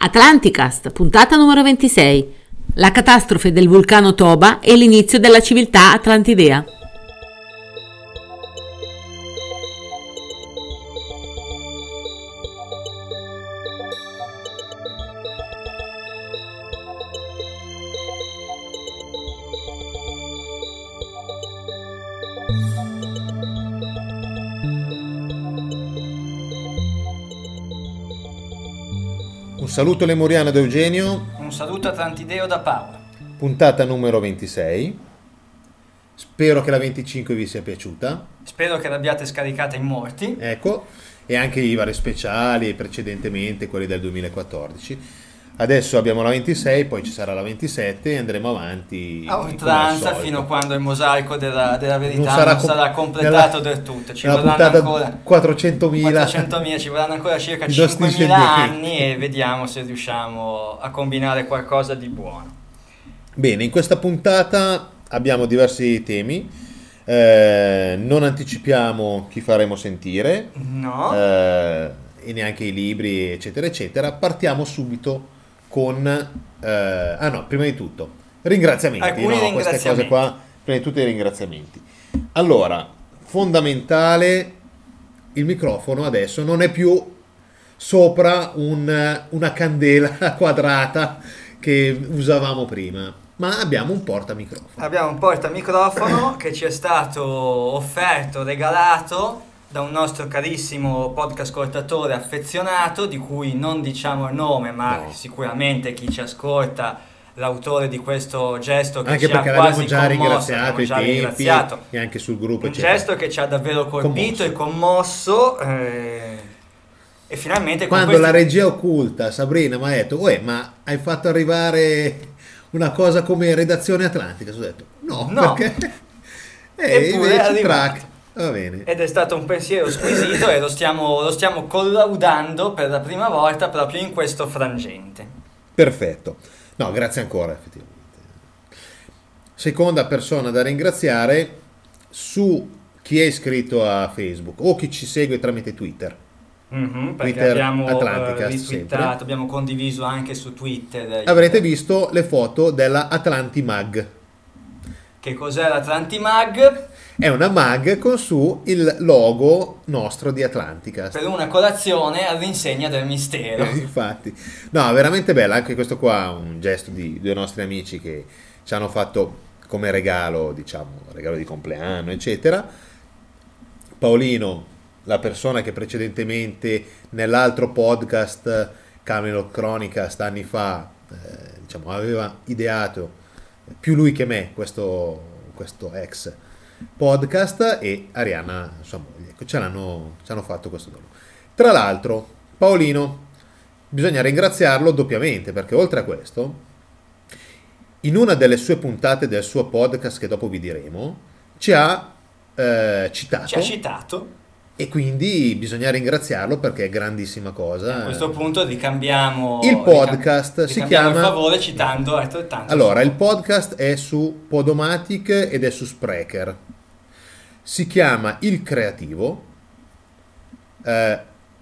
Atlanticast, puntata numero 26. La catastrofe del vulcano Toba e l'inizio della civiltà atlantidea. Un saluto lemuriano da Eugenio. Un saluto atlantideo da Paolo. Puntata numero 26. Spero che la 25 vi sia piaciuta. Spero che l'abbiate scaricata in molti. Ecco, e anche i vari speciali precedentemente, quelli del 2014. Adesso abbiamo la 26, poi ci sarà la 27 e andremo avanti a oltranza fino a quando il mosaico della verità non sarà completato del tutto. Ci vorranno ancora 400.000, ci vorranno ancora circa 5.000 anni e vediamo se riusciamo a combinare qualcosa di buono. Bene, in questa puntata abbiamo diversi temi. Non anticipiamo chi faremo sentire, no, e neanche i libri, eccetera, eccetera. Partiamo subito con prima di tutto ringraziamenti. Queste cose qua, prima di tutto i ringraziamenti. Allora, fondamentale, il microfono adesso non è più sopra una candela quadrata che usavamo prima, ma abbiamo un portamicrofono che ci è stato offerto, regalato da un nostro carissimo podcast ascoltatore affezionato, di cui non diciamo il nome, ma no, sicuramente chi ci ascolta, l'autore di questo gesto che anche ci ha quasi commosso, ringraziato, e anche sul gruppo, un gesto che ci ha davvero colpito e commosso, e finalmente quando la regia occulta Sabrina mi ha detto: ma hai fatto arrivare una cosa come Redazione Atlantica? Ho detto no. Perché eppure è arrivato. Va bene. Ed è stato un pensiero squisito e lo stiamo collaudando per la prima volta proprio in questo frangente. Perfetto. No, grazie ancora, effettivamente. Seconda persona da ringraziare, su chi è iscritto a Facebook o chi ci segue tramite Twitter. Perché Twitter abbiamo retweetato, abbiamo condiviso anche su Twitter. Avrete visto le foto della Atlantimag. Che cos'è l'Atlantimag? È una mag con su il logo nostro di Atlanticast. Per una colazione all'insegna del mistero. Infatti. No, veramente bella. Anche questo qua, un gesto di due nostri amici che ci hanno fatto come regalo, regalo di compleanno, eccetera. Paolino, la persona che precedentemente nell'altro podcast Camelot Chronicast anni fa aveva ideato, più lui che me, questo ex podcast, e Arianna, sua moglie, ci hanno fatto questo dono. Tra l'altro Paolino bisogna ringraziarlo doppiamente, perché oltre a questo, in una delle sue puntate del suo podcast, che dopo vi diremo, ci ha citato, e quindi bisogna ringraziarlo perché è grandissima cosa. A questo punto ricambiamo il podcast, si chiama, per favore, citando altrettanto. Allora, il podcast è su Podomatic ed è su Spreaker. Si chiama Il Creativo, e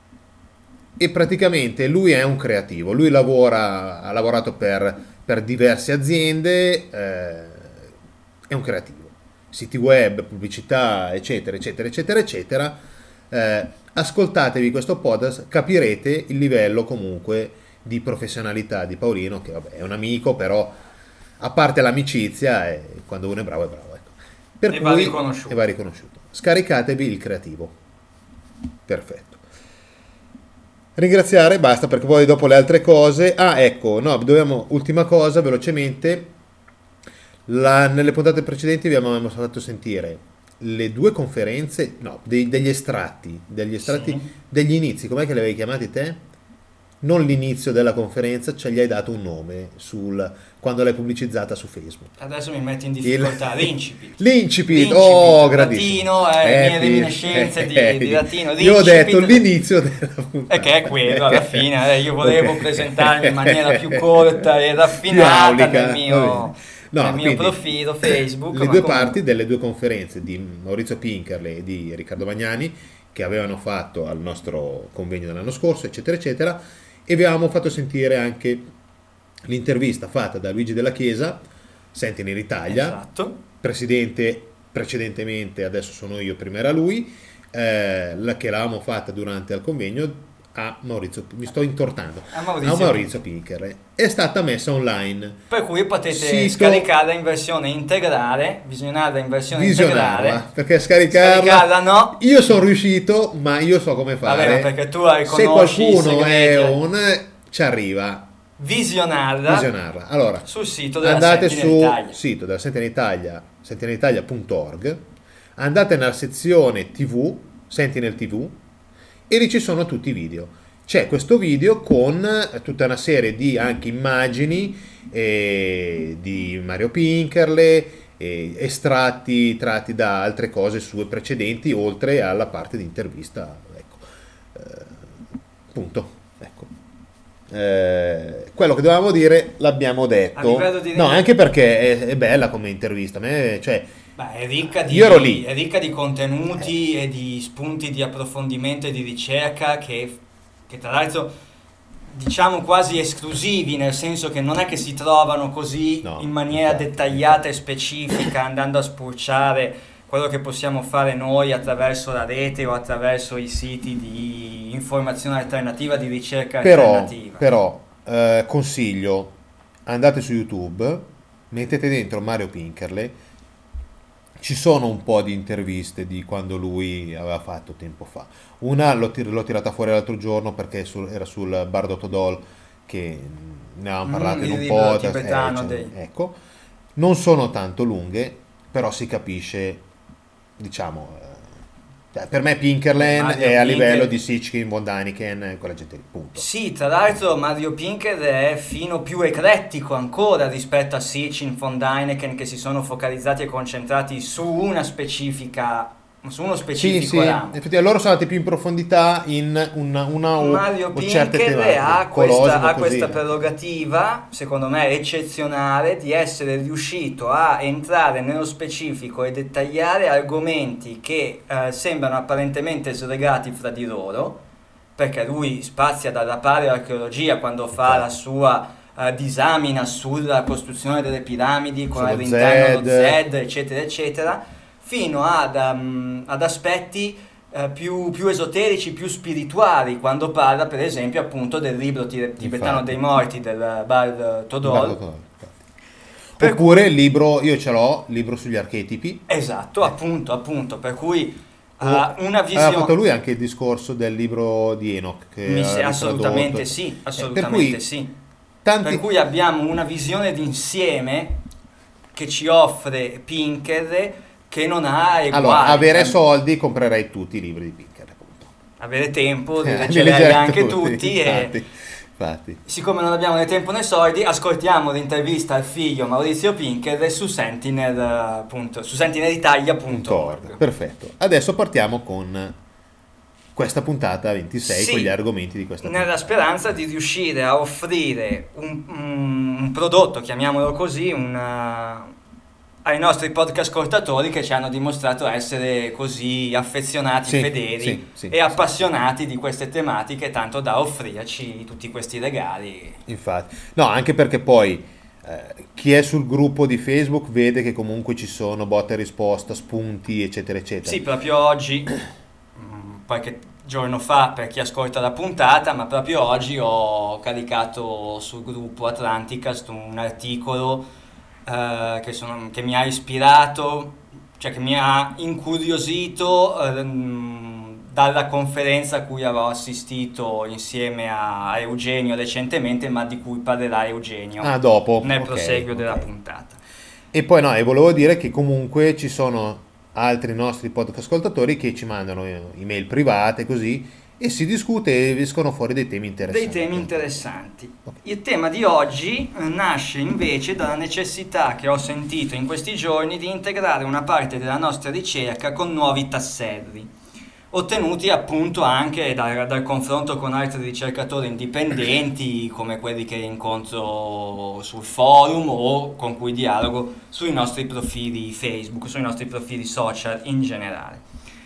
praticamente lui è un creativo. Lui ha lavorato per diverse aziende, è un creativo, siti web, pubblicità, eccetera, eccetera, eccetera, eccetera. Ascoltatevi questo podcast, capirete il livello comunque di professionalità di Paolino, che vabbè, è un amico, però a parte l'amicizia, quando uno è bravo, ecco. Per cui va riconosciuto. Scaricatevi Il Creativo. Perfetto. Ringraziare, basta, perché poi dopo le altre cose. Ultima cosa, velocemente. Nelle puntate precedenti vi abbiamo fatto sentire le due conferenze, degli estratti sì, degli inizi. Com'è che li avevi chiamati te? Non l'inizio della conferenza, gli hai dato un nome quando l'hai pubblicizzata su Facebook. Adesso mi metti in difficoltà. L'incipit, gradissimo. Latino, mie reminiscenze di latino. Io ho detto l'inizio della puntata. Che è quello, alla fine. Io volevo presentarmi in maniera più corta e raffinata nel mio profilo Facebook. Le due parti delle due conferenze di Maurizio Pinkerle e di Riccardo Magnani, che avevano fatto al nostro convegno dell'anno scorso, eccetera, eccetera. e vi avevamo fatto sentire anche l'intervista fatta da Luigi Della Chiesa, Sentinel Italia, Esatto. presidente precedentemente, adesso sono io, prima era lui, che l'avevamo fatta durante il convegno a Maurizio, mi sto intortando, A Maurizio Pinkerle. È stata messa online. Per cui potete Sito- scaricarla in versione integrale, visionarla in versione integrale. Perché scaricarla no. io sono riuscito, ma io so come fare. Vabbè, perché tu la se riconosci i qualcuno è segreti. ci arriva Visionarla allora sul sito della andate Sentinel Italia. sul sito della Sentinel Italia, sentinelitalia.org, andate nella sezione TV, Sentinel TV, e lì ci sono tutti i video. C'è questo video con tutta una serie di anche immagini di Mario Pinkerle, estratti tratti da altre cose sue precedenti, oltre alla parte di intervista. Ecco. Punto. Ecco. Quello che dovevamo dire l'abbiamo A detto. livello di- No, anche perché è bella come intervista. A me, cioè, Beh, è ricca di, io ero lì. è ricca di contenuti e di spunti di approfondimento e di ricerca che tra l'altro diciamo quasi esclusivi, nel senso che non è che si trovano così No, in maniera infatti. dettagliata e specifica, andando a spulciare quello che possiamo fare noi attraverso la rete o attraverso i siti di informazione alternativa, di ricerca alternativa. Però consiglio, andate su YouTube, mettete dentro Mario Pinkerle, ci sono un po' di interviste di quando lui aveva fatto tempo fa. Una l'ho tirata fuori l'altro giorno perché era sul Bardo Todol, che ne avevamo parlato in il un libro podcast. tibetano dei- Ecco, non sono tanto lunghe, però si capisce, diciamo, per me Pinkerland Mario è a Pinker- livello di Sitchkin, Von Daniken, quella gente lì, punto. Sì, tra l'altro Mario Pinker è fino più eclettico ancora rispetto a Sitchin, von Däniken, che si sono focalizzati e concentrati su uno specifico Sì, ramo. effettivamente loro sono andati più in profondità in una Mario o certe Pinker tematiche. ha Colosimo così. questa prerogativa, secondo me eccezionale, di essere riuscito a entrare nello specifico e dettagliare argomenti che sembrano apparentemente slegati fra di loro, perché lui spazia dalla paleoarcheologia quando fa la sua disamina sulla costruzione delle piramidi con Sullo all'interno lo Zed. Zed, eccetera, eccetera, fino ad aspetti più esoterici, più spirituali, quando parla per esempio appunto del libro tibetano Infatti. dei morti del Bard Todol. Guarda, infatti. Oppure il libro, io ce l'ho, il libro sugli archetipi. Esatto, appunto, per cui Una una Aveva fatto visione... lui anche il discorso del libro di Enoch. Che aveva Assolutamente tradotto. sì, Per assolutamente cui sì. tanti... Per cui abbiamo una visione d'insieme che ci offre Pinker, che non ha eguali. Allora, avere soldi, comprerei tutti i libri di Pinker, appunto. Avere tempo, li Li leggerei leggerei anche tutti e... Infatti. Siccome non abbiamo né tempo né soldi, ascoltiamo l'intervista al figlio Maurizio Pinker su Sentinel, appunto, su sentinelitalia.org. Perfetto. Adesso partiamo con questa puntata 26, Sì, con gli argomenti di questa nella puntata. speranza di riuscire a offrire un prodotto, chiamiamolo così, ai nostri podcast ascoltatori che ci hanno dimostrato essere così affezionati, Sì, fedeli sì, e appassionati di queste tematiche, tanto da offrirci tutti questi regali. Infatti. No, anche perché poi chi è sul gruppo di Facebook vede che comunque ci sono botta e risposta, spunti, eccetera, eccetera. Sì, proprio oggi, qualche giorno fa, per chi ascolta la puntata, ma proprio oggi ho caricato sul gruppo Atlanticast un articolo che mi ha ispirato, cioè che mi ha incuriosito dalla conferenza a cui avevo assistito insieme a Eugenio recentemente, ma di cui parlerà Eugenio dopo. nel Ok, proseguio della ok. puntata. E poi no, e volevo dire che comunque ci sono altri nostri podcast ascoltatori che ci mandano email private così e si discute e escono fuori dei temi interessanti. Dei temi interessanti. Ok. Il tema di oggi nasce invece dalla necessità che ho sentito in questi giorni di integrare una parte della nostra ricerca con nuovi tasselli, ottenuti appunto anche dal confronto con altri ricercatori indipendenti come quelli che incontro sul forum o con cui dialogo sui nostri profili Facebook, sui nostri profili social in generale.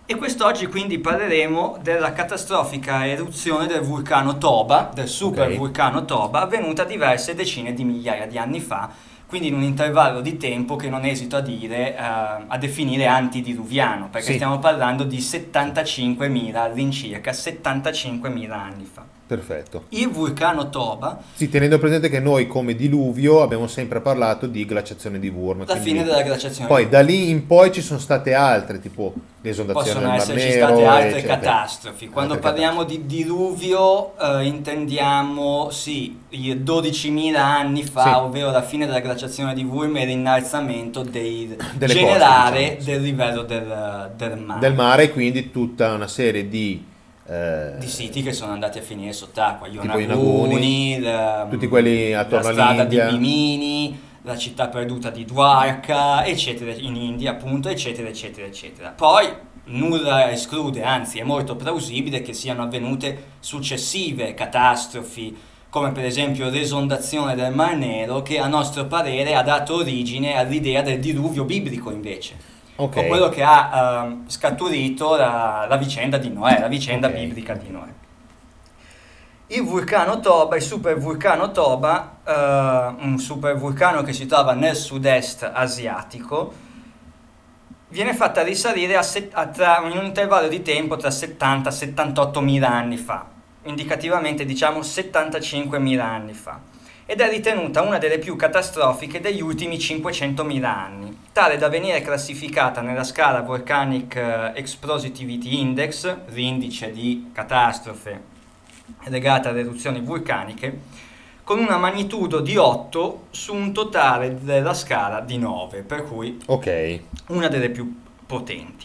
E quest'oggi quindi parleremo della catastrofica eruzione del vulcano Toba, del super vulcano Toba, avvenuta diverse decine di migliaia di anni fa, quindi in un intervallo di tempo che non esito a dire, a definire antidiluviano, perché stiamo parlando di 75.000, all'incirca 75.000 anni fa. Perfetto. Il vulcano Toba... Sì, tenendo presente che noi come diluvio abbiamo sempre parlato di glaciazione di Würm. La fine della glaciazione. Poi da lì in poi ci sono state altre, tipo l'esondazione del Mar Nero. Possono esserci state altre eccetera. catastrofi. Quando parliamo di diluvio intendiamo i 12.000 anni fa, ovvero la fine della glaciazione di Würm e l'innalzamento generale coste, del livello del mare. Del mare, quindi tutta una serie di siti che sono andati a finire sott'acqua, gli tipo Onaguni, tutti quelli attorno la strada all'India, di Bimini, la città perduta di Dwarka, eccetera, in India appunto, eccetera, eccetera, eccetera. Poi nulla esclude, anzi è molto plausibile che siano avvenute successive catastrofi, come per esempio l'esondazione del Mar Nero, che a nostro parere ha dato origine all'idea del diluvio biblico invece. O quello che ha scaturito la vicenda di Noè, la vicenda biblica di Noè. Il vulcano Toba, il supervulcano Toba, un supervulcano che si trova nel sud-est asiatico, viene fatta risalire in un intervallo di tempo tra 70 e 78 mila anni fa, indicativamente diciamo 75.000 anni fa, ed è ritenuta una delle più catastrofiche degli ultimi 500.000 anni, tale da venire classificata nella scala Volcanic Explosivity Index, l'indice di catastrofe legata alle eruzioni vulcaniche, con una magnitudo di 8 su un totale della scala di 9, per cui una delle più potenti.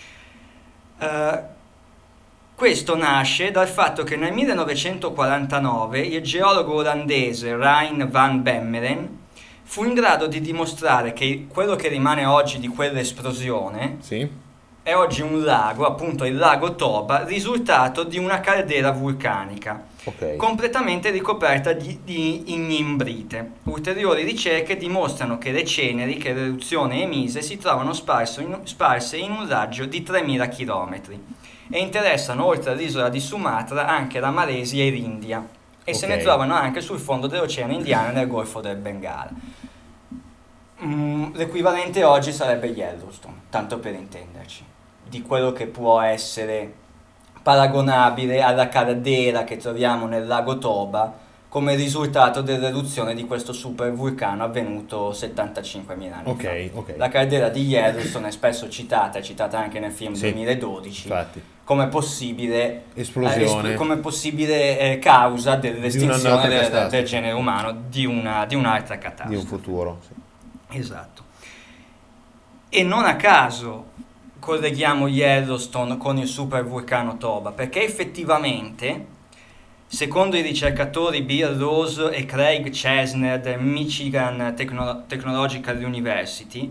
Questo nasce dal fatto che nel 1949 il geologo olandese Rein van Bemmeren fu in grado di dimostrare che quello che rimane oggi di quell'esplosione è oggi un lago, appunto il lago Toba, risultato di una caldera vulcanica completamente ricoperta di ignimbrite. Ulteriori ricerche dimostrano che le ceneri che l'eruzione emise si trovano sparse in un raggio di 3.000 km e interessano oltre all'isola di Sumatra anche la Malesia e l'India e se ne trovano anche sul fondo dell'Oceano Indiano e nel Golfo del Bengala. L'equivalente oggi sarebbe Yellowstone, tanto per intenderci, di quello che può essere paragonabile alla caldera che troviamo nel lago Toba come risultato dell'eruzione di questo supervulcano avvenuto 75.000 anni fa. La caldera di Yellowstone è spesso citata, è citata anche nel film 2012, come possibile esplosione, come possibile causa dell'estinzione del genere umano, di un'altra catastrofe. Di un futuro. Esatto. E non a caso colleghiamo Yellowstone con il supervulcano Toba, perché effettivamente, secondo i ricercatori Bill Rose e Craig Chesner del Michigan Technological University,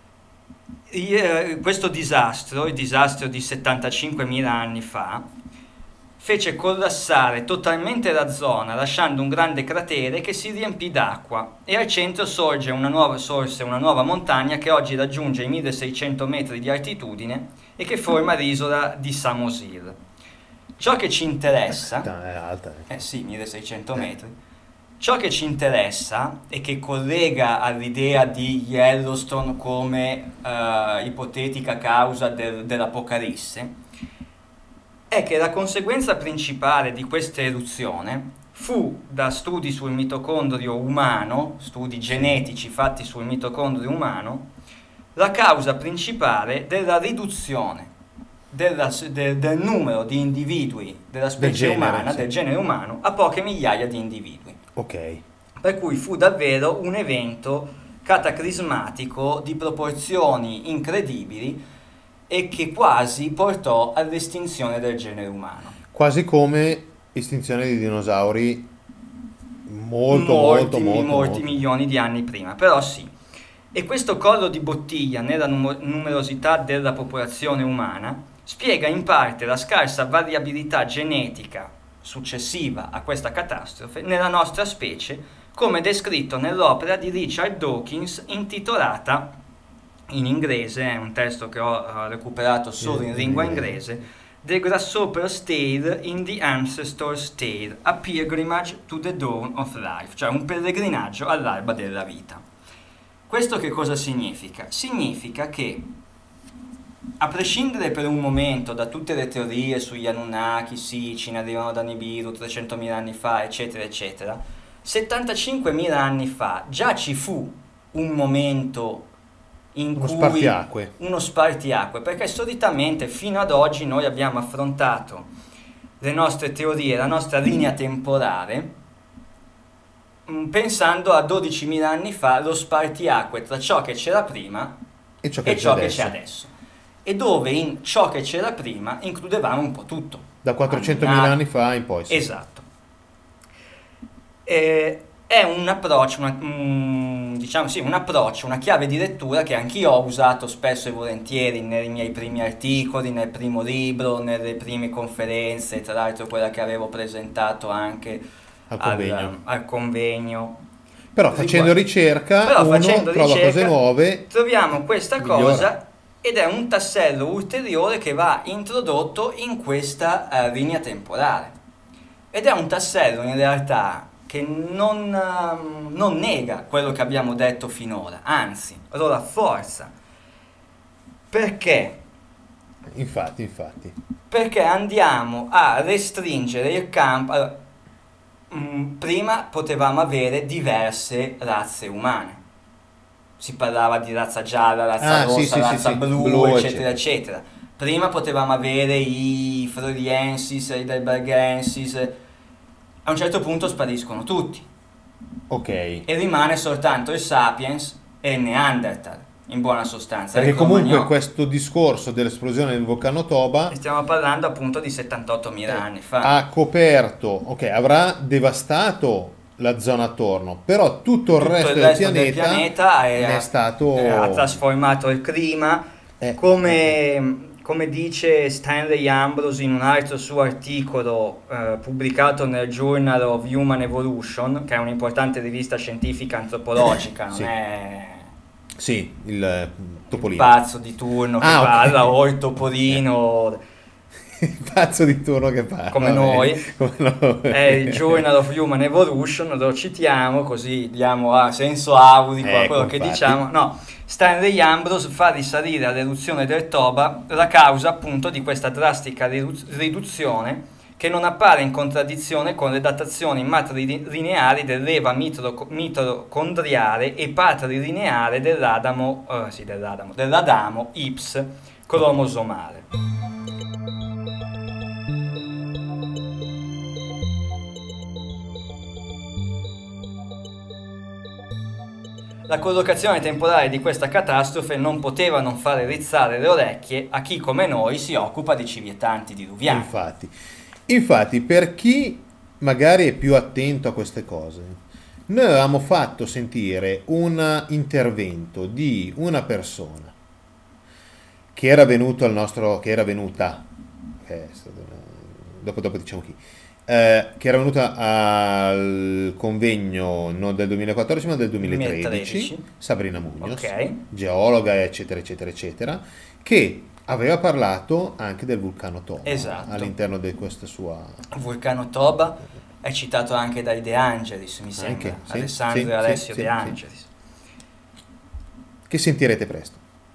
questo disastro, il disastro di 75.000 anni fa, fece collassare totalmente la zona, lasciando un grande cratere che si riempì d'acqua e al centro sorse una nuova montagna che oggi raggiunge i 1.600 metri di altitudine e che forma l'isola di Samosir. Ciò che ci interessa... È alta. 1.600 metri. Ciò che ci interessa e che collega all'idea di Yellowstone come ipotetica causa dell'Apocalisse è che la conseguenza principale di questa eruzione fu, da studi sul mitocondrio umano, studi genetici fatti sul mitocondrio umano, la causa principale della riduzione del numero di individui della specie umana, del genere umano, a poche migliaia di individui. Per cui fu davvero un evento cataclismatico di proporzioni incredibili e che quasi portò all'estinzione del genere umano. Quasi come estinzione di dinosauri molti milioni di anni prima, però sì. E questo collo di bottiglia nella numerosità della popolazione umana spiega in parte la scarsa variabilità genetica successiva a questa catastrofe nella nostra specie, come descritto nell'opera di Richard Dawkins intitolata in inglese, è un testo che ho recuperato solo in lingua inglese. The grasshopper stayed in the ancestor's tale, a pilgrimage to the dawn of life, cioè un pellegrinaggio all'alba della vita. Questo che cosa significa? Significa che, a prescindere per un momento da tutte le teorie sugli Anunnaki, sì, ci ne arrivano da Nibiru 300.000 anni fa, eccetera, eccetera, 75.000 anni fa già ci fu un momento in Uno cui spartiacque. uno spartiacque, perché solitamente fino ad oggi noi abbiamo affrontato le nostre teorie, la nostra linea temporale, pensando a 12.000 anni fa, lo spartiacque tra ciò che c'era prima E ciò e ciò che adesso. c'è adesso, e dove in ciò che c'era prima includevamo un po' tutto. Da 400.000 Anunnaki. anni fa in poi. Sì. Esatto. È un approccio, diciamo sì, un approccio, una chiave di lettura che anch'io ho usato spesso e volentieri nei miei primi articoli, nel primo libro, nelle prime conferenze, tra l'altro quella che avevo presentato anche al convegno. Però facendo ricerca Però uno facendo trova ricerca, cose nuove. troviamo questa migliora. cosa ed è un tassello ulteriore che va introdotto in questa linea temporale. Ed è un tassello in realtà che non nega quello che abbiamo detto finora, anzi lo rafforza. Perché? Infatti. Perché andiamo a restringere il campo. Allora, prima potevamo avere diverse razze umane. Si parlava di razza gialla, razza rossa, razza blu, eccetera. Prima potevamo avere i Freudiensis, i Heidelbergensis. A un certo punto spariscono tutti. Ok. E rimane soltanto il Sapiens e il Neanderthal, in buona sostanza. Perché comunque questo discorso dell'esplosione del vulcano Toba, stiamo parlando appunto di 78.000 anni fa, ha coperto, ok, avrà devastato la zona attorno, però tutto il resto del pianeta è stato... ha trasformato il clima, come dice Stanley Ambrose in un altro suo articolo pubblicato nel Journal of Human Evolution, che è un'importante rivista scientifica antropologica, non Sì. è Sì, il topolino. il pazzo di turno che parla, o il topolino... Il pazzo di turno che parla. Come noi. È il Journal of Human Evolution, lo citiamo così diamo senso aulico a quello che diciamo. No, Stanley Ambrose fa risalire all'eruzione del Toba la causa appunto di questa drastica riduzione che non appare in contraddizione con le datazioni matrilineari dell'Eva mitocondriale e patrilineare dell'Adamo Ips cromosomale. La collocazione temporale di questa catastrofe non poteva non fare rizzare le orecchie a chi come noi si occupa di civiltà antediluviane. Infatti, per chi magari è più attento a queste cose, noi avevamo fatto sentire un intervento di una persona che era venuta, dopo diciamo chi, che era venuta al convegno non del 2014 ma del 2013. Sabrina Munoz, geologa eccetera, che aveva parlato anche del vulcano Toba all'interno di questa sua... Il vulcano Toba è citato anche dai De Angelis, mi sembra, Alessandro e Alessio De Angelis. Che sentirete presto.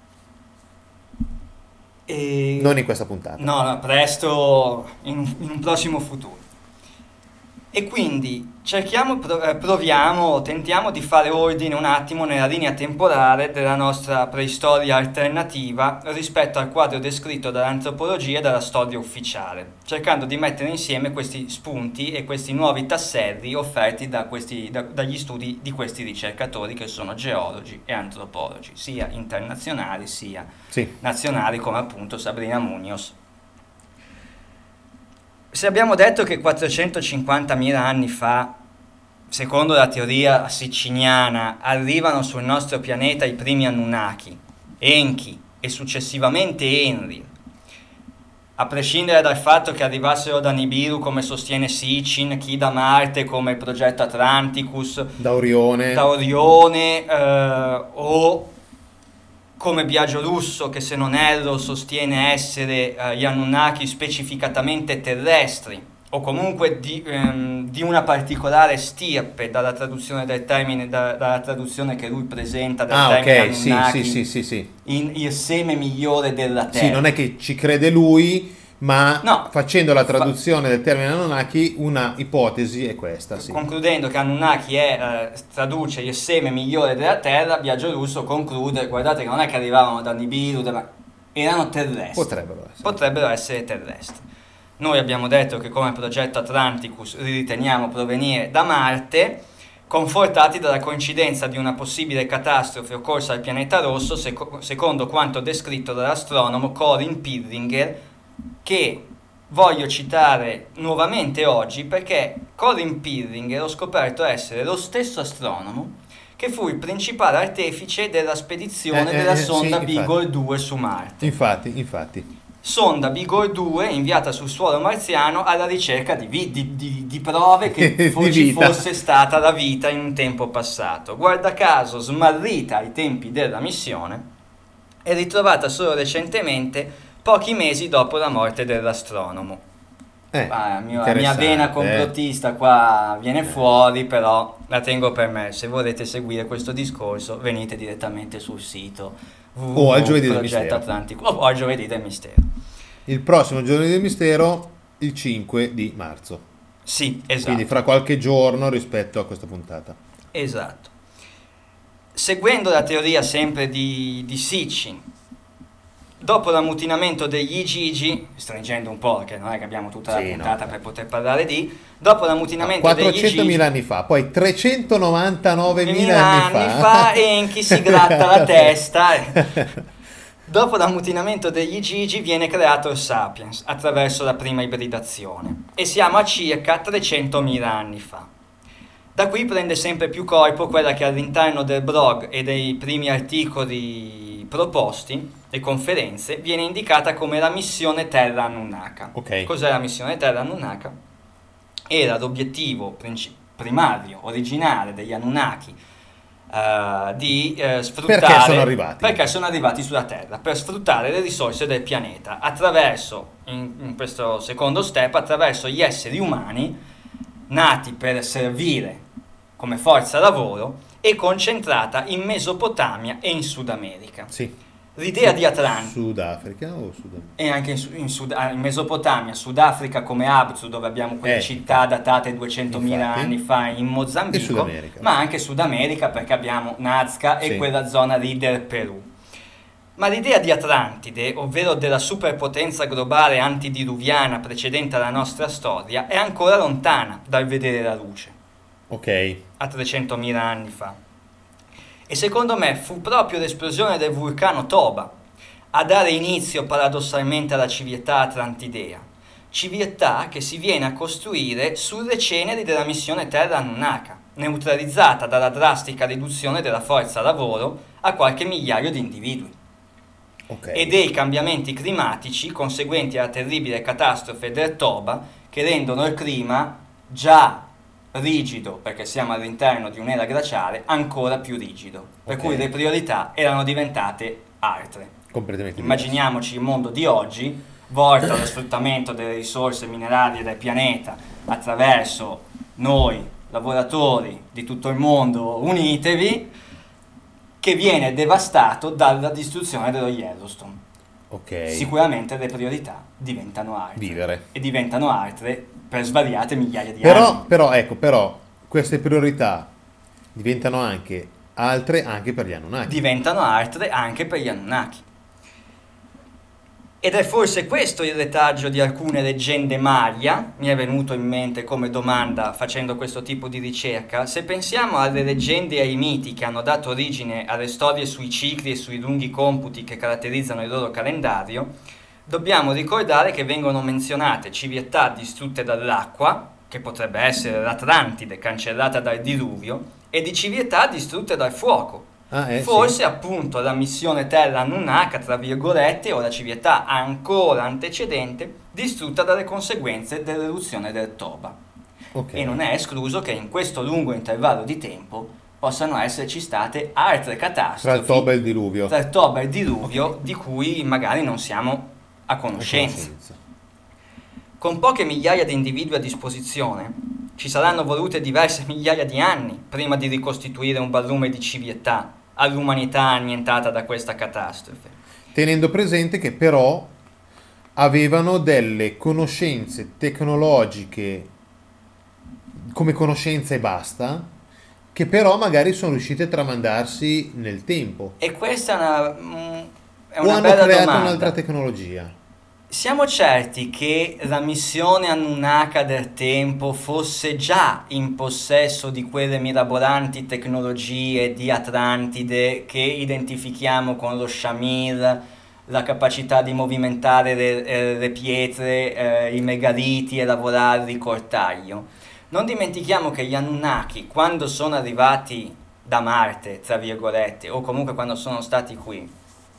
Non in questa puntata. No, presto, in un prossimo futuro. E quindi tentiamo di fare ordine un attimo nella linea temporale della nostra preistoria alternativa rispetto al quadro descritto dall'antropologia e dalla storia ufficiale, cercando di mettere insieme questi spunti e questi nuovi tasselli offerti dagli studi di questi ricercatori che sono geologi e antropologi, sia internazionali sia nazionali, come appunto Sabrina Munoz. Se abbiamo detto che 450.000 anni fa, secondo la teoria siciliana, arrivano sul nostro pianeta i primi Anunnaki, Enki e successivamente Enlil, a prescindere dal fatto che arrivassero da Nibiru come sostiene Sitchin, chi da Marte come il progetto Atlanticus, da Orione o come Biagio Russo, che se non erro sostiene essere gli Anunnaki specificatamente terrestri, o comunque di una particolare stirpe, dalla traduzione del termine, dalla traduzione che lui presenta del termine Anunnaki, sì. il seme migliore della Terra. Sì, non è che ci crede lui, ma no, facendo la traduzione del termine Anunnaki, una ipotesi è questa. Sì. Concludendo che Anunnaki traduce il seme migliore della Terra, Biagio Russo conclude, guardate che non è che arrivavano da Nibiru, ma erano terrestri. Potrebbero essere terrestri. Noi abbiamo detto che come progetto Atlanticus riteniamo provenire da Marte, confortati dalla coincidenza di una possibile catastrofe occorsa al pianeta rosso, secondo quanto descritto dall'astronomo Corin Pirringer, che voglio citare nuovamente oggi perché Corin Pirringer ho scoperto essere lo stesso astronomo che fu il principale artefice della spedizione della sonda Beagle 2 su Marte. Infatti. Sonda Beagle 2 inviata sul suolo marziano alla ricerca di prove che ci fosse stata la vita in un tempo passato. Guarda caso, smarrita ai tempi della missione e ritrovata solo recentemente, pochi mesi dopo la morte dell'astronomo. La mia vena complottista qua viene fuori, però la tengo per me. Se volete seguire questo discorso, venite direttamente sul sito o al Giovedì del Mistero. Atlantico, o al Giovedì del Mistero. Il prossimo Giovedì del Mistero, il 5 di marzo. Sì, esatto. Quindi fra qualche giorno rispetto a questa puntata. Esatto. Seguendo la teoria sempre di Sitchin, dopo l'ammutinamento degli Igigi, stringendo un po' perché non è che abbiamo tutta la puntata per poter parlare dopo l'ammutinamento degli Igigi 400.000 anni fa, poi 399.000 anni fa Enki si gratta la testa. Dopo l'ammutinamento degli Igigi viene creato il Sapiens attraverso la prima ibridazione e siamo a circa 300.000 anni fa. Da qui prende sempre più corpo quella che all'interno del blog e dei primi articoli proposti e conferenze viene indicata come la missione Terra Anunnaka. Cos'è la missione Terra Anunnaka? Era l'obiettivo primario, originale degli Anunnaki di sfruttare perché sono arrivati sulla Terra per sfruttare le risorse del pianeta attraverso, in questo secondo step, attraverso gli esseri umani nati per servire come forza lavoro e concentrata in Mesopotamia e in Sud America. L'idea di Atlantide, Sudafrica o Sud America? E anche in Mesopotamia, Sudafrica come Abzu, dove abbiamo quelle città datate 200.000 anni fa in Mozambico, ma anche Sud America perché abbiamo Nazca e quella zona lì del Perù. Ma l'idea di Atlantide, ovvero della superpotenza globale antidiluviana precedente alla nostra storia, è ancora lontana dal vedere la luce. A 300.000 anni fa. E secondo me fu proprio l'esplosione del vulcano Toba a dare inizio paradossalmente alla civiltà atlantidea, civiltà che si viene a costruire sulle ceneri della missione Terra Anunnaka, neutralizzata dalla drastica riduzione della forza lavoro a qualche migliaio di individui. E dei cambiamenti climatici conseguenti alla terribile catastrofe del Toba, che rendono il clima già rigido, perché siamo all'interno di un'era glaciale, ancora più rigido, per cui le priorità erano diventate altre. Immaginiamoci il mondo di oggi, volto allo sfruttamento delle risorse minerarie del pianeta attraverso noi, lavoratori di tutto il mondo, unitevi, che viene devastato dalla distruzione dello Yellowstone. Sicuramente le priorità diventano altre. E diventano altre per svariate migliaia di anni. Però queste priorità diventano anche altre anche per gli Anunnaki. Diventano altre anche per gli Anunnaki. Ed è forse questo il retaggio di alcune leggende Maya, mi è venuto in mente come domanda facendo questo tipo di ricerca. Se pensiamo alle leggende e ai miti che hanno dato origine alle storie sui cicli e sui lunghi computi che caratterizzano il loro calendario, dobbiamo ricordare che vengono menzionate civiltà distrutte dall'acqua, che potrebbe essere l'Atlantide cancellata dal diluvio, e di civiltà distrutte dal fuoco. Forse appunto la missione Terra Anunnaka, tra virgolette, o la civiltà ancora antecedente, distrutta dalle conseguenze dell'eruzione del Toba. E non è escluso che in questo lungo intervallo di tempo possano esserci state altre catastrofi. Tra il Toba e il diluvio. Tra il Toba e il diluvio di cui magari non siamo a conoscenza. Con poche migliaia di individui a disposizione, ci saranno volute diverse migliaia di anni prima di ricostituire un barlume di civiltà all'umanità annientata da questa catastrofe. Tenendo presente che però avevano delle conoscenze tecnologiche come conoscenza e basta, che però magari sono riusciti a tramandarsi nel tempo. E questa è O una hanno bella creato domanda. un'altra tecnologia. Siamo certi che la missione Anunnaka del tempo fosse già in possesso di quelle mirabolanti tecnologie di Atlantide che identifichiamo con lo Shamir, la capacità di movimentare le pietre, i megaliti e lavorare il coltaglio? Non dimentichiamo che gli Anunnaki, quando sono arrivati da Marte, tra virgolette, o comunque quando sono stati qui,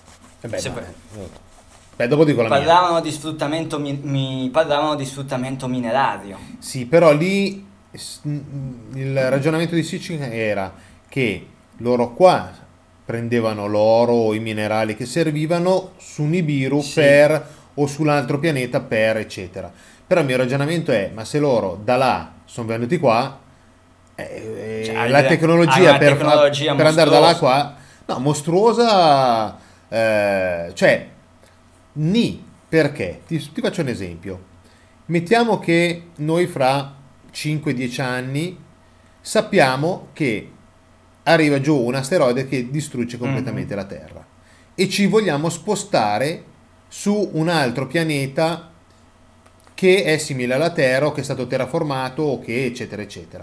Dopo dico la mia. parlavano di sfruttamento parlavano di sfruttamento minerario. Sì, però lì il ragionamento di Sitchin era che loro qua prendevano l'oro o i minerali che servivano su Nibiru Sì. o su un altro pianeta eccetera. Però il mio ragionamento è, ma se loro da là sono venuti qua, la tecnologia una per tecnologia andare da là mostruosa. qua, no, mostruosa, cioè, perché? Ti faccio un esempio. Mettiamo che noi fra 5-10 anni sappiamo che arriva giù un asteroide che distrugge completamente la Terra e ci vogliamo spostare su un altro pianeta che è simile alla Terra o che è stato terraformato o che eccetera eccetera.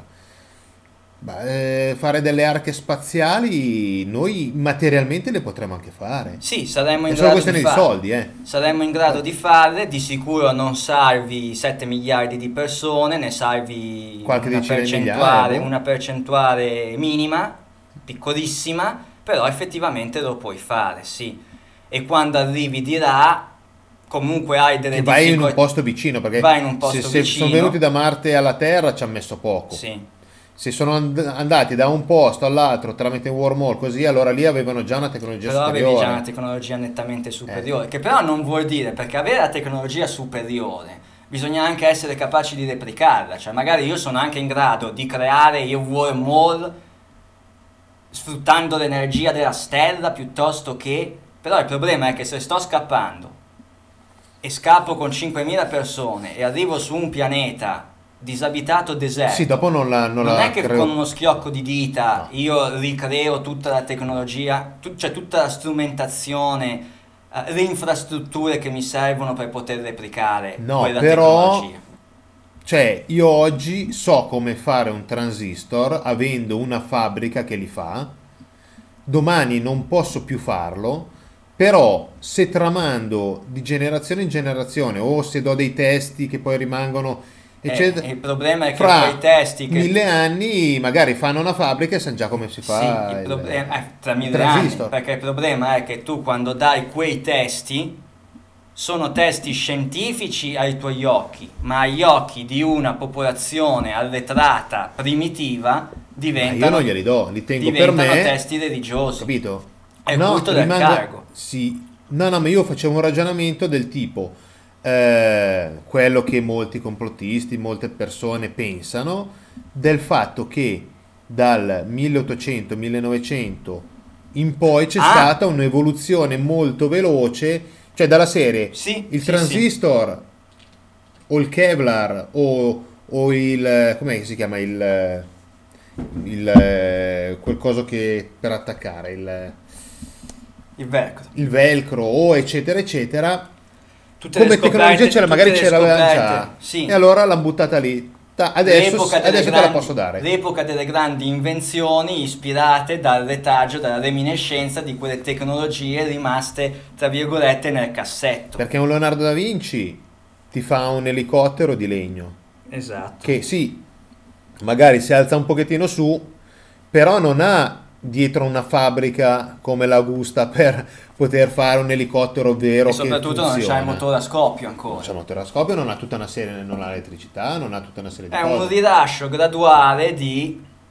Fare delle arche spaziali noi materialmente le potremmo anche fare. Sì, saremmo in È solo grado questione di di farle. soldi, Saremmo in grado di farle, di sicuro non salvi 7 miliardi di persone, ne salvi Qualche decina di miliardi. una percentuale minima, piccolissima, però effettivamente lo puoi fare, sì. E quando arrivi di là, comunque hai delle Che vai in un difficoltà. posto vicino, perché Vai in un posto se vicino. sono venuti da Marte alla Terra ci ha messo poco. Sì. Se sono andati da un posto all'altro tramite wormhole così, allora lì avevano già una tecnologia Però avevi superiore. già una tecnologia nettamente superiore, che però non vuol dire, perché avere la tecnologia superiore bisogna anche essere capaci di replicarla, cioè magari io sono anche in grado di creare il wormhole sfruttando l'energia della stella piuttosto che... Però il problema è che se sto scappando e scappo con 5.000 persone e arrivo su un pianeta disabitato, deserto, Sì, dopo non è che creo- con uno schiocco di dita No. io ricreo tutta la tecnologia, cioè tutta la strumentazione, le infrastrutture che mi servono per poter replicare No, quella però- tecnologia. Cioè, io oggi so come fare un transistor avendo una fabbrica che li fa. Domani non posso più farlo, però se tramando di generazione in generazione o se do dei testi che poi rimangono eccetera, Il problema è che fra quei testi che... 1000 anni magari fanno una fabbrica e sanno già come si fa Sì, il problema è tra il 1000 anni, transistor. perché il problema è che tu quando dai quei testi sono testi scientifici ai tuoi occhi, ma agli occhi di una popolazione arretrata, primitiva, Ma io diventano, non glieli do, li tengo per diventano me, testi religiosi. capito? È il culto del cargo. Sì, no, ma io facevo un ragionamento del tipo quello che molti complottisti, molte persone pensano, del fatto che dal 1800-1900 in poi c'è stata un'evoluzione molto veloce, cioè dalla serie Sì, il sì, transistor o il Kevlar o il, com'è che si chiama quel coso che per attaccare Il velcro. il velcro o eccetera eccetera, Tutte le come scoperte- tecnologia magari tutte le ce l'aveva scoperte, già, sì. e allora l'hanno buttata lì. Adesso L'epoca delle te la grandi- posso dare. L'epoca delle grandi invenzioni ispirate dal retaggio, dalla reminiscenza di quelle tecnologie rimaste, tra virgolette, nel cassetto. Perché un Leonardo da Vinci ti fa un elicottero di legno Esatto. che sì, magari si alza un pochettino su, però non ha dietro una fabbrica come l'Augusta per poter fare un elicottero vero E che soprattutto non c'è funziona. il motore a scoppio ancora. Non c'è motore a scoppio, non ha tutta una serie, non ha elettricità, non ha tutta una serie di È un cose. rilascio graduale di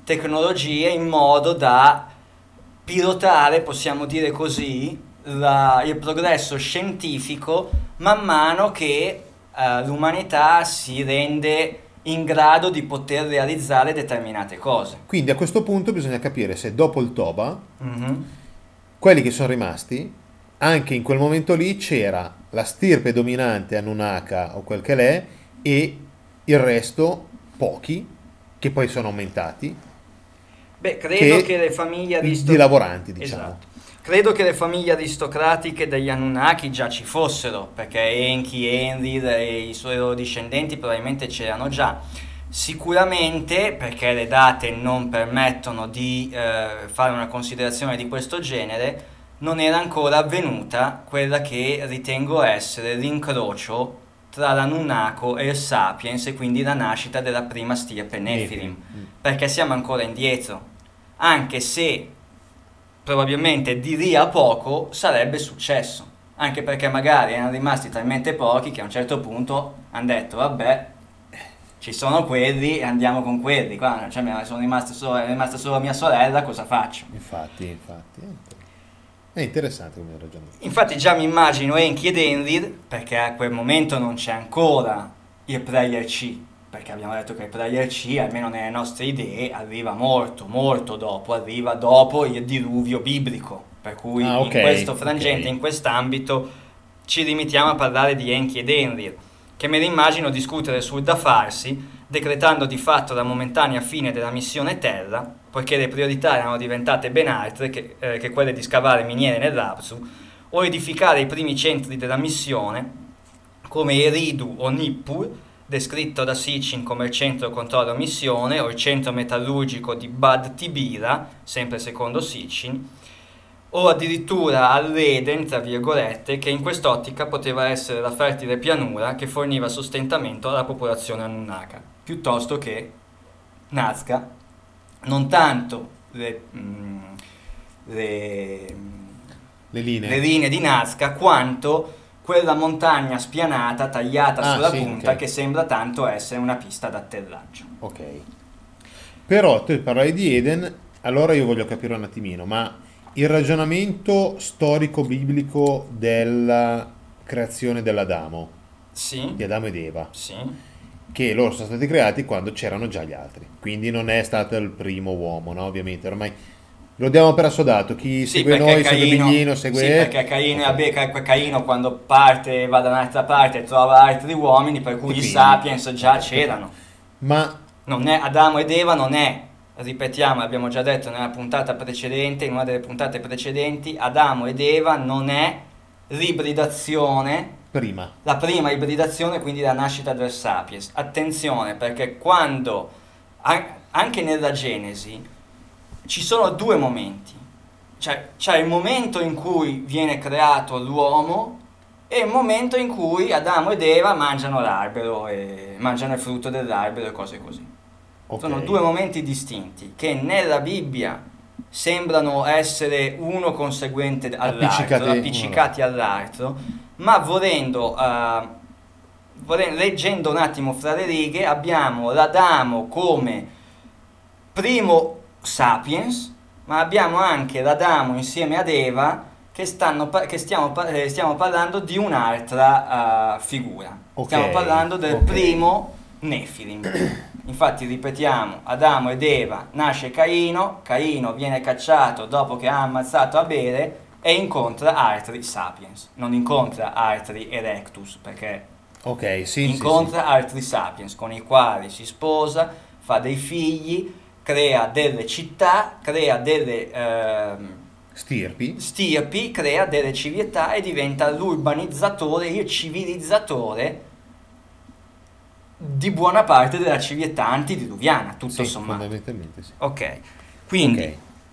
tecnologie in modo da pilotare, possiamo dire così, il progresso scientifico man mano che l'umanità si rende in grado di poter realizzare determinate cose. Quindi a questo punto bisogna capire se dopo il Toba, Mhm. quelli che sono rimasti, anche in quel momento lì c'era la stirpe dominante Anunnaka o quel che l'è, e il resto, pochi, che poi sono aumentati, Beh, credo che le famiglie di lavoranti, diciamo. Esatto. Credo che le famiglie aristocratiche degli Anunnaki già ci fossero, perché Enki, Enlil e i suoi loro discendenti probabilmente c'erano già. Sicuramente, perché le date non permettono di fare una considerazione di questo genere, non era ancora avvenuta quella che ritengo essere l'incrocio tra l'Anunnako e il Sapiens, e quindi la nascita della prima stirpe Nephilim, perché siamo ancora indietro, anche se probabilmente di lì a poco sarebbe successo, anche perché magari erano rimasti talmente pochi che a un certo punto hanno detto vabbè, ci sono quelli e andiamo con quelli, qua cioè, è rimasta solo mia sorella, cosa faccio? Infatti, è interessante come ragionamento. Infatti già mi immagino Enki ed Enlil, perché a quel momento non c'è ancora il Player C, perché abbiamo detto che il Player C, almeno nelle nostre idee, arriva molto dopo, arriva dopo il diluvio biblico, per cui in questo frangente, in quest'ambito, ci limitiamo a parlare di Enki ed Enlil, che me ne immagino discutere sul da farsi, decretando di fatto la momentanea fine della missione Terra, poiché le priorità erano diventate ben altre che quelle di scavare miniere nell'Apsu, o edificare i primi centri della missione, come Eridu o Nippur, descritto da Sitchin come il centro controllo missione, o il centro metallurgico di Bad Tibira, sempre secondo Sitchin, o addirittura all'Eden, tra virgolette, che in quest'ottica poteva essere la fertile pianura che forniva sostentamento alla popolazione Anunnaka, piuttosto che Nazca, non tanto le linee di Nazca, quanto quella montagna spianata tagliata sulla punta, che sembra tanto essere una pista d'atterraggio. Ok. Però tu parlavi di Eden, allora io voglio capire un attimino, ma il ragionamento storico-biblico della creazione dell'Adamo, sì, di Adamo ed Eva, sì, che loro sono stati creati quando c'erano già gli altri, quindi non è stato il primo uomo, no? Ovviamente ormai lo diamo per assodato, chi segue noi, segue Biglino, segue... Sì, perché Caino quando parte va da un'altra parte trova altri uomini, per cui i Sapiens già c'erano. Ma non è Adamo ed Eva, non è, ripetiamo, abbiamo già detto nella puntata precedente, in una delle puntate precedenti, Adamo ed Eva non è l'ibridazione, la prima ibridazione, quindi la nascita del Sapiens. Attenzione, perché quando, anche nella Genesi, ci sono due momenti, cioè c'è il momento in cui viene creato l'uomo e il momento in cui Adamo ed Eva mangiano l'albero e mangiano il frutto dell'albero e cose così. Sono due momenti distinti che nella Bibbia sembrano essere uno conseguente all'altro, appiccicati all'altro, ma leggendo un attimo fra le righe abbiamo l'Adamo come primo Sapiens, ma abbiamo anche l'Adamo insieme ad Eva che stiamo parlando di un'altra figura. Stiamo parlando del primo Nephilim. Infatti ripetiamo, Adamo ed Eva, nasce Caino viene cacciato dopo che ha ammazzato Abele e incontra altri Sapiens, non incontra altri Erectus, perché incontra altri Sapiens con i quali si sposa, fa dei figli, crea delle città, crea delle stirpi, crea delle civiltà e diventa l'urbanizzatore, il civilizzatore di buona parte della civiltà antediluviana, tutto sommato. Fondamentalmente sì. Ok, quindi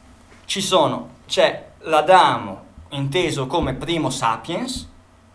c'è l'Adamo inteso come primo Sapiens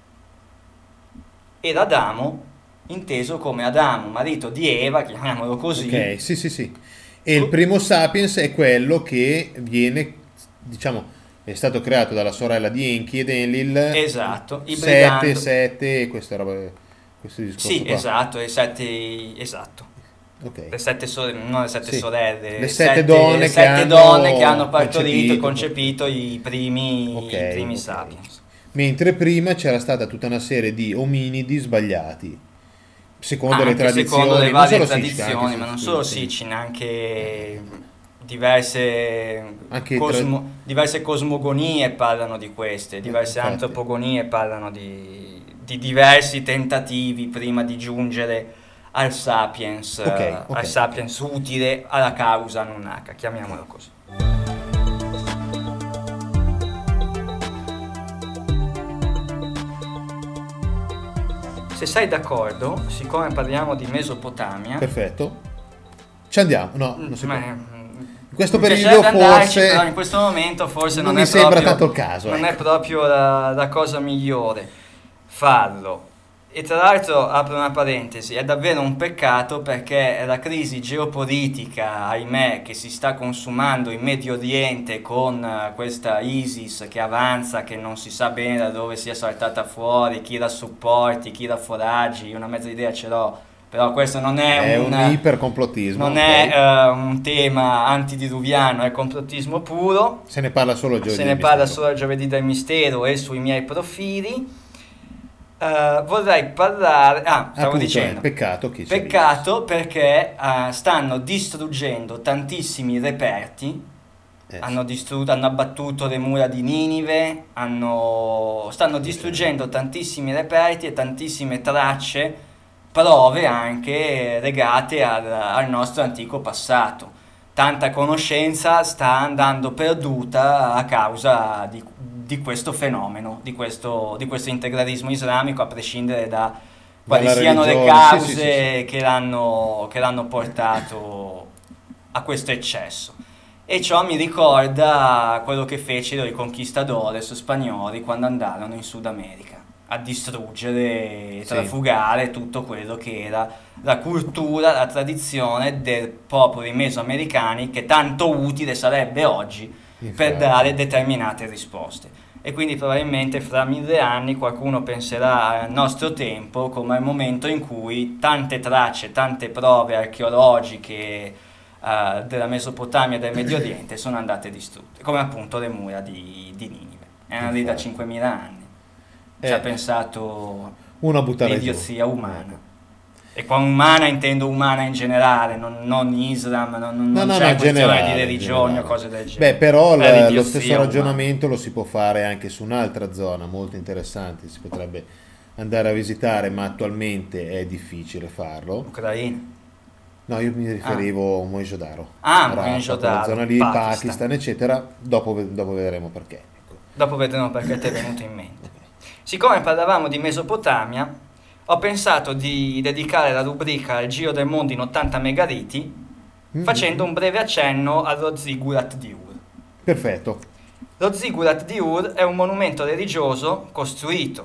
e l'Adamo inteso come Adamo, marito di Eva, chiamiamolo così. Ok, sì. E il primo Sapiens è quello che viene, diciamo, è stato creato dalla sorella di Enki ed Enlil. Esatto, 7, questa roba, questo discorso sì, qua. esatto, esatto. Ok. Non le sette Sì. sorelle, Le sette donne che hanno partorito e concepito i primi Ok. sapiens. Mentre prima c'era stata tutta una serie di ominidi sbagliati, secondo le Anche tradizioni, secondo le non varie solo tradizioni, Sitchin, ma anche non solo sì. Sitchin, anche diverse, Anche diverse cosmogonie parlano di queste, diverse infatti. antropogonie parlano di diversi tentativi prima di giungere al sapiens, Ok. al sapiens utile alla causa Anunnaka, chiamiamolo così. Se sei d'accordo, siccome parliamo di Mesopotamia, Perfetto. Ci andiamo? No, non si può. In questo mi periodo piacerebbe andarci, però in forse questo momento forse non non mi è sembra proprio, tanto il caso. non ecco. è proprio la cosa migliore farlo. E tra l'altro apro una parentesi, è davvero un peccato perché la crisi geopolitica, ahimè, che si sta consumando in Medio Oriente con questa ISIS che avanza, che non si sa bene da dove sia saltata fuori, chi la supporti, chi la foraggi, io una mezza idea ce l'ho, però questo non è È un ipercomplottismo. non ok. è un tema antidiluviano, è complottismo puro. Se ne parla solo giovedì. Se ne parla solo al Giovedì del Mistero e sui miei profili. Vorrei parlare. Stavo Appunto, dicendo. peccato che ci Peccato perché stanno distruggendo tantissimi reperti. arrivi. Hanno abbattuto le mura di Ninive. Stanno distruggendo tantissimi reperti e tantissime tracce, prove anche legate al nostro antico passato. Tanta conoscenza sta andando perduta a causa di questo fenomeno, di questo integralismo islamico, a prescindere da quali Dalla siano le religione, cause sì. che l'hanno portato a questo eccesso. E ciò mi ricorda quello che fecero i conquistadores spagnoli quando andarono in Sud America a distruggere e trafugare tutto quello che era la cultura, la tradizione dei popoli mesoamericani, che tanto utile sarebbe oggi per Infatti. dare determinate risposte. E quindi probabilmente fra 1000 anni qualcuno penserà al nostro tempo come al momento in cui tante tracce, tante prove archeologiche della Mesopotamia e del Medio Oriente sono andate distrutte, come appunto le mura di Ninive. Erano lì da 5000 anni. Ci ha pensato Una buttata l'idiozia umana. E qua umana intendo umana in generale, non Islam, non c'è questione di religioni o cose del genere. Beh, però È lo l'idiozia stesso umana. ragionamento lo si può fare anche su un'altra zona molto interessante, si potrebbe andare a visitare, ma attualmente è difficile farlo. Ucraina. No, io mi riferivo a Mohenjo-Daro. Mohenjo-Daro, quella zona lì, Pakistan. Pakistan, eccetera. Dopo vedremo perché. Ecco. Dopo vedremo perché ti è venuto in mente. Siccome parlavamo di Mesopotamia, ho pensato di dedicare la rubrica al giro del mondo in 80 megariti facendo un breve accenno allo Ziggurat di Ur. Perfetto. Lo Ziggurat di Ur è un monumento religioso costruito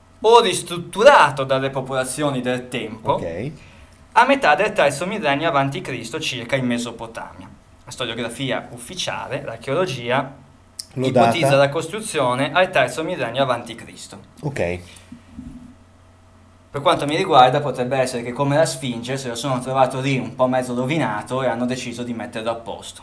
o ristrutturato dalle popolazioni del tempo Ok. a metà del terzo millennio a.C. circa in Mesopotamia. La storiografia ufficiale, l'archeologia, ipotizza la costruzione al terzo millennio a.C. Ok. Per quanto mi riguarda potrebbe essere che come la Sfinge se lo sono trovato lì un po' mezzo rovinato e hanno deciso di metterlo a posto.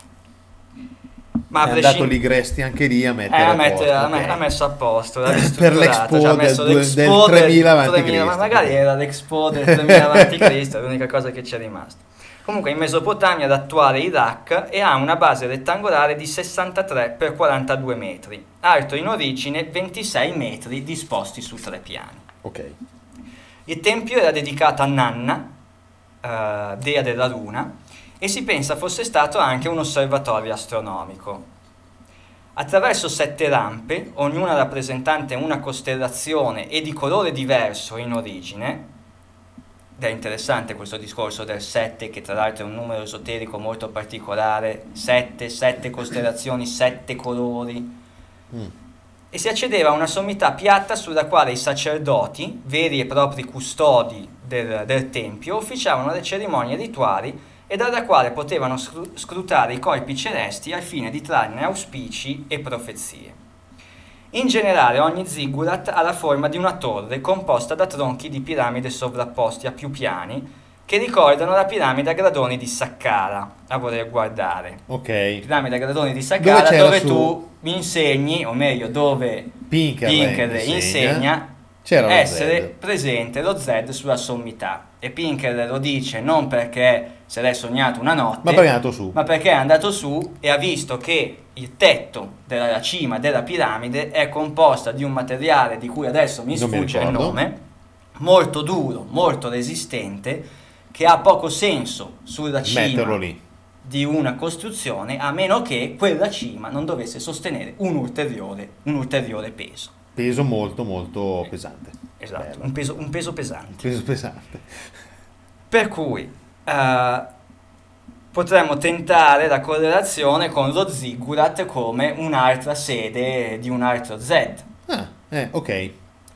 Ma È andato Ligresti anche lì a mettere a posto. ha messo a posto, l'ha Per ristrutturato, l'Expo ci ha messo del l'Expo 3000 avanti 3000, ma Cristo. magari era l'Expo del 3000 avanti Cristo, è l'unica cosa che ci è rimasta. Comunque in Mesopotamia, l'attuale Iraq, e ha una base rettangolare di 63 x 42 metri, alto in origine 26 metri disposti su 3 piani. Ok. Il tempio era dedicato a Nanna, dea della luna, e si pensa fosse stato anche un osservatorio astronomico. Attraverso 7 rampe, ognuna rappresentante una costellazione e di colore diverso in origine, ed è interessante questo discorso del 7, che tra l'altro è un numero esoterico molto particolare, 7 costellazioni, 7 colori, e si accedeva a una sommità piatta sulla quale i sacerdoti, veri e propri custodi del tempio, officiavano le cerimonie rituali e dalla quale potevano scrutare i corpi celesti al fine di trarne auspici e profezie. In generale ogni ziggurat ha la forma di una torre composta da tronchi di piramide sovrapposti a più piani, che ricordano la piramide a gradoni di Saqqara, a voler guardare. Ok. Piramide a gradoni di Saqqara dove tu mi insegni, o meglio dove Pinkerley insegna essere presente lo Z sulla sommità. E Pinkerley lo dice non perché se l'è sognato una notte, ma perché è andato su e ha visto che il tetto della cima della piramide è composta di un materiale di cui adesso mi sfugge il nome, molto duro, molto resistente, che ha poco senso sulla cima di una costruzione, a meno che quella cima non dovesse sostenere un ulteriore peso. Peso molto molto pesante. Esatto, un peso pesante. Peso pesante. Per cui potremmo tentare la correlazione con lo ziggurat come un'altra sede di un altro Z. Ok.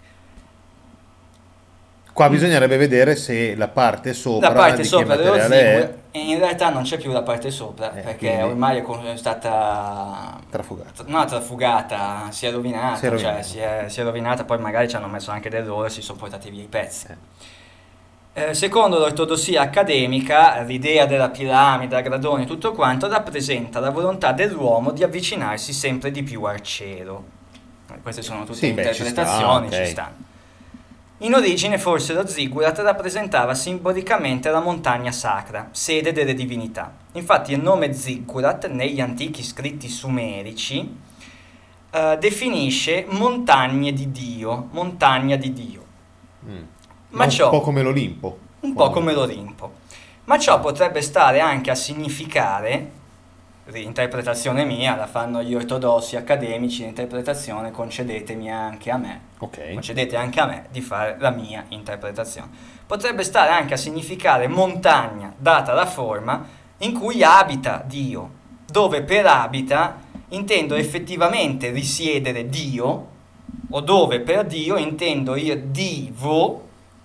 Qua bisognerebbe vedere se la parte sopra dello ziggurat, in realtà non c'è più la parte sopra, perché quindi ormai è stata trafugata, si è rovinata, si è rovinata, poi magari ci hanno messo anche del loro e si sono portati via i pezzi. Secondo l'ortodossia accademica, l'idea della piramide, a gradoni e tutto quanto rappresenta la volontà dell'uomo di avvicinarsi sempre di più al cielo. Queste sono tutte interpretazioni, ci stanno. In origine forse lo ziggurat rappresentava simbolicamente la montagna sacra, sede delle divinità. Infatti il nome ziggurat negli antichi scritti sumerici definisce montagne di Dio, montagna di Dio. Ma un po' come l'Olimpo. Un po' come l'Olimpo. Ma ciò potrebbe stare anche a significare, interpretazione mia, la fanno gli ortodossi accademici, l'interpretazione concedetemi anche a me. Concedete anche a me di fare la mia interpretazione. Potrebbe stare anche a significare montagna, data la forma in cui abita Dio, dove per abita intendo effettivamente risiedere Dio, o dove per Dio intendo il divo,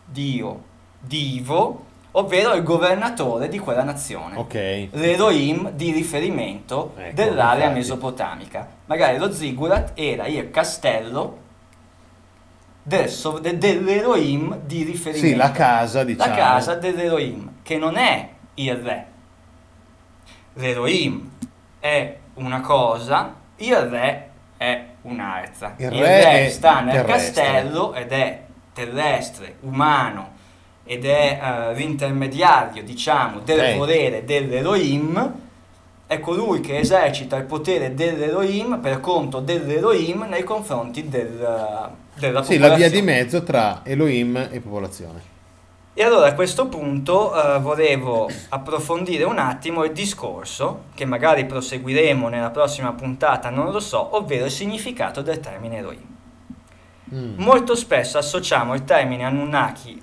ovvero il governatore di quella nazione, l'Elohim di riferimento dell'area mesopotamica. Magari lo ziggurat era il castello dell'Elohim di riferimento. Sì, la casa, diciamo. La casa dell'Elohim, che non è il re. L'Elohim è una cosa, il re è un'altra. Il re sta nel castello ed è terrestre, umano, ed è l'intermediario, diciamo, del volere dell'Elohim. È colui che esercita il potere dell'Elohim per conto dell'Elohim nei confronti della popolazione. Sì, la via di mezzo tra Elohim e popolazione. E allora a questo punto volevo approfondire un attimo il discorso, che magari proseguiremo nella prossima puntata, non lo so, ovvero il significato del termine Elohim. Molto spesso associamo il termine Anunnaki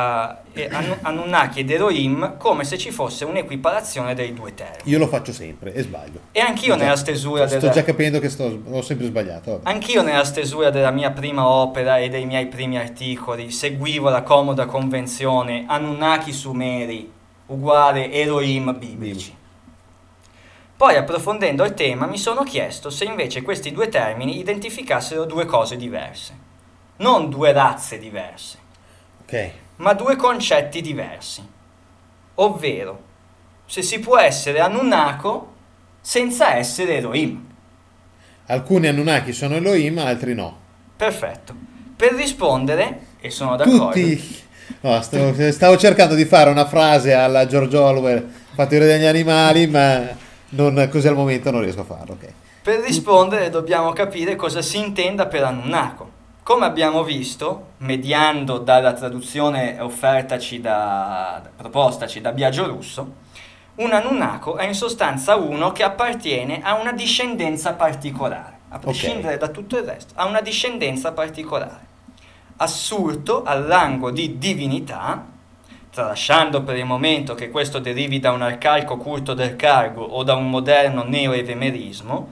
ed Elohim come se ci fosse un'equiparazione dei due termini. Io lo faccio sempre e sbaglio. E anch'io nella stesura sto già capendo che ho sempre sbagliato. Anch'io nella stesura della mia prima opera e dei miei primi articoli seguivo la comoda convenzione Anunnaki Sumeri uguale Elohim biblici. Poi, approfondendo il tema, mi sono chiesto se invece questi due termini identificassero due cose diverse. Non due razze diverse, ma due concetti diversi. Ovvero, se si può essere Anunnako senza essere Elohim. Alcuni Anunnaki sono Elohim, altri no. Perfetto. Per rispondere, e sono d'accordo... No, stavo cercando di fare una frase alla George Orwell, fatto degli animali, ma così al momento non riesco a farlo. Per rispondere dobbiamo capire cosa si intenda per Anunnako. Come abbiamo visto, mediando dalla traduzione propostaci da Biagio Russo, un Anunnako è in sostanza uno che appartiene a una discendenza particolare, a prescindere da tutto il resto, a una discendenza particolare, assurto al rango di divinità, tralasciando per il momento che questo derivi da un arcaico culto del cargo o da un moderno neo-evemerismo,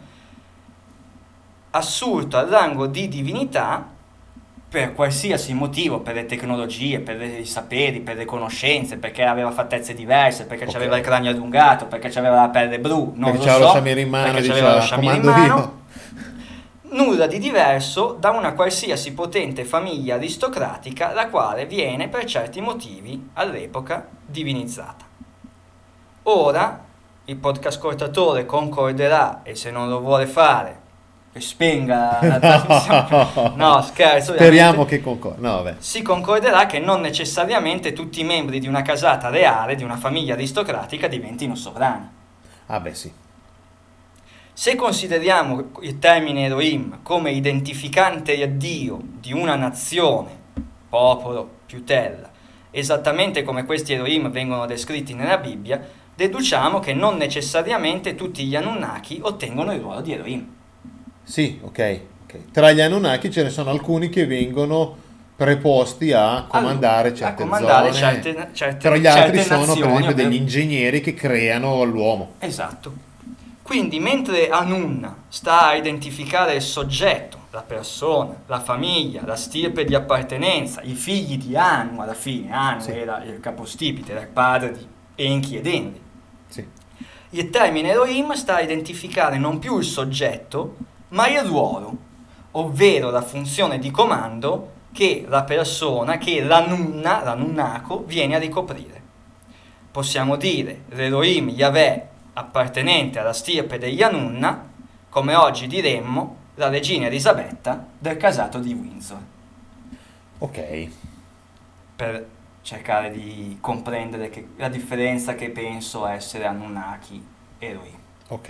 assurto al rango di divinità per qualsiasi motivo, per le tecnologie, per i saperi, per le conoscenze, perché aveva fattezze diverse, perché aveva il cranio allungato, perché aveva la pelle blu, non perché lo so, lo sciamere in mano, perché aveva lo sciamere in mano. nulla di diverso da una qualsiasi potente famiglia aristocratica, la quale viene per certi motivi all'epoca divinizzata. Ora il podcast ascoltatore concorderà, e se non lo vuole fare che spenga la trasmissione. No, scherzo. Speriamo che concordi. No, vabbè. Si concorderà che non necessariamente tutti i membri di una casata reale, di una famiglia aristocratica, diventino sovrani. Ah beh sì. Se consideriamo il termine Elohim come identificante a Dio di una nazione, popolo più terra, esattamente come questi Elohim vengono descritti nella Bibbia, deduciamo che non necessariamente tutti gli Anunnaki ottengono il ruolo di Elohim. Sì, ok. Tra gli Anunnaki ce ne sono alcuni che vengono preposti a comandare certe zone. Tra gli altri sono per esempio degli ingegneri che creano l'uomo. Esatto. Quindi mentre Anunna sta a identificare il soggetto, la persona, la famiglia, la stirpe di appartenenza, i figli di Anu, alla fine Anu Sì. era il capostipite, era il padre di Enki ed Enri. Sì. Il termine Elohim sta a identificare non più il soggetto, ma il ruolo, ovvero la funzione di comando che la persona, che l'Anunna, l'Anunnaco, viene a ricoprire. Possiamo dire l'Elohim Yahweh appartenente alla stirpe degli Anunna, come oggi diremmo la regina Elisabetta del casato di Windsor, Ok. per cercare di comprendere la differenza che penso essere Anunnaki e Elohim. Ok.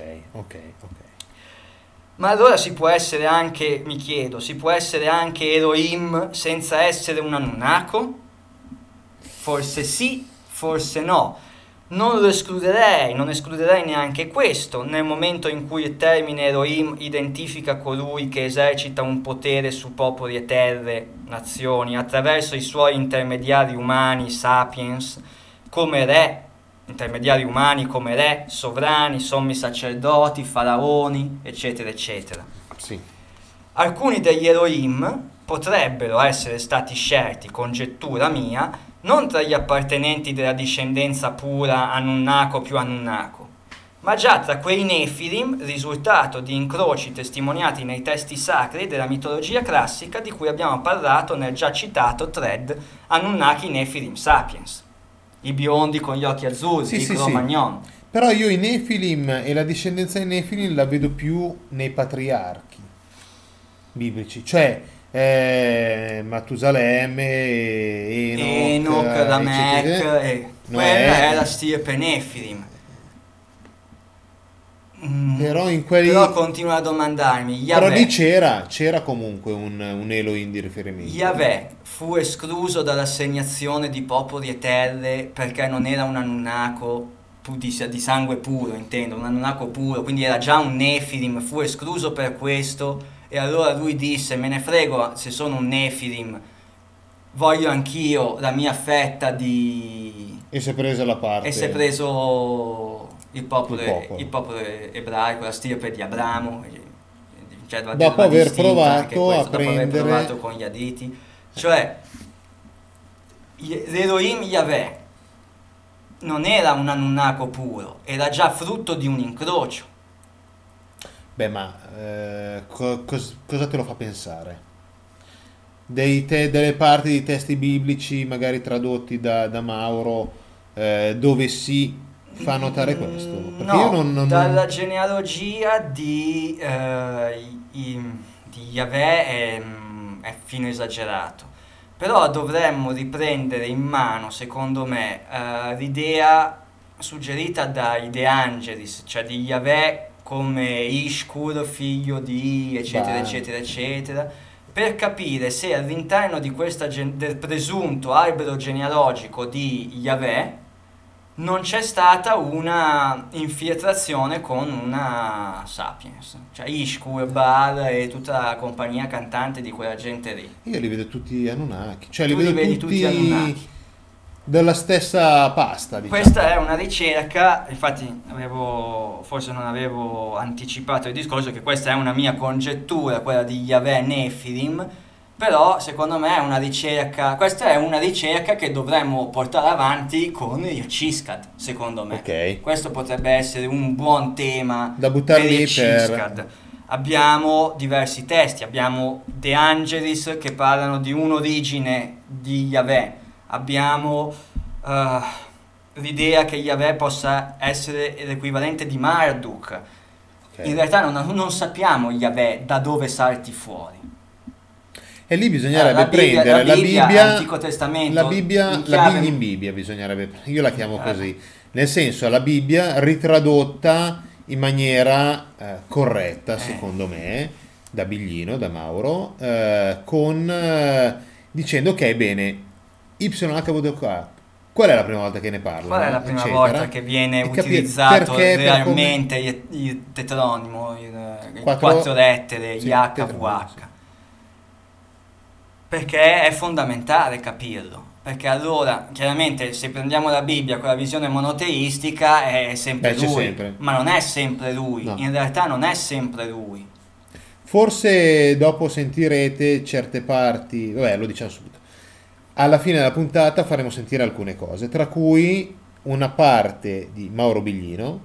Ma allora si può essere anche, mi chiedo, si può essere anche Elohim senza essere un Anunnako? Forse sì, forse no. Non lo escluderei, non escluderei neanche questo, nel momento in cui il termine Elohim identifica colui che esercita un potere su popoli e terre, nazioni, attraverso i suoi intermediari umani, sapiens, come re, intermediari umani come re, sovrani, sommi sacerdoti, faraoni, eccetera, eccetera. Sì. Alcuni degli Elohim potrebbero essere stati scelti, congettura mia, non tra gli appartenenti della discendenza pura Anunnako più Anunnako, ma già tra quei Nefilim, risultato di incroci testimoniati nei testi sacri della mitologia classica di cui abbiamo parlato nel già citato thread Anunnaki Nefilim Sapiens, i biondi con gli occhi azzurri, Sì, i sì, Cro-Magnon. Però io i Nefilim e la discendenza dei Nefilim la vedo più nei patriarchi biblici, cioè Matusalemme, Enoch, Lamech, Noè. quella è la stirpe Nefilim. Però continuo a domandarmi, Però lì Yahweh, c'era comunque un Elohim di riferimento. Yahweh fu escluso dall'assegnazione di popoli e terre perché non era un Anunnako di sangue puro, intendo, un Anunnako puro, quindi era già un Nefilim, fu escluso per questo, e allora lui disse: me ne frego se sono un Nefilim, voglio anch'io la mia fetta di... E si è presa la parte. E si è preso il popolo ebraico, la stirpe di Abramo, cioè, dopo aver provato a dopo aver provato con gli Aditi, cioè l'Elohim Yahweh non era un Anunnako puro, era già frutto di un incrocio. Beh, ma cosa te lo fa pensare? Delle parti di testi biblici magari tradotti da Mauro, dove si fa notare questo? Perché no, io non... dalla genealogia di Yahweh è fino esagerato, però dovremmo riprendere in mano, secondo me, l'idea suggerita dai De Angelis, cioè di Yahweh come Ishkur, figlio di eccetera eccetera eccetera, per capire se all'interno di questa del presunto albero genealogico di Yahweh non c'è stata una infiltrazione con una Sapiens, cioè Ishkur, Baal e tutta la compagnia cantante di quella gente lì. Io li vedo tutti Anunnaki, cioè Tu li vedo vedi tutti Anunnaki. della stessa pasta, diciamo. Questa è una ricerca, infatti forse non avevo anticipato il discorso, che questa è una mia congettura, quella di Yahweh Nefilim, però secondo me è una ricerca, questa è una ricerca che dovremmo portare avanti con il CISCAD, secondo me. Ok. Questo potrebbe essere un buon tema Da buttar per lì il CISCAD. abbiamo diversi testi, abbiamo De Angelis che parlano di un'origine di Yahweh, abbiamo l'idea che Yahweh possa essere l'equivalente di Marduk. In realtà non sappiamo Yahweh da dove salti fuori. E lì bisognerebbe prendere la Bibbia, l'Antico Testamento, la Bibbia in Bibbia bisognerebbe, io la chiamo così, nel senso la Bibbia ritradotta in maniera corretta, secondo me, da Biglino, da Mauro, dicendo ok, bene, YHWH, qual è la prima volta che ne parla? Qual è la prima volta che viene utilizzato realmente il tetronimo, le quattro lettere, YHWH? Perché è fondamentale capirlo, perché allora chiaramente se prendiamo la Bibbia con la visione monoteistica è sempre lui, ma non è sempre lui, no. In realtà non è sempre lui. Forse dopo sentirete certe parti, vabbè, lo diciamo subito, alla fine della puntata faremo sentire alcune cose, tra cui una parte di Mauro Biglino,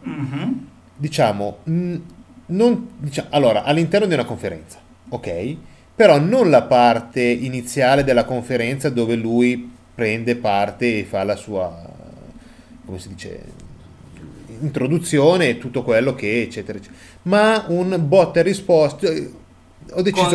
allora all'interno di una conferenza, ok? Però non la parte iniziale della conferenza dove lui prende parte e fa la sua, come si dice, introduzione e tutto quello che eccetera, eccetera. Ma un botta e risposta. Ho deciso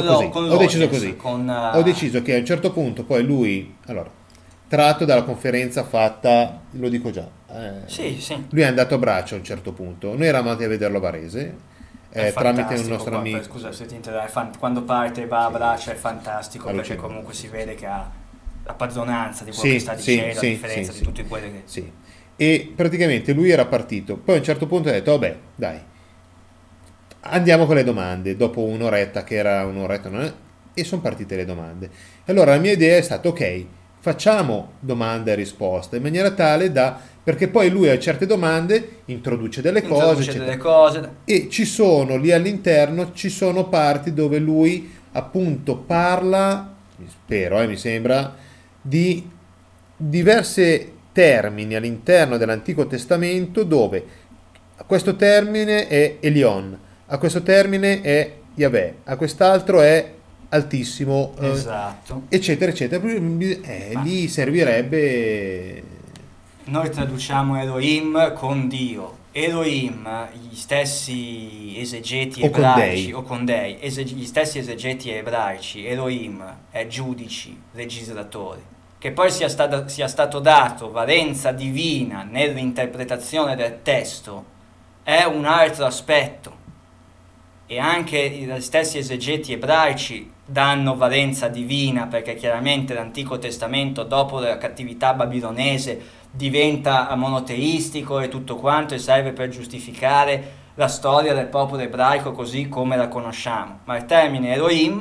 che a un certo punto poi lui, allora, tratto dalla conferenza fatta, lo dico già, lui è andato a braccio a un certo punto, noi eravamo andati a vederlo a Varese. Tramite un nostro amico. Scusa se ti interrompo, quando parte e va a braccio è fantastico, perché comunque si vede che ha la padronanza di quello che sta dicendo, a differenza di tutti quelli che... Sì. E praticamente lui era partito, poi a un certo punto ha detto vabbè dai, andiamo con le domande, dopo un'oretta che era un'oretta, e sono partite le domande. E allora la mia idea è stata ok, facciamo domanda e risposta in maniera tale da, perché poi lui a certe domande introduce delle cose e ci sono lì all'interno, ci sono parti dove lui appunto parla, spero, mi sembra, di diverse termini all'interno dell'Antico Testamento dove a questo termine è Elion, a questo termine è Yahweh, a quest'altro è Altissimo, esatto, eccetera eccetera. Lì servirebbe, noi traduciamo Elohim con Dio, Elohim, gli stessi esegeti ebraici o con dei, gli stessi esegeti ebraici, Elohim è giudici, legislatori. Che poi sia stato dato valenza divina nell'interpretazione del testo è un altro aspetto, e anche gli stessi esegeti ebraici danno valenza divina, perché chiaramente l'Antico Testamento dopo la cattività babilonese diventa monoteistico e tutto quanto, e serve per giustificare la storia del popolo ebraico così come la conosciamo. Ma il termine Elohim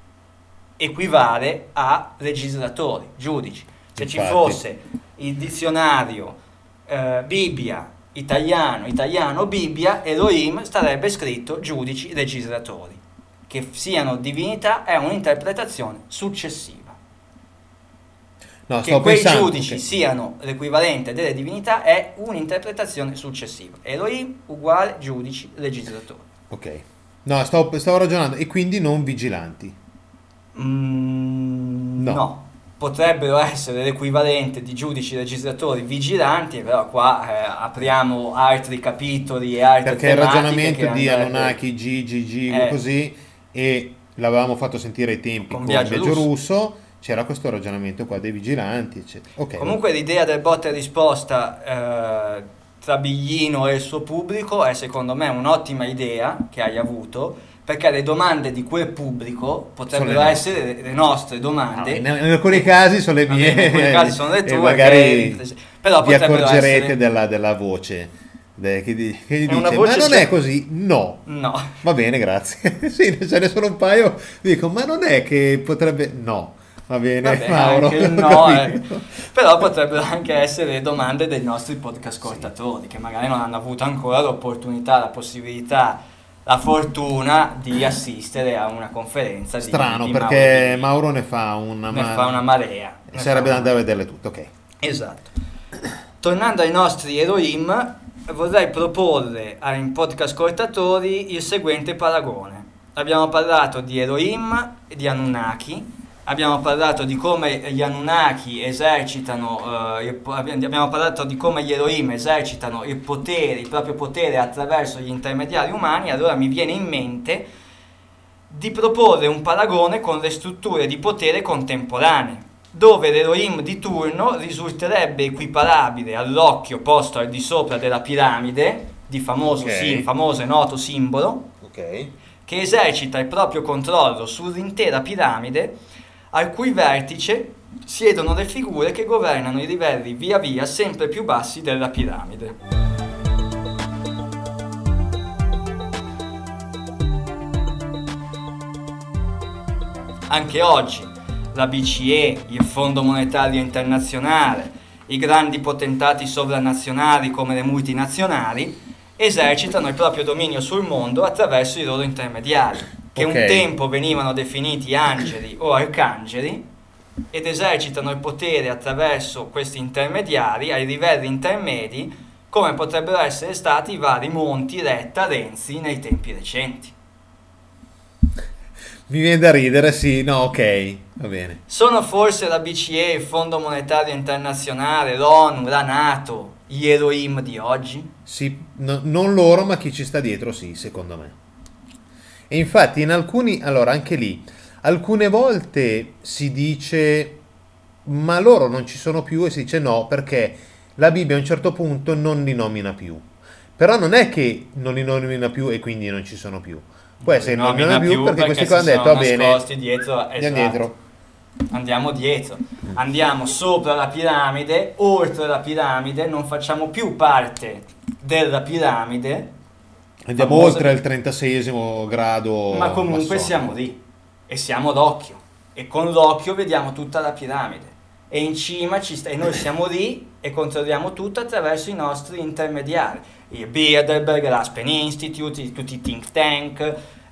equivale a legislatori, giudici. Se ci fosse il dizionario Bibbia italiano Bibbia, Elohim starebbe scritto giudici legislatori. Che siano divinità è un'interpretazione successiva. No, che quei giudici siano l'equivalente delle divinità è un'interpretazione successiva. Elohim uguale giudici legislatori. Ok. No, stavo ragionando. E quindi non vigilanti? No. Potrebbero essere l'equivalente di giudici legislatori vigilanti, però qua apriamo altri capitoli e altre perché il ragionamento di Anunnaki, G, così, e l'avevamo fatto sentire ai tempi con Biagio Russo, c'era questo ragionamento qua dei vigilanti, eccetera. Okay. Comunque l'idea del botta e risposta tra Biglino e il suo pubblico è secondo me un'ottima idea che hai avuto, perché le domande di quel pubblico potrebbero essere le nostre domande. No, in alcuni casi sono le mie, in alcuni casi sono le tue, e magari però vi accorgerete della voce che dice, ma non è così? No. Va bene, grazie. Sì, ce ne sono un paio, dico, ma non è che potrebbe... No. Va bene, Mauro. Però potrebbero anche essere le domande dei nostri podcast ascoltatori, che magari non hanno avuto ancora l'opportunità, la possibilità, la fortuna di assistere a una conferenza strano, perché Mauro ne fa una marea. Sarebbe da andare a vederle tutte, ok. Esatto. Tornando ai nostri Elohim, vorrei proporre ai podcast ascoltatori il seguente paragone. abbiamo parlato di Elohim e di Anunnaki, abbiamo parlato di come gli Anunnaki esercitano, abbiamo parlato di come gli Elohim esercitano il proprio potere attraverso gli intermediari umani. Allora mi viene in mente di proporre un paragone con le strutture di potere contemporanee, dove l'Elohim di turno risulterebbe equiparabile all'occhio posto al di sopra della piramide, di famoso e noto simbolo, che esercita il proprio controllo sull'intera piramide, al cui vertice siedono le figure che governano i livelli via via sempre più bassi della piramide. Anche oggi la BCE, il Fondo Monetario Internazionale, i grandi potentati sovranazionali come le multinazionali esercitano il proprio dominio sul mondo attraverso i loro intermediari, che un tempo venivano definiti angeli o arcangeli, ed esercitano il potere attraverso questi intermediari ai livelli intermedi, come potrebbero essere stati i vari Monti, Letta, Renzi nei tempi recenti. Mi viene da ridere, sì, no, ok, va bene. Sono forse la BCE, il Fondo Monetario Internazionale, l'ONU, la NATO, gli Elohim di oggi? Sì, non loro, ma chi ci sta dietro, sì, secondo me. E infatti in alcuni, allora anche lì, alcune volte si dice ma loro non ci sono più, e si dice no, perché la Bibbia a un certo punto non li nomina più. Però non è che non li nomina più e quindi non ci sono più. Può essere non li nomina più perché questi qua hanno detto va bene, dietro, andiamo dietro, andiamo sopra la piramide, oltre la piramide, non facciamo più parte della piramide, andiamo oltre il 36esimo grado, ma comunque siamo lì e siamo d'occhio, e con l'occhio vediamo tutta la piramide, e in cima e noi siamo lì e controlliamo tutto attraverso i nostri intermediari, il Bilderberg, l'Aspen Institute, tutti i think tank,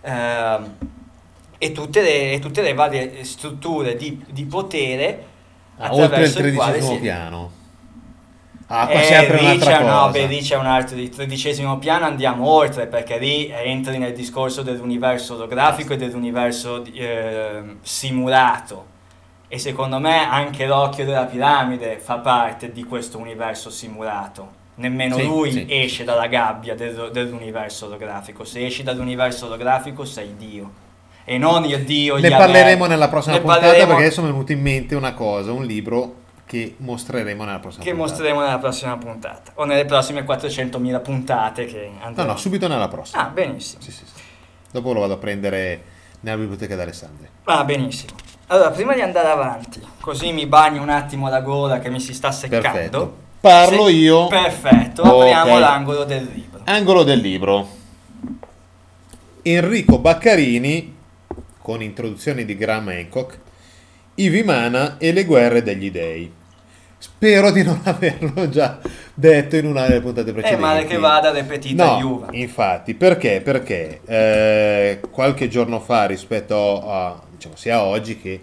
e tutte le varie strutture di potere attraverso oltre il 13esimo piano. Qua si apre un'altra cosa. No, lì c'è un altro, il 13esimo piano andiamo oltre, perché lì entri nel discorso dell'universo olografico e dell'universo simulato, e secondo me anche l'occhio della piramide fa parte di questo universo simulato. Nemmeno lui esce dalla gabbia dell'universo olografico. Se esci dall'universo olografico sei Dio, e non il Dio. Ne parleremo nella prossima puntata, perché adesso mi è venuto in mente una cosa, un libro che mostreremo nella prossima puntata. O nelle prossime 400.000 puntate che andremo. No, subito nella prossima. Ah, benissimo. Sì. Dopo lo vado a prendere nella biblioteca d'Alessandria. Ah, benissimo. Allora, prima di andare avanti, così mi bagno un attimo la gola che mi si sta seccando. Perfetto. Parlo io. Perfetto, apriamo l'angolo del libro. Angolo del libro. Enrico Baccarini, con introduzioni di Graham Hancock, I Vimana e le guerre degli dei. Spero di non averlo già detto in una delle puntate precedenti. Male che vada ripetita Juva. Infatti, perché? Perché qualche giorno fa, rispetto a, diciamo, sia oggi che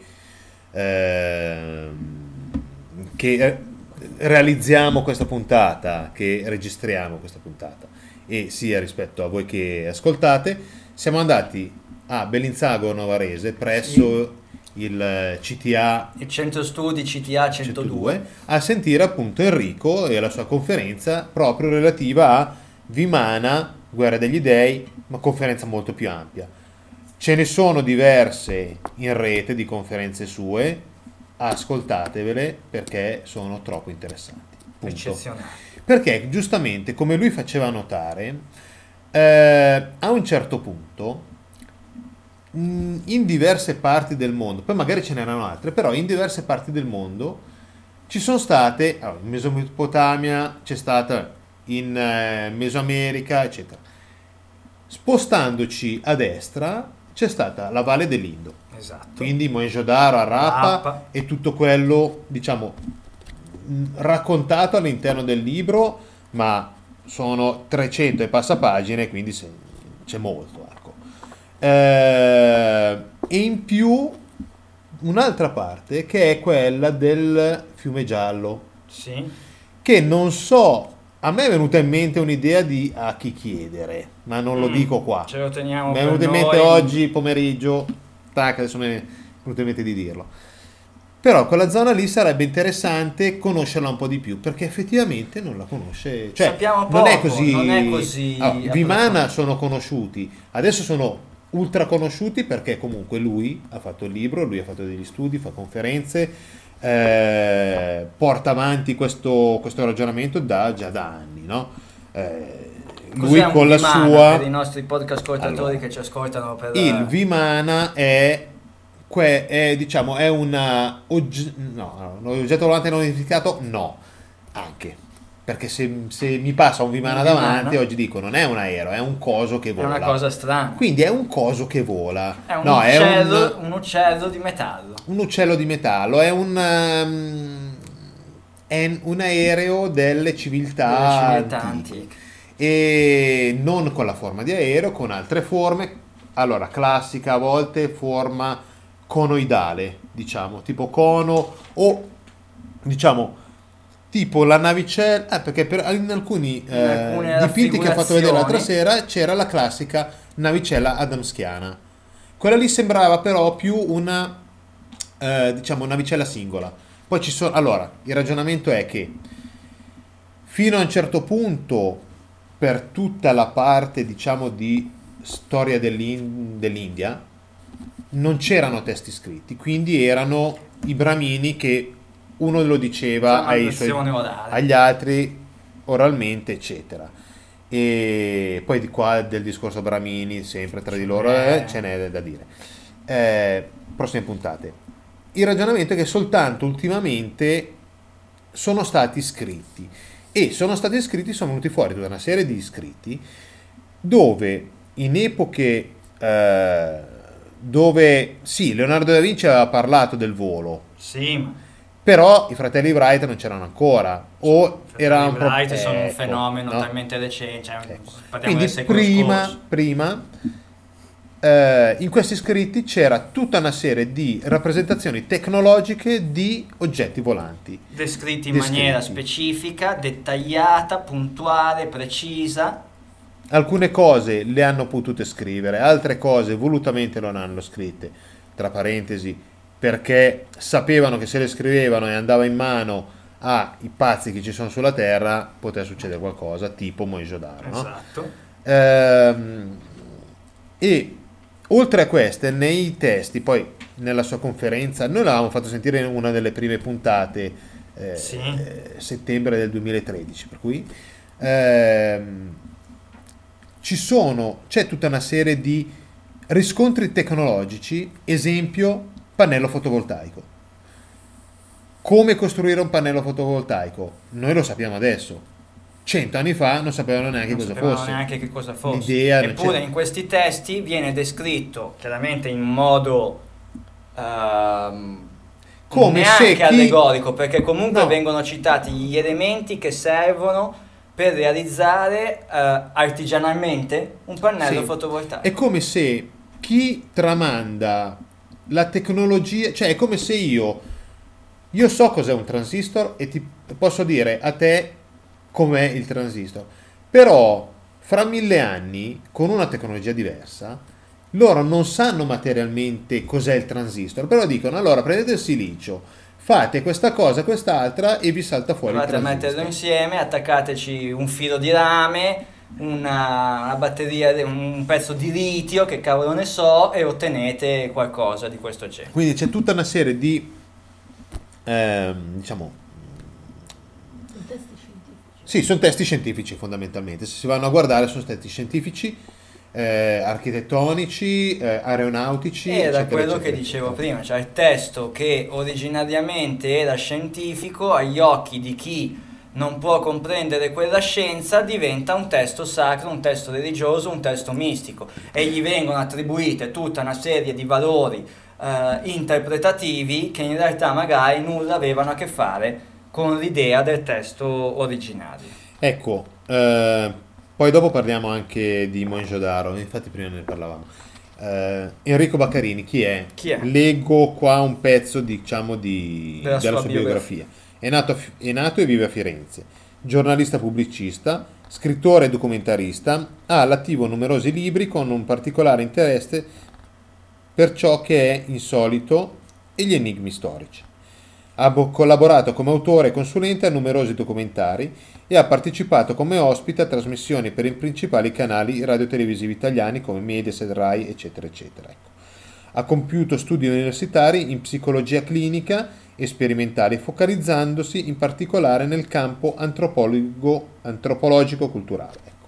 realizziamo questa puntata, che registriamo questa puntata, e sia rispetto a voi che ascoltate, siamo andati a Bellinzago Novarese presso il CTA, il centro studi CTA 102, a sentire appunto Enrico e la sua conferenza proprio relativa a Vimana, Guerra degli Dei, ma conferenza molto più ampia. Ce ne sono diverse in rete di conferenze sue, ascoltatevele perché sono troppo interessanti. Punto. Eccezionali. Perché giustamente, come lui faceva notare, a un certo punto in diverse parti del mondo, poi magari ce n'erano altre, però in diverse parti del mondo ci sono state, in Mesopotamia c'è stata, in Mesoamerica eccetera, spostandoci a destra c'è stata la Valle dell'Indo, esatto, quindi Mohenjo-Daro, Harappa e tutto quello, diciamo, raccontato all'interno del libro, ma sono 300 e passapagine, quindi c'è molto, ecco. E in più un'altra parte che è quella del Fiume Giallo, sì, che non so A me è venuta in mente un'idea di a chi chiedere, ma non lo dico qua. Ce lo teniamo Mi è per venuto in mente noi. oggi pomeriggio, tac, adesso mi è venuto in mente di dirlo. Però quella zona lì sarebbe interessante conoscerla un po' di più, perché effettivamente non la conosce. Cioè, Sappiamo non è poco, così. non è così Allora, Vimana approfondito. sono conosciuti, adesso sono ultra conosciuti perché comunque lui ha fatto il libro, lui ha fatto degli studi, fa conferenze, porta avanti questo ragionamento già da anni, no? Lui Cos'è un con la Vimana sua... per i nostri podcast ascoltatori Allora, che ci ascoltano per... il Vimana diciamo, è no, un oggetto volante non identificato? No, anche. Perché se mi passa un Vimana Un davanti, Vimana? oggi dico non è un aereo, è un coso che È vola. una cosa strana. Quindi è un coso che vola. È un No, uccello, un uccello di metallo. un uccello di metallo, è un aereo delle civiltà Delle civiltà antiche. antiche. E non con la forma di aereo, con altre forme. Allora, classica a volte forma conoidale, diciamo, tipo cono o diciamo tipo la navicella, perché in alcuni alcune dipinti che ho fatto vedere l'altra raffigurazioni. sera c'era la classica navicella adamskiana. Quella lì sembrava però più una diciamo navicella singola. Poi ci sono, allora, il ragionamento è che fino a un certo punto, per tutta la parte, diciamo, di storia dell'India, non c'erano testi scritti, quindi erano i bramini che uno lo diceva Tramandazzione orale. agli altri oralmente, eccetera. E poi di qua del discorso bramini, sempre tra di loro, ce n'è da dire. Prossime puntate. Il ragionamento è che soltanto ultimamente sono stati scritti sono venuti fuori tutta una serie di scritti dove in epoche dove sì, Leonardo da Vinci aveva parlato del volo, Sì, ma però i fratelli Wright non c'erano ancora o era un Wright sono un ecco, fenomeno no? talmente recente, cioè, Ecco. parliamo Quindi del secolo scorso. prima in questi scritti c'era tutta una serie di rappresentazioni tecnologiche di oggetti volanti. Descritti in maniera specifica, dettagliata, puntuale, precisa. Alcune cose le hanno potute scrivere, altre cose volutamente non hanno scritte, tra parentesi, perché sapevano che se le scrivevano e andava in mano ai pazzi che ci sono sulla Terra, poteva succedere qualcosa, tipo Mohenjo-daro, no? Esatto. E oltre a queste, nei testi, poi nella sua conferenza, noi l'avevamo fatto sentire in una delle prime puntate, Sì. settembre del 2013, per cui c'è tutta una serie di riscontri tecnologici, esempio pannello fotovoltaico. Come costruire un pannello fotovoltaico? Noi lo sappiamo adesso. 100 anni fa non sapevano neanche Non cosa sapevano fosse. neanche che cosa fosse. L'idea non Eppure c'era. in questi testi viene descritto chiaramente in modo Come se neanche chi- allegorico, perché comunque No. vengono citati gli elementi che servono per realizzare artigianalmente un pannello Sì. fotovoltaico. È come se chi tramanda la tecnologia, cioè è come se io so cos'è un transistor e ti posso dire a te com'è il transistor, però fra 1000 anni con una tecnologia diversa loro non sanno materialmente cos'è il transistor, però dicono allora prendete il silicio, fate questa cosa, quest'altra e vi salta fuori il Provate a transistor. metterlo insieme, attaccateci un filo di rame, una batteria, un pezzo di litio, che cavolo ne so, e ottenete qualcosa di questo genere. Quindi c'è tutta una serie di diciamo sì, sono testi scientifici fondamentalmente, se si vanno a guardare sono testi scientifici, architettonici, aeronautici, Era eccetera, quello eccetera, che dicevo eccetera. prima, cioè il testo che originariamente era scientifico agli occhi di chi non può comprendere quella scienza diventa un testo sacro, un testo religioso, un testo mistico e gli vengono attribuite tutta una serie di valori interpretativi che in realtà magari nulla avevano a che fare con l'idea del testo originario. Ecco, poi dopo parliamo anche di Mohenjo-daro, infatti prima ne parlavamo. Enrico Baccarini, chi è? Chi è? Leggo qua un pezzo diciamo Della della sua sua biografia. È nato e vive a Firenze. giornalista pubblicista, scrittore e documentarista, ha all'attivo numerosi libri con un particolare interesse per ciò che è insolito e gli enigmi storici. Ha collaborato come autore e consulente a numerosi documentari e ha partecipato come ospite a trasmissioni per i principali canali radiotelevisivi italiani come Mediaset, Rai, eccetera, eccetera. Ecco. Ha compiuto studi universitari in psicologia clinica e sperimentali, focalizzandosi in particolare nel campo antropologico-culturale. Ecco.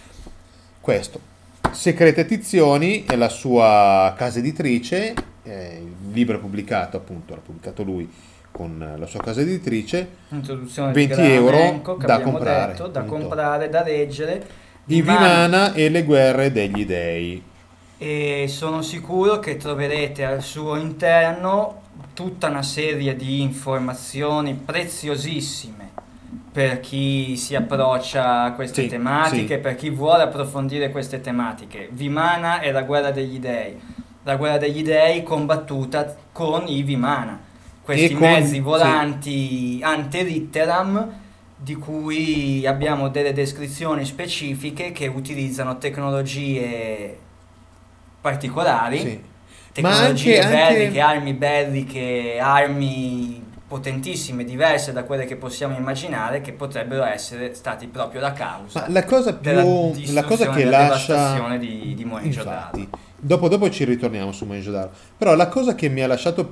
Questo. Secrete Edizioni è la sua casa editrice, il libro è pubblicato, appunto, l'ha pubblicato lui con la sua casa editrice, introduzione 20 di euro elenco, che da abbiamo comprare, detto, da appunto. comprare, da leggere. I Vimana e le guerre degli dei. E sono sicuro che troverete al suo interno tutta una serie di informazioni preziosissime per chi si approccia a queste Sì, tematiche, sì. per chi vuole approfondire queste tematiche. Vimana è la guerra degli dei, la guerra degli dei combattuta con i Vimana, questi E con- mezzi sì. volanti ante litteram di cui abbiamo delle descrizioni specifiche che utilizzano tecnologie particolari, Sì. tecnologie Ma anche- belliche, armi belliche, armi potentissime, diverse da quelle che possiamo immaginare, che potrebbero essere stati proprio la causa Ma la cosa della più, la cosa distruzione, che della lascia, devastazione di Mohenjo-Daro. infatti, dopo ci ritorniamo su Mohenjo-Daro, però la cosa che mi ha lasciato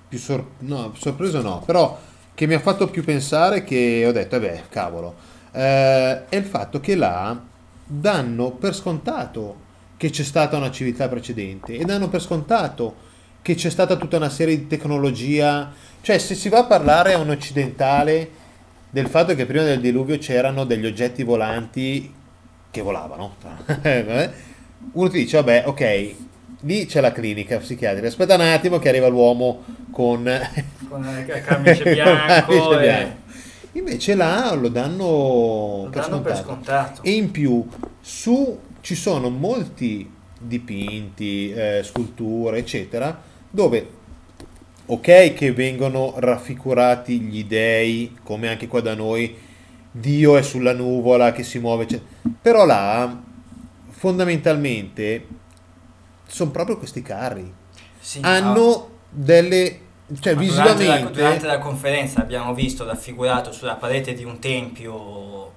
sorpreso no, però che mi ha fatto più pensare, che ho detto, cavolo, è il fatto che là danno per scontato che c'è stata una civiltà precedente e danno per scontato che c'è stata tutta una serie di tecnologia, cioè se si va a parlare a un occidentale del fatto che prima del diluvio c'erano degli oggetti volanti che volavano, vabbè, uno ti dice, vabbè, ok, lì c'è la clinica psichiatrica, aspetta un attimo che arriva l'uomo con Con il camice con bianco camice e- bianco. Invece là lo danno, Lo danno per scontato. e in più ci sono molti dipinti, sculture, eccetera, dove ok che vengono raffigurati gli dei, come anche qua da noi, Dio è sulla nuvola che si muove, eccetera. Però là fondamentalmente sono proprio questi carri. Sì, Hanno delle, cioè ma visivamente, durante la conferenza abbiamo visto raffigurato sulla parete di un tempio,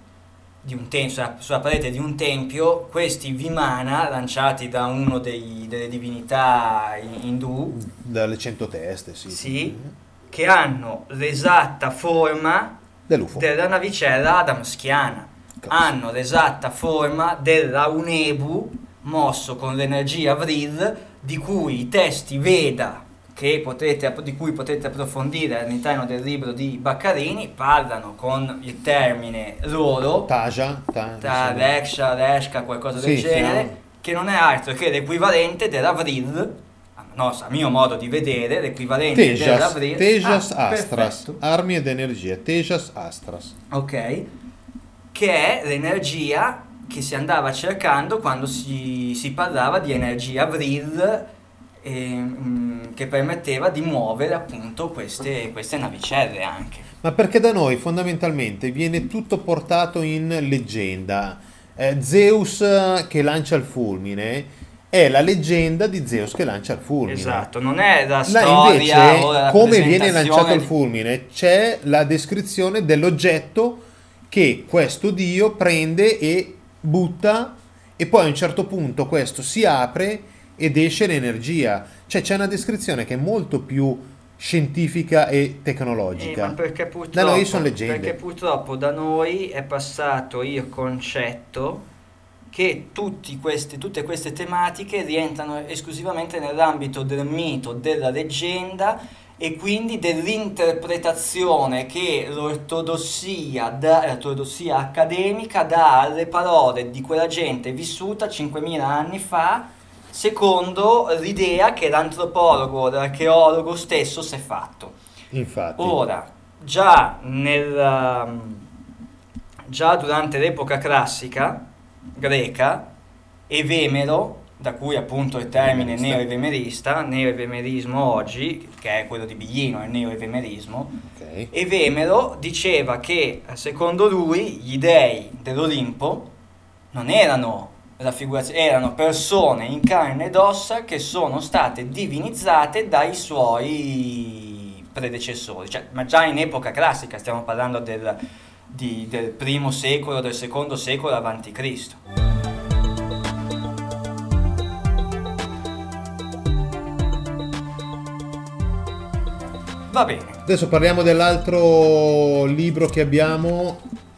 sulla parete di un tempio, questi Vimana lanciati da uno delle divinità indù, dalle 100 teste, sì, sì, che hanno l'esatta forma dell'UFO. della navicella adamskiana, hanno l'esatta forma della Unebu mosso con l'energia Vril, di cui i testi Veda di cui potete approfondire all'interno del libro di Baccarini parlano con il termine loro, Taja, Reksha, Reshka, qualcosa del Sì, genere, sì. che non è altro che l'equivalente della Vril, a mio modo di vedere, l'equivalente della Tejas, Vril. Tejas Ah, Astras, perfetto. armi ed energia, Tejas Astras. Ok, che è l'energia che si andava cercando quando si parlava di energia Vril, che permetteva di muovere appunto queste navicelle anche. Ma perché da noi fondamentalmente viene tutto portato in leggenda. Zeus che lancia il fulmine è la leggenda di Zeus che lancia il fulmine. Esatto, non è la Là storia invece, o la come viene rappresentazione lanciato il di- fulmine, c'è la descrizione dell'oggetto che questo dio prende e butta, e poi a un certo punto questo si apre ed esce l'energia. Cioè c'è una descrizione che è molto più scientifica e tecnologica. ma perché Da noi sono leggende. Perché purtroppo da noi è passato il concetto che tutte queste tematiche rientrano esclusivamente nell'ambito del mito, della leggenda e quindi dell'interpretazione che l'ortodossia accademica dà alle parole di quella gente vissuta 5.000 anni fa, secondo l'idea che l'antropologo, l'archeologo stesso si è fatto. Infatti. Ora, già durante l'epoca classica greca, Evemero da cui appunto il termine neoevemerismo oggi, che è quello di Biglino, il neoevemerismo. Ok. Evemero diceva che, secondo lui, gli dei dell'Olimpo non erano raffigurazioni, erano persone in carne ed ossa che sono state divinizzate dai suoi predecessori, cioè, ma già in epoca classica, stiamo parlando del primo secolo, del secondo secolo avanti Cristo. Va bene. Adesso parliamo dell'altro libro che abbiamo.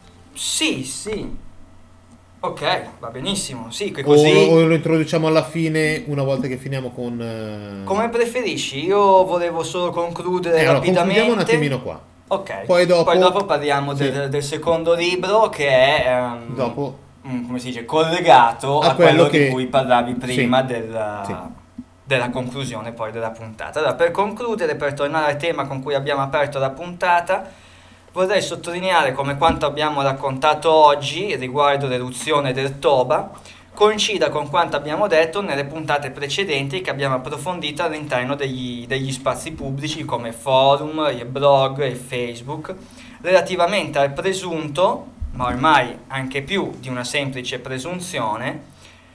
Sì. Ok, va benissimo. Sì, che così. O lo introduciamo alla fine, una volta che finiamo con. Come preferisci? Io volevo solo concludere Allora, rapidamente. concludiamo un attimino qua. Ok. Poi dopo parliamo sì. del secondo libro, che è Dopo. come si dice, collegato a quello di cui parlavi prima, sì. della conclusione poi della puntata. Allora, per concludere, per tornare al tema con cui abbiamo aperto la puntata, vorrei sottolineare come quanto abbiamo raccontato oggi riguardo l'eruzione del Toba coincida con quanto abbiamo detto nelle puntate precedenti che abbiamo approfondito all'interno degli spazi pubblici come forum, il blog e Facebook, relativamente al presunto, ma ormai anche più di una semplice presunzione,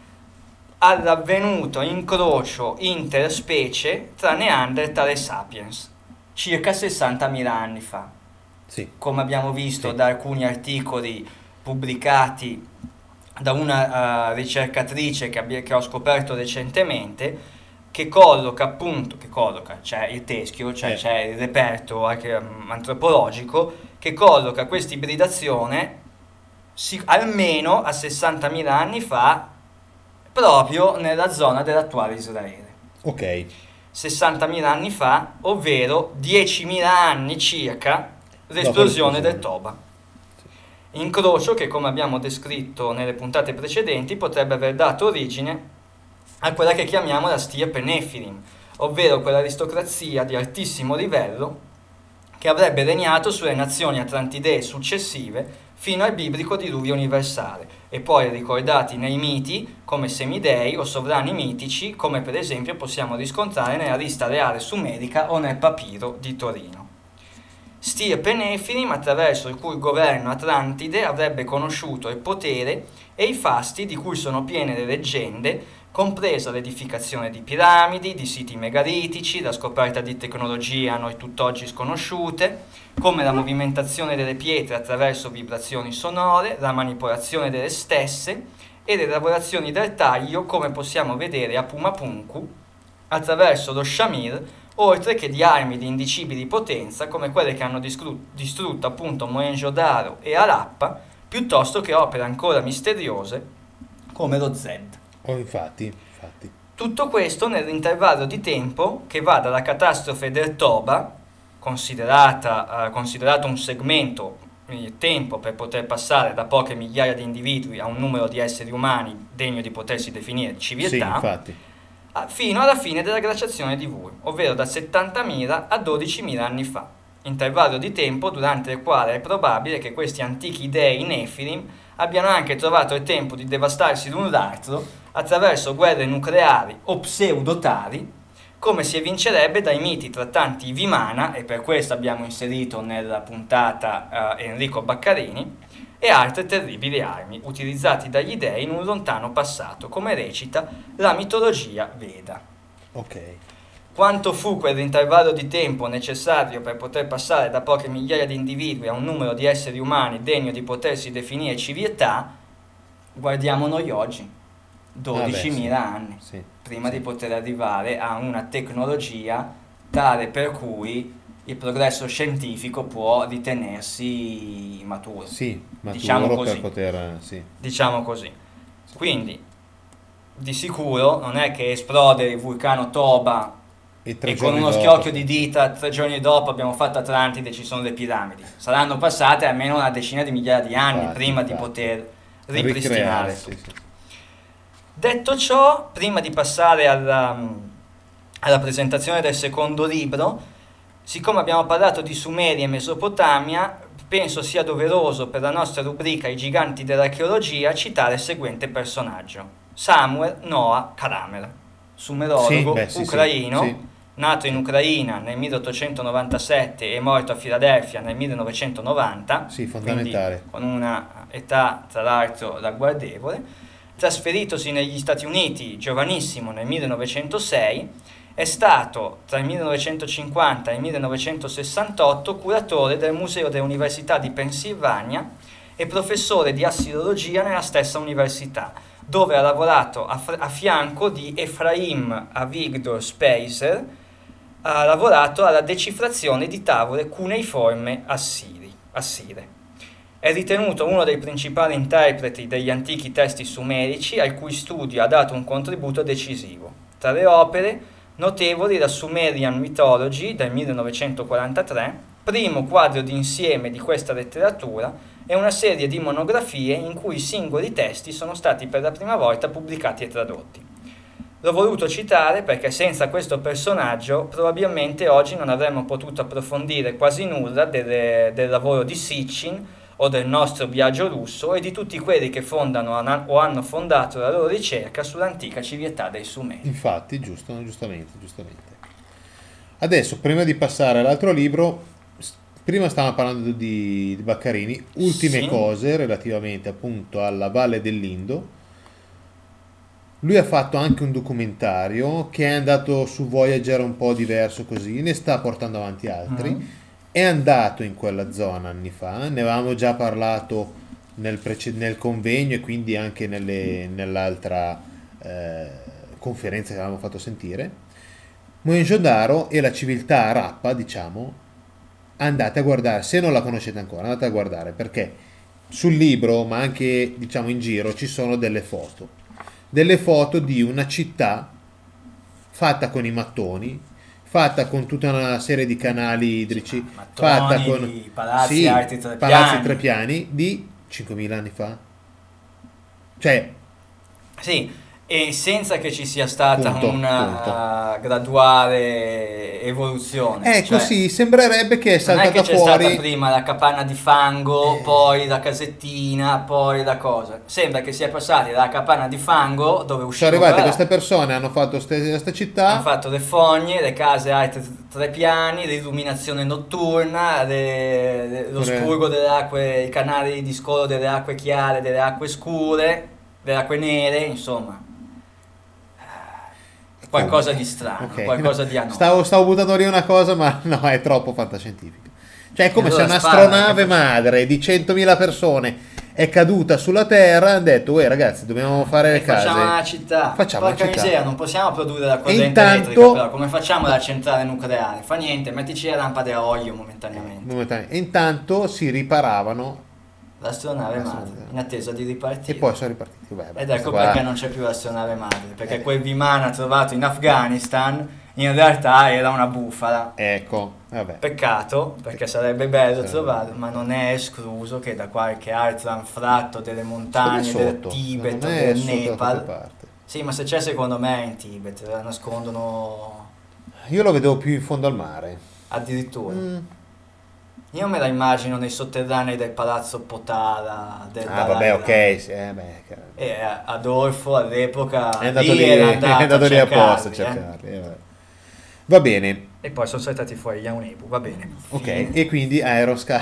all'avvenuto incrocio interspecie tra Neanderthal e Sapiens, circa 60.000 anni fa. Sì. Come abbiamo visto Sì. da alcuni articoli pubblicati da una ricercatrice che ho scoperto recentemente, che colloca, c'è il teschio, c'è il reperto anche antropologico, che colloca questa ibridazione almeno a 60.000 anni fa, proprio nella zona dell'attuale Israele. Ok. 60.000 anni fa, ovvero 10.000 anni circa l'esplosione del Toba. Incrocio che, come abbiamo descritto nelle puntate precedenti, potrebbe aver dato origine a quella che chiamiamo la stirpe Nephilim, ovvero quell'aristocrazia di altissimo livello che avrebbe regnato sulle nazioni atlantidee successive fino al biblico diluvio universale, e poi ricordati nei miti come semidei o sovrani mitici, come per esempio possiamo riscontrare nella lista reale sumerica o nel papiro di Torino. Stirpe Nephilim, attraverso il cui governo Atlantide avrebbe conosciuto il potere e i fasti di cui sono piene le leggende, compresa l'edificazione di piramidi, di siti megalitici, la scoperta di tecnologie a noi tutt'oggi sconosciute, come la movimentazione delle pietre attraverso vibrazioni sonore, la manipolazione delle stesse e le lavorazioni del taglio, come possiamo vedere a Pumapunku, attraverso lo Shamir, oltre che di armi di indicibili potenza come quelle che hanno distrutto appunto Mohenjo-Daro e Harappa, piuttosto che opere ancora misteriose come lo Zed. Oh, infatti. Tutto questo nell'intervallo di tempo che va dalla catastrofe del Toba, considerato un segmento, il tempo per poter passare da poche migliaia di individui a un numero di esseri umani degno di potersi definire civiltà, Sì, infatti. fino alla fine della glaciazione di Vur, ovvero da 70.000 a 12.000 anni fa, intervallo di tempo durante il quale è probabile che questi antichi dei Nephilim abbiano anche trovato il tempo di devastarsi l'un l'altro attraverso guerre nucleari o pseudotali, come si evincerebbe dai miti trattanti i Vimana, e per questo abbiamo inserito nella puntata Enrico Baccarini, e altre terribili armi utilizzati dagli dei in un lontano passato, come recita la mitologia Veda. Ok. Quanto fu quell'intervallo di tempo necessario per poter passare da poche migliaia di individui a un numero di esseri umani degno di potersi definire civiltà, guardiamo noi oggi, 12.000 anni, prima di poter arrivare a una tecnologia tale per cui il progresso scientifico può ritenersi maturo. Sì, maturo, diciamo così. per poter... Sì. Diciamo così. Quindi, di sicuro, non è che esplode il vulcano Toba e con uno schiocchio di dita 3 giorni dopo abbiamo fatto Atlantide e ci sono le piramidi. Saranno passate almeno una decina di migliaia di anni prima di poter ripristinare. Sì. Detto ciò, prima di passare alla presentazione del secondo libro, siccome abbiamo parlato di Sumeria e Mesopotamia, penso sia doveroso per la nostra rubrica I giganti dell'archeologia citare il seguente personaggio. Samuel Noah Kramer, sumerologo ucraino, sì. nato in Ucraina nel 1897 e morto a Filadelfia nel 1990, Sì, fondamentale. con una età tra l'altro ragguardevole, trasferitosi negli Stati Uniti giovanissimo nel 1906, è stato tra il 1950 e il 1968 curatore del Museo dell'Università di Pennsylvania e professore di assirologia nella stessa università, dove ha lavorato a fianco di Ephraim Avigdor Speiser. Ha lavorato alla decifrazione di tavole cuneiforme assire. È ritenuto uno dei principali interpreti degli antichi testi sumerici, al cui studio ha dato un contributo decisivo. Tra le opere notevoli la Sumerian Mythology del 1943, primo quadro d'insieme di questa letteratura, e una serie di monografie in cui i singoli testi sono stati per la prima volta pubblicati e tradotti. L'ho voluto citare perché senza questo personaggio probabilmente oggi non avremmo potuto approfondire quasi nulla del lavoro di Sitchin o del nostro Biagio Russo e di tutti quelli che fondano o hanno fondato la loro ricerca sull'antica civiltà dei Sumeri. Infatti, giustamente. Adesso, prima di passare all'altro libro, prima stavamo parlando di Baccarini, ultime cose relativamente appunto alla Valle dell'Indo. Lui ha fatto anche un documentario che è andato su Voyager un po' diverso così, ne sta portando avanti altri. È andato in quella zona anni fa, ne avevamo già parlato nel convegno e quindi anche nell'altra conferenza che avevamo fatto sentire. Mohenjo-Daro e la civiltà Harappa, diciamo, andate a guardare, se non la conoscete ancora, andate a guardare, perché sul libro, ma anche diciamo in giro, ci sono delle foto di una città fatta con i mattoni, fatta con tutta una serie di canali idrici, fatta con palazzi alti tre piani di 5.000 anni fa. Cioè, sì, e senza che ci sia stata punto. graduale evoluzione. Ecco, cioè, sì, sembrerebbe che è saltata non è che c'è fuori stata prima la capanna di fango, poi la casettina, poi la cosa. Sembra che si è passati dalla capanna di fango, dove usciva. Sono arrivate queste persone, hanno fatto questa città. Hanno fatto le fogne, le case alte 3 piani, l'illuminazione notturna, lo spurgo delle acque, i canali di scolo delle acque chiare, delle acque scure, delle acque nere, insomma. Qualcosa di strano, okay. Qualcosa di anomalo. Stavo buttando lì una cosa, ma no, è troppo fantascientifico. Cioè è come se un'astronave madre di 100.000 persone è caduta sulla Terra e hanno detto, ragazzi, dobbiamo fare le case. Facciamo una città. Facciamo Porca una città. miseria, non possiamo produrre la corrente elettrica, però come facciamo la centrale nucleare? Fa niente, mettici le lampade a olio momentaneamente. E intanto si riparavano l'astronave madre, in attesa di ripartire. E poi sono ripartiti. Ed ecco perché non c'è più l'astronave madre, perché quel Vimana trovato in Afghanistan in realtà era una bufala. Ecco, vabbè. Peccato, perché sarebbe bello trovarlo, ma non è escluso che da qualche altro anfratto delle montagne del Tibet o del Nepal. Sì, ma se c'è secondo me è in Tibet, la nascondono. Io lo vedevo più in fondo al mare. Addirittura. Io me la immagino nei sotterranei del palazzo Potala del vabbè, ok, sì, e Adolfo all'epoca è andato lì apposta a cercarli. Va bene. E poi sono saltati fuori gli Aunebu, va bene. Ok, e quindi Aerosky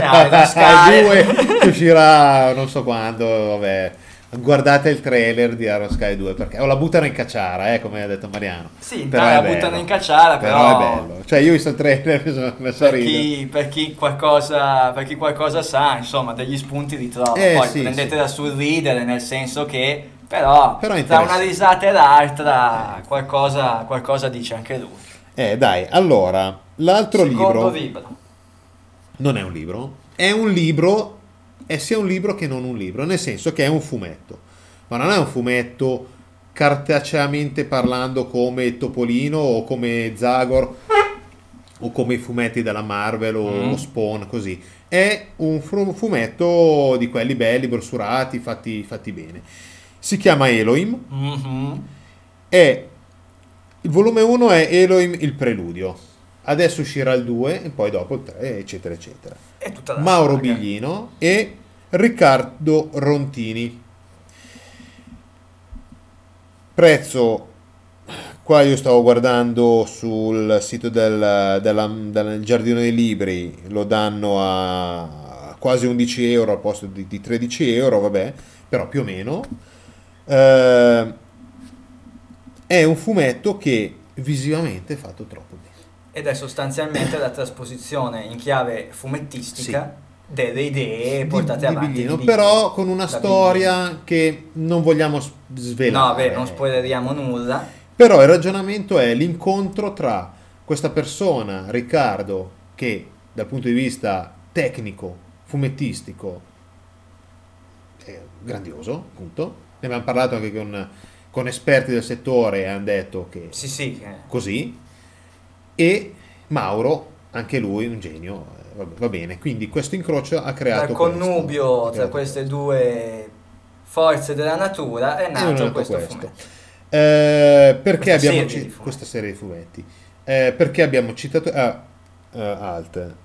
2 che uscirà non so quando, vabbè. Guardate il trailer di Aerosky 2 perché la buttano in cacciara, come ha detto Mariano. Sì, la buttano in cacciara, però è bello. Cioè io ho visto il trailer per chi qualcosa sa, insomma, degli spunti li trova. Poi prendetela sul ridere, nel senso che però tra una risata e l'altra qualcosa dice anche lui. Dai, allora, l'altro libro non è un libro, è un libro. È sia un libro che non un libro, nel senso che è un fumetto, ma non è un fumetto cartaceamente parlando come Topolino o come Zagor o come i fumetti della Marvel o Spawn, così. È un fumetto di quelli belli, brossurati, fatti bene. Si chiama Elohim. E il volume 1 è Elohim il preludio. Adesso uscirà il 2 e poi dopo il 3, eccetera, eccetera. Mauro Biglino e Riccardo Rontini. Prezzo, qua io stavo guardando sul sito del Giardino dei Libri, lo danno a quasi 11 euro al posto di 13 euro, vabbè, però più o meno. È un fumetto che visivamente è fatto troppo bene. Ed è sostanzialmente la trasposizione in chiave fumettistica delle idee portate avanti Biglino, di Biglino, però con una da storia Biglino. che non vogliamo svelare. No, non spoileriamo nulla. Però il ragionamento è l'incontro tra questa persona, Riccardo, che dal punto di vista tecnico, fumettistico, è grandioso, appunto. Ne abbiamo parlato anche con esperti del settore e hanno detto che Sì. così. E Mauro, anche lui un genio, va bene. Quindi questo incrocio ha creato Dal connubio tra queste due forze della natura è nato questo fumetto. Perché Questa abbiamo serie di questa serie di fumetti? Perché abbiamo citato Alt,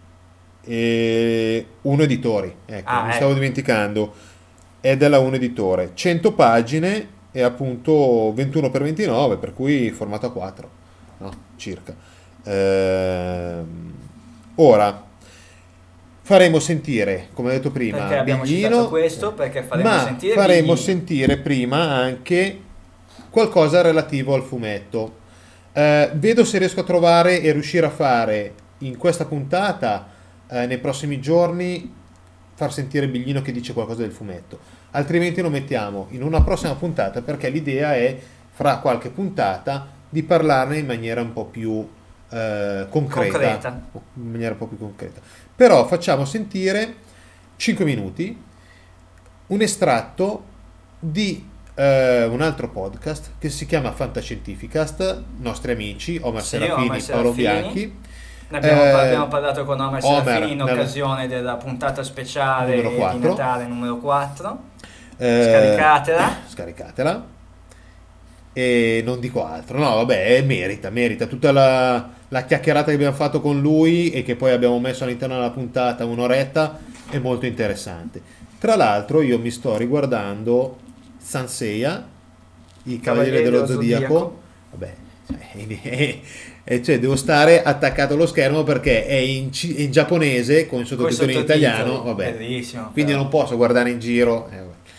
Uno Editori, mi stavo dimenticando, è della Uno Editore, 100 pagine e appunto 21x29, per cui formato A4, no? Circa. Ora faremo sentire, come ho detto prima, perché abbiamo Biglino, citato questo, perché faremo sentire prima anche qualcosa relativo al fumetto. Vedo se riesco a trovare e riuscire a fare in questa puntata, nei prossimi giorni, far sentire Biglino che dice qualcosa del fumetto, altrimenti lo mettiamo in una prossima puntata, perché l'idea è fra qualche puntata di parlarne in maniera un po' più concreta. In maniera un po' più concreta. Però facciamo sentire 5 minuti un estratto di un altro podcast che si chiama Fantascientificast, nostri amici Omar Serafini e Paolo Bianchi. Abbiamo parlato con Omar Serafini in occasione della puntata speciale di Natale numero 4. Scaricatela. E non dico altro, no, vabbè, merita tutta la chiacchierata che abbiamo fatto con lui e che poi abbiamo messo all'interno della puntata, un'oretta, è molto interessante. Tra l'altro io mi sto riguardando Sanseiya, i Cavalieri dello Zodiaco. Vabbè, cioè devo stare attaccato allo schermo perché è in giapponese con i sottotitoli in italiano, vabbè, bellissimo, quindi non posso guardare in giro,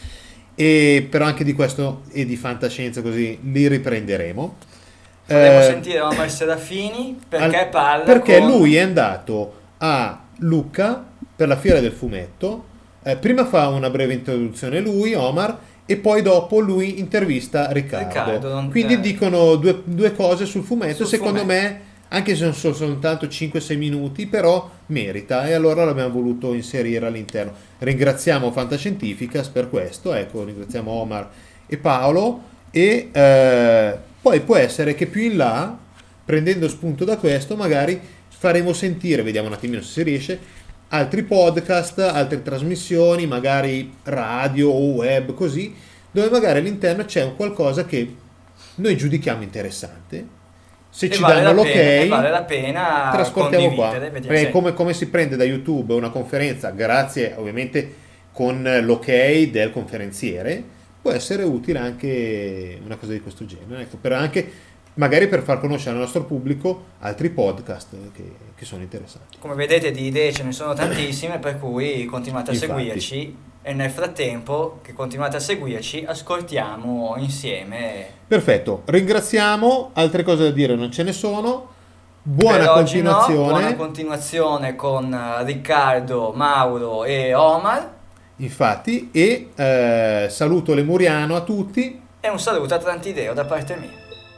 e però anche di questo e di fantascienza così li riprenderemo. Faremo sentire Omar Serafini perché lui è andato a Lucca per la fiera del fumetto. Prima fa una breve introduzione lui, Omar, e poi dopo lui intervista Riccardo. Quindi dicono due cose sul fumetto. Secondo me, anche se non sono soltanto 5-6 minuti, però merita, e allora l'abbiamo voluto inserire all'interno. Ringraziamo Fantascientificas per questo, ringraziamo Omar e Paolo, e poi può essere che più in là, prendendo spunto da questo, magari faremo sentire, vediamo un attimino se si riesce, altri podcast, altre trasmissioni, magari radio o web, così, dove magari all'interno c'è un qualcosa che noi giudichiamo interessante. Se ci danno l'ok, vale la pena trasportiamo qua. Perché come si prende da YouTube una conferenza, grazie ovviamente con l'ok del conferenziere, può essere utile anche una cosa di questo genere, per anche magari per far conoscere al nostro pubblico altri podcast che sono interessanti. Come vedete, di idee ce ne sono tantissime, per cui continuate a seguirci, e nel frattempo che continuate a seguirci ascoltiamo insieme. Perfetto, ringraziamo, altre cose da dire non ce ne sono. Buona continuazione. Buona continuazione con Riccardo, Mauro e Omar. Infatti, e saluto Lemuriano a tutti. E un saluto a Trantideo da parte mia.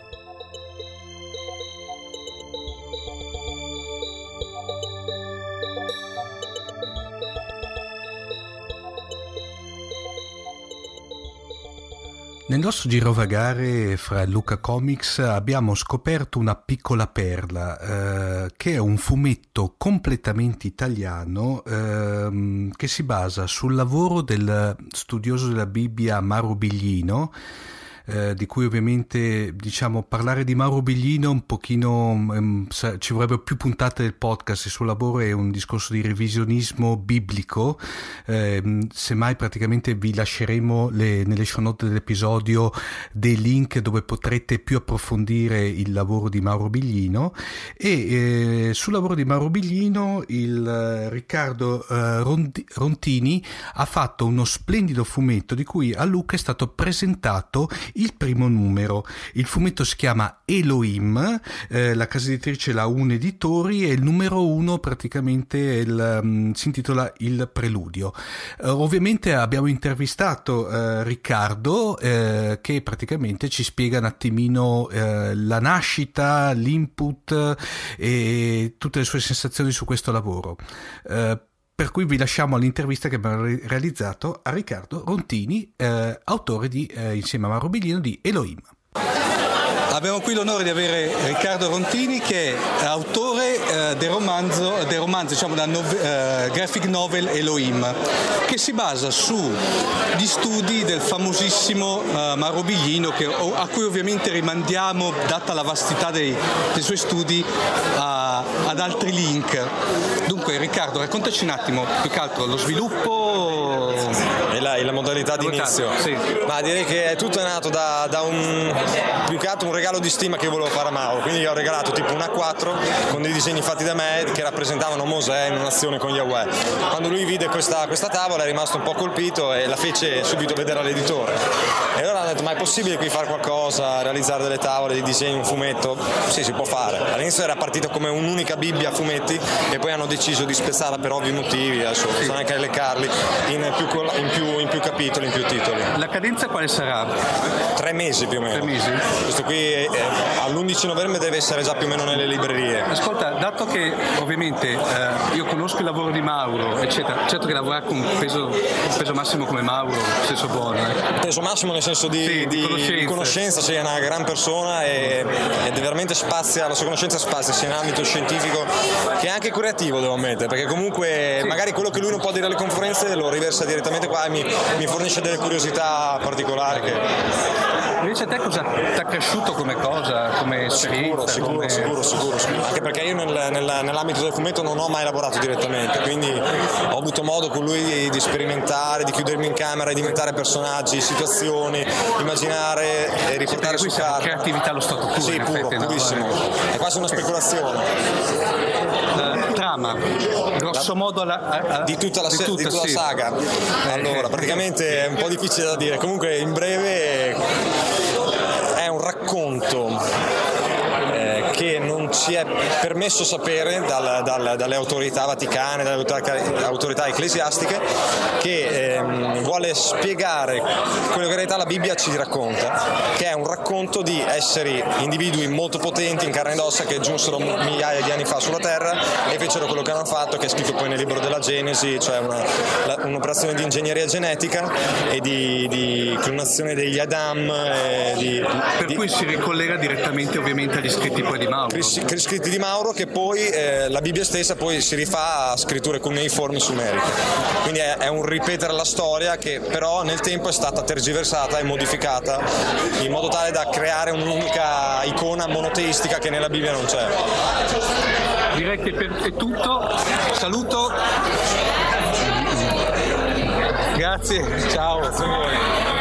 Nel nostro girovagare fra Lucca Comics abbiamo scoperto una piccola perla, che è un fumetto completamente italiano, che si basa sul lavoro del studioso della Bibbia Mauro Biglino, di cui ovviamente diciamo parlare di Mauro Biglino un pochino ci vorrebbe più puntate del podcast. Il suo lavoro è un discorso di revisionismo biblico, semmai praticamente vi lasceremo nelle show note dell'episodio dei link dove potrete più approfondire il lavoro di Mauro Biglino. E sul lavoro di Mauro Biglino il Riccardo Rontini ha fatto uno splendido fumetto di cui a Luca è stato presentato il primo numero. Il fumetto si chiama Elohim, la casa editrice La Un Editori, e il numero 1 praticamente si intitola Il Preludio. Ovviamente abbiamo intervistato Riccardo che praticamente ci spiega un attimino la nascita, l'input e tutte le sue sensazioni su questo lavoro. Per cui vi lasciamo all'intervista che abbiamo realizzato a Riccardo Rontini, autore insieme a Mauro Biglino di Elohim. Abbiamo qui l'onore di avere Riccardo Rontini, che è autore del romanzo, diciamo della graphic novel Elohim, che si basa sugli studi del famosissimo Mauro Biglino, a cui ovviamente rimandiamo, data la vastità dei suoi studi, ad altri link. Dunque Riccardo, raccontaci un attimo più che altro lo sviluppo e la modalità di inizio. Sì. Ma direi che è tutto nato da più che altro un regalo di stima che volevo fare a Mauro, quindi gli ho regalato tipo un A4 con dei disegni fatti da me che rappresentavano Mosè in un'azione con Yahweh. Quando lui vide questa tavola è rimasto un po' colpito e la fece subito vedere all'editore, e allora ha detto: ma è possibile qui fare qualcosa, realizzare delle tavole, dei disegni, un fumetto? Sì, si può fare. All'inizio era partito come un'unica Bibbia a fumetti e poi hanno deciso di spezzarla per ovvi motivi, adesso bisogna anche elencarli in più capitoli, in più titoli. La cadenza quale sarà? 3 mesi più o meno. 3 mesi? Questo qui all'11 novembre deve essere già più o meno nelle librerie. Ascolta, dato che ovviamente io conosco il lavoro di Mauro, eccetera, certo che lavorare con un peso massimo come Mauro, nel senso buono. Peso massimo nel senso di conoscenza, sei una gran persona e veramente spazia, la sua conoscenza spazia sia in ambito scientifico che anche creativo, devo ammettere, perché comunque sì, magari quello che lui non può dire alle conferenze lo riversa direttamente qua e mi fornisce delle curiosità particolari che... Invece a te cosa ti è cresciuto come cosa, come esperienza? Sicuro. Anche perché io nell'ambito del fumetto non ho mai lavorato direttamente, quindi ho avuto modo con lui di sperimentare, di chiudermi in camera e diventare personaggi, situazioni, immaginare e riportare su carta. Creatività allo stato puro. Sì, purissimo. È quasi una speculazione. Trama, grosso modo di tutta la saga. Allora, praticamente è un po' difficile da dire, comunque in breve è un racconto che non ci è permesso sapere dalle autorità vaticane, dalle autorità ecclesiastiche, che vuole spiegare quello che in realtà la Bibbia ci racconta, che è un racconto di esseri, individui molto potenti in carne ed ossa che giunsero migliaia di anni fa sulla terra e fecero quello che hanno fatto, che è scritto poi nel libro della Genesi, cioè un'operazione di ingegneria genetica e di clonazione degli Adam. Per cui si ricollega direttamente ovviamente agli scritti poi di Mauro. Scritti di Mauro, che poi la Bibbia stessa poi si rifà a scritture cuneiformi sumeriche. Quindi è un ripetere la storia che però nel tempo è stata tergiversata e modificata in modo tale da creare un'unica icona monoteistica che nella Bibbia non c'è. Direi che è tutto. Saluto. Grazie. Ciao. Grazie a voi.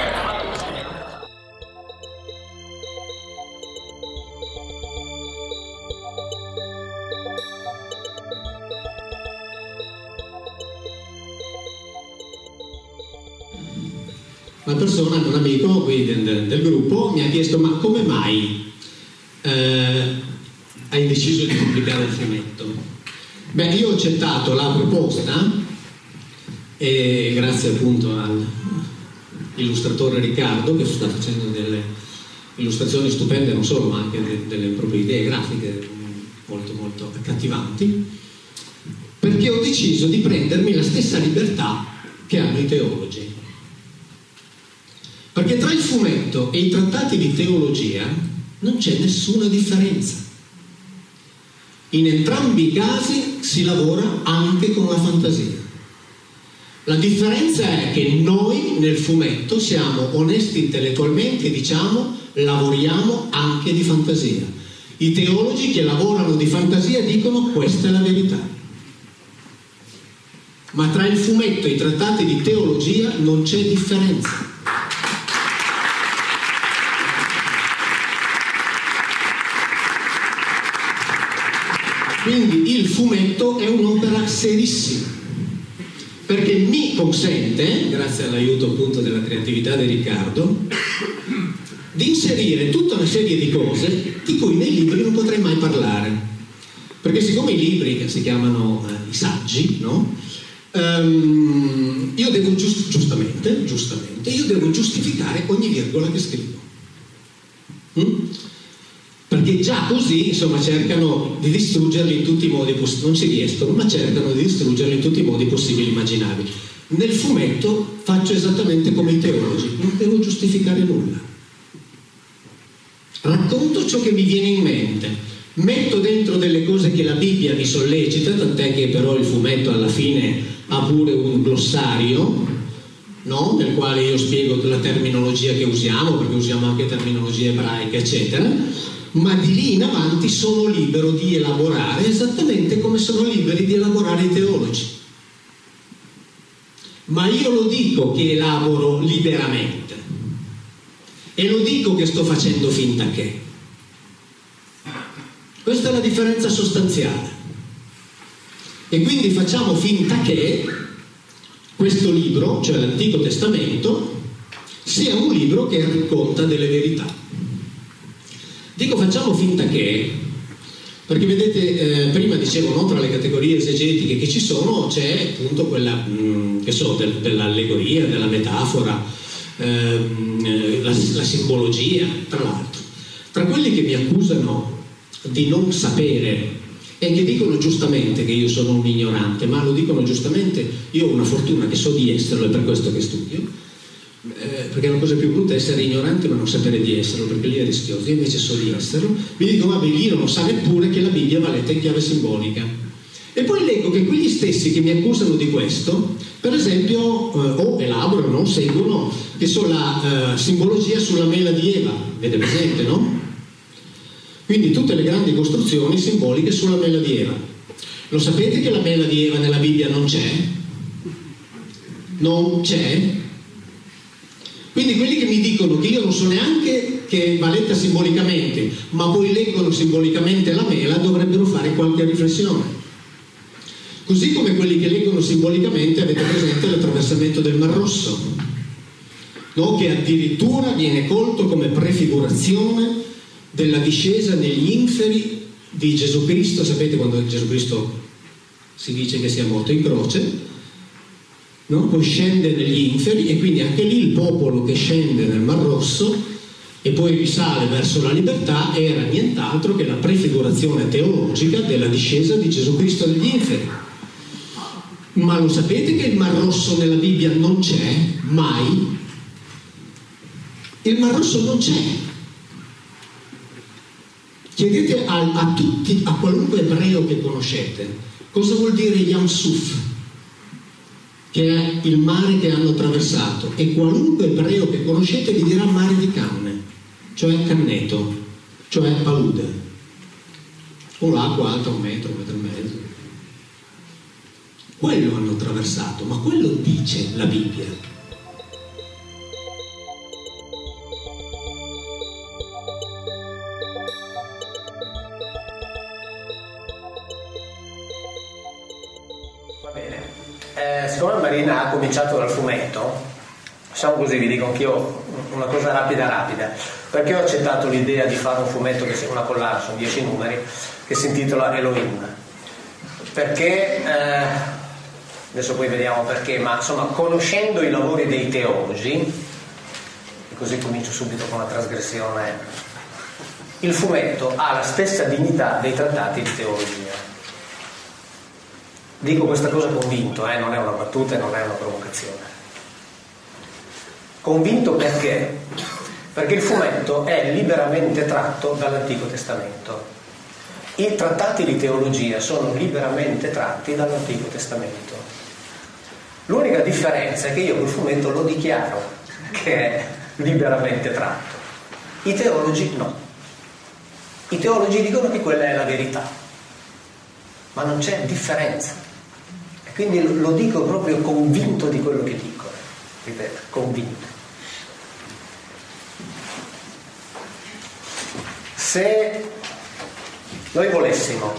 Una persona, un amico qui del gruppo, mi ha chiesto: ma come mai hai deciso di pubblicare il fumetto? Beh, io ho accettato la proposta e grazie appunto all'illustratore Riccardo, che sta facendo delle illustrazioni stupende, non solo, ma anche delle proprie idee grafiche molto molto accattivanti, perché ho deciso di prendermi la stessa libertà che hanno i teologi. Perché tra il fumetto e i trattati di teologia non c'è nessuna differenza. In entrambi i casi si lavora anche con la fantasia. La differenza è che noi nel fumetto siamo onesti intellettualmente e diciamo lavoriamo anche di fantasia. I teologi che lavorano di fantasia dicono questa è la verità. Ma tra il fumetto e i trattati di teologia non c'è differenza. Quindi il fumetto è un'opera serissima, perché mi consente, grazie all'aiuto appunto della creatività di Riccardo, di inserire tutta una serie di cose di cui nei libri non potrei mai parlare. Perché siccome i libri, che si chiamano i saggi, no? Io devo giustamente, io devo giustificare ogni virgola che scrivo. Perché già così, insomma, cercano di distruggerli in tutti i modi possibili, non ci riescono, ma cercano di distruggerli in tutti i modi possibili e immaginabili. Nel fumetto faccio esattamente come i teologi, non devo giustificare nulla. Racconto ciò che mi viene in mente, metto dentro delle cose che la Bibbia mi sollecita, tant'è che però il fumetto alla fine ha pure un glossario, no? Nel quale io spiego la terminologia che usiamo, perché usiamo anche terminologia ebraica, eccetera. Ma di lì in avanti sono libero di elaborare esattamente come sono liberi di elaborare i teologi. Ma io lo dico che elaboro liberamente e lo dico che sto facendo finta che. Questa è la differenza sostanziale. E quindi facciamo finta che questo libro, cioè l'Antico Testamento, sia un libro che racconta delle verità. Dico facciamo finta che, perché vedete, prima dicevo, no, tra le categorie esegetiche che ci sono c'è appunto quella che so, dell'allegoria, della metafora, la simbologia, tra l'altro. Tra quelli che mi accusano di non sapere e che dicono giustamente che io sono un ignorante, ma lo dicono giustamente, io ho una fortuna che so di esserlo, è per questo che studio. Perché la cosa più brutta è essere ignorante ma non sapere di esserlo, perché lì è rischioso. Io invece so di esserlo, mi dico vabbè, lì non sa neppure che la Bibbia va letta in chiave simbolica. E poi leggo che quegli stessi che mi accusano di questo, per esempio, o elaborano, o seguono, che so, la simbologia sulla mela di Eva, vede presente, no? Quindi tutte le grandi costruzioni simboliche sulla mela di Eva. Lo sapete che la mela di Eva nella Bibbia non c'è? Non c'è? Quindi quelli che mi dicono che io non so neanche che va letta simbolicamente, ma poi leggono simbolicamente la mela, dovrebbero fare qualche riflessione. Così come quelli che leggono simbolicamente, avete presente l'attraversamento del Mar Rosso, no? Che addirittura viene colto come prefigurazione della discesa negli inferi di Gesù Cristo. Sapete quando Gesù Cristo si dice che sia morto in croce? No? Poi scende negli inferi e quindi anche lì il popolo che scende nel Mar Rosso e poi risale verso la libertà era nient'altro che la prefigurazione teologica della discesa di Gesù Cristo negli inferi. Ma lo sapete che il Mar Rosso nella Bibbia non c'è mai? Il Mar Rosso non c'è. Chiedete a tutti, a qualunque ebreo che conoscete, cosa vuol dire Yam Suf, che è il mare che hanno attraversato, e qualunque ebreo che conoscete vi dirà mare di canne, cioè canneto, cioè palude, o l'acqua alta 1 metro, 1,5 metri. Quello hanno attraversato, ma quello dice la Bibbia. Siccome Marina ha cominciato dal fumetto, diciamo così, vi dico anch'io una cosa rapida, perché ho accettato l'idea di fare un fumetto che sia una collage, sono 10 numeri, che si intitola Elohim, perché adesso poi vediamo perché, ma insomma, conoscendo i lavori dei teologi, e così comincio subito con la trasgressione, il fumetto ha la stessa dignità dei trattati di teologia. Dico questa cosa convinto, non è una battuta e non è una provocazione. Convinto perché? Perché il fumetto è liberamente tratto dall'Antico Testamento. I trattati di teologia sono liberamente tratti dall'Antico Testamento. L'unica differenza è che io quel fumetto lo dichiaro che è liberamente tratto. I teologi no. I teologi dicono che quella è la verità, ma non c'è differenza. E quindi lo dico proprio convinto di quello che dico, ripeto, convinto. Se noi volessimo,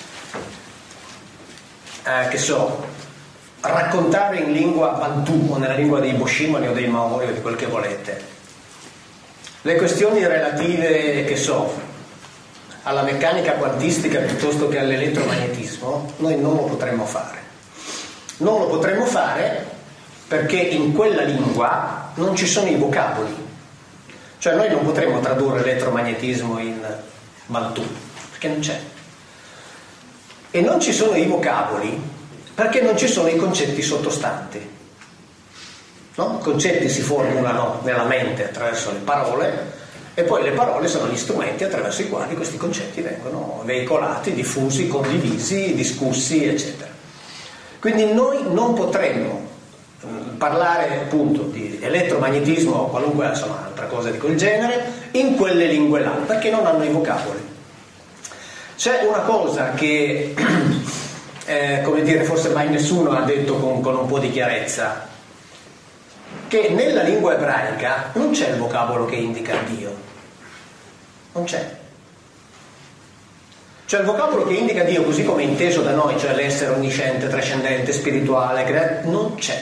raccontare in lingua Bantu o nella lingua dei Boshimani o dei Maori o di quel che volete, le questioni relative, alla meccanica quantistica piuttosto che all'elettromagnetismo, noi non lo potremmo fare. Non lo potremmo fare perché in quella lingua non ci sono i vocaboli. Cioè noi non potremmo tradurre elettromagnetismo in Bantu, perché non c'è. E non ci sono i vocaboli perché non ci sono i concetti sottostanti. No? I concetti si formulano nella mente attraverso le parole e poi le parole sono gli strumenti attraverso i quali questi concetti vengono veicolati, diffusi, condivisi, discussi, eccetera. Quindi noi non potremmo parlare appunto di elettromagnetismo o qualunque altra cosa di quel genere in quelle lingue là, perché non hanno i vocaboli. C'è una cosa che forse mai nessuno ha detto con un po' di chiarezza, che nella lingua ebraica non c'è il vocabolo che indica Dio, non c'è. Cioè il vocabolo che indica Dio così come inteso da noi, cioè l'essere onnisciente, trascendente, spirituale, non c'è.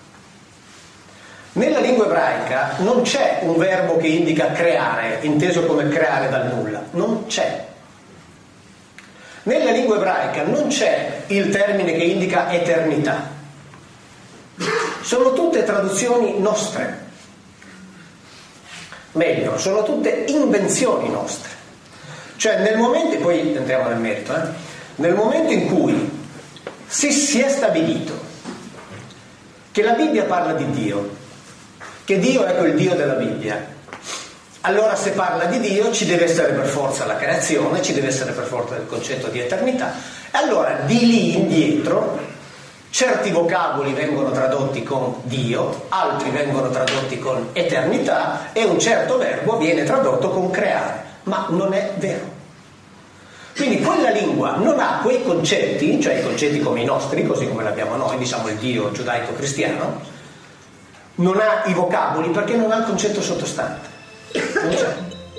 Nella lingua ebraica non c'è un verbo che indica creare, inteso come creare dal nulla, non c'è. Nella lingua ebraica non c'è il termine che indica eternità. Sono tutte traduzioni nostre. Meglio, sono tutte invenzioni nostre. Cioè nel momento, poi entriamo nel merito, nel momento in cui si è stabilito che la Bibbia parla di Dio, che Dio è quel Dio della Bibbia, allora se parla di Dio ci deve essere per forza la creazione, ci deve essere per forza il concetto di eternità, e allora di lì indietro certi vocaboli vengono tradotti con Dio, altri vengono tradotti con eternità e un certo verbo viene tradotto con creare, ma non è vero. Quindi quella lingua non ha quei concetti, cioè i concetti come i nostri, così come l'abbiamo noi, diciamo il Dio giudaico-cristiano, non ha i vocaboli perché non ha il concetto sottostante. Non c'è.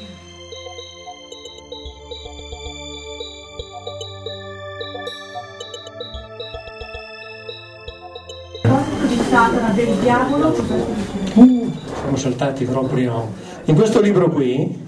Di Satana, del diavolo, siamo saltati proprio. In questo libro qui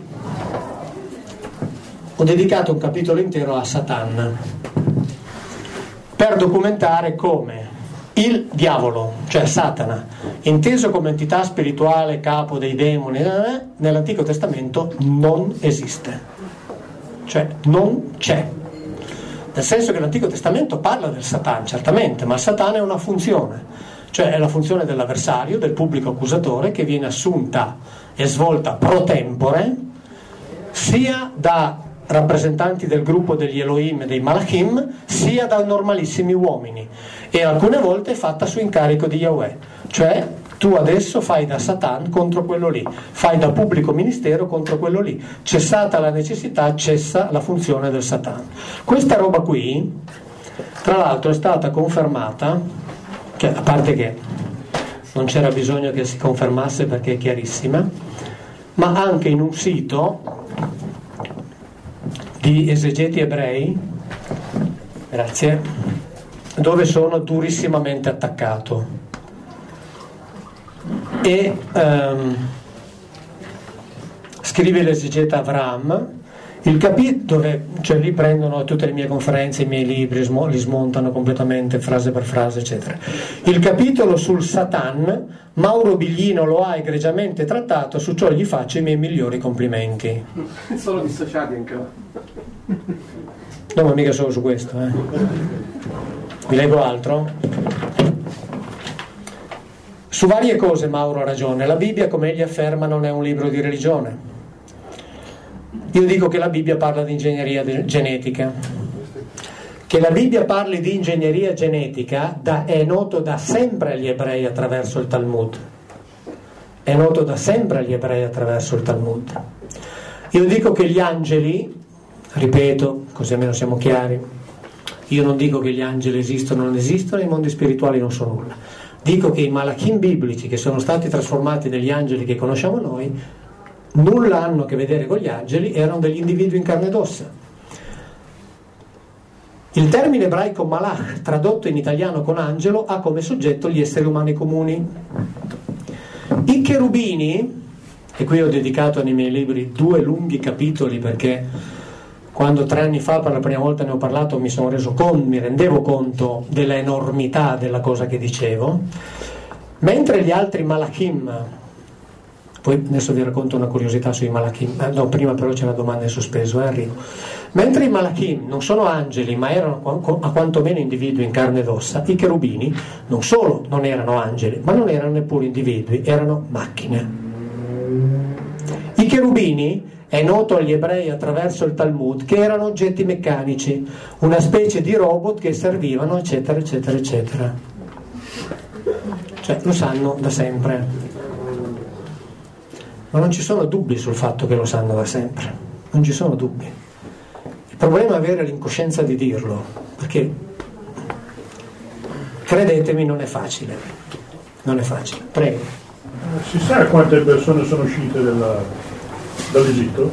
ho dedicato un capitolo intero a Satan per documentare come il diavolo, cioè Satana, inteso come entità spirituale, capo dei demoni, nell'Antico Testamento non esiste, cioè non c'è. Nel senso che l'Antico Testamento parla del Satan, certamente, ma Satan è una funzione, cioè è la funzione dell'avversario, del pubblico accusatore, che viene assunta e svolta pro tempore sia da rappresentanti del gruppo degli Elohim e dei Malachim, sia da normalissimi uomini, e alcune volte è fatta su incarico di Yahweh, cioè tu adesso fai da Satan contro quello lì, fai da pubblico ministero contro quello lì, cessata la necessità cessa la funzione del Satan. Questa roba qui tra l'altro è stata confermata, cioè, a parte che non c'era bisogno che si confermasse perché è chiarissima, ma anche in un sito di esegeti ebrei, grazie, dove sono durissimamente attaccato. E scrive l'esegeta Avram il dove, cioè lì prendono tutte le mie conferenze, i miei libri, li smontano completamente frase per frase, eccetera. Il capitolo sul Satan Mauro Biglino lo ha egregiamente trattato, su ciò gli faccio i miei migliori complimenti. Sono dissociati anche là. No, ma mica solo su questo, Vi leggo altro. Su varie cose Mauro ha ragione. La Bibbia, come egli afferma, non è un libro di religione. Io dico che la Bibbia parla di ingegneria genetica, Che la Bibbia parli di ingegneria genetica è noto da sempre agli ebrei attraverso il Talmud. È noto da sempre agli ebrei attraverso il Talmud. Io dico che gli angeli, ripeto, così almeno siamo chiari, io non dico che gli angeli esistono o non esistono, i mondi spirituali non sono nulla. Dico che i malachim biblici che sono stati trasformati negli angeli che conosciamo noi nulla hanno a che vedere con gli angeli, erano degli individui in carne ed ossa. Il termine ebraico malach, tradotto in italiano con angelo, ha come soggetto gli esseri umani comuni. I cherubini, e qui ho dedicato nei miei libri 2 lunghi capitoli, perché quando 3 anni fa per la prima volta ne ho parlato mi rendevo conto della enormità della cosa che dicevo, mentre gli altri malachim, poi adesso vi racconto una curiosità sui malachim, no, prima però c'è una domanda in sospeso, arrivo. Mentre i malachim non sono angeli, ma erano a quantomeno individui in carne ed ossa, i cherubini non solo non erano angeli, ma non erano neppure individui, erano macchine. I cherubini, è noto agli ebrei attraverso il Talmud, che erano oggetti meccanici, una specie di robot che servivano, eccetera, eccetera, eccetera. Cioè, lo sanno da sempre. Ma non ci sono dubbi sul fatto che lo sanno da sempre. Non ci sono dubbi. Il problema è avere l'incoscienza di dirlo, perché credetemi non è facile. Non è facile. Prego. Si sa quante persone sono uscite dall'Egitto?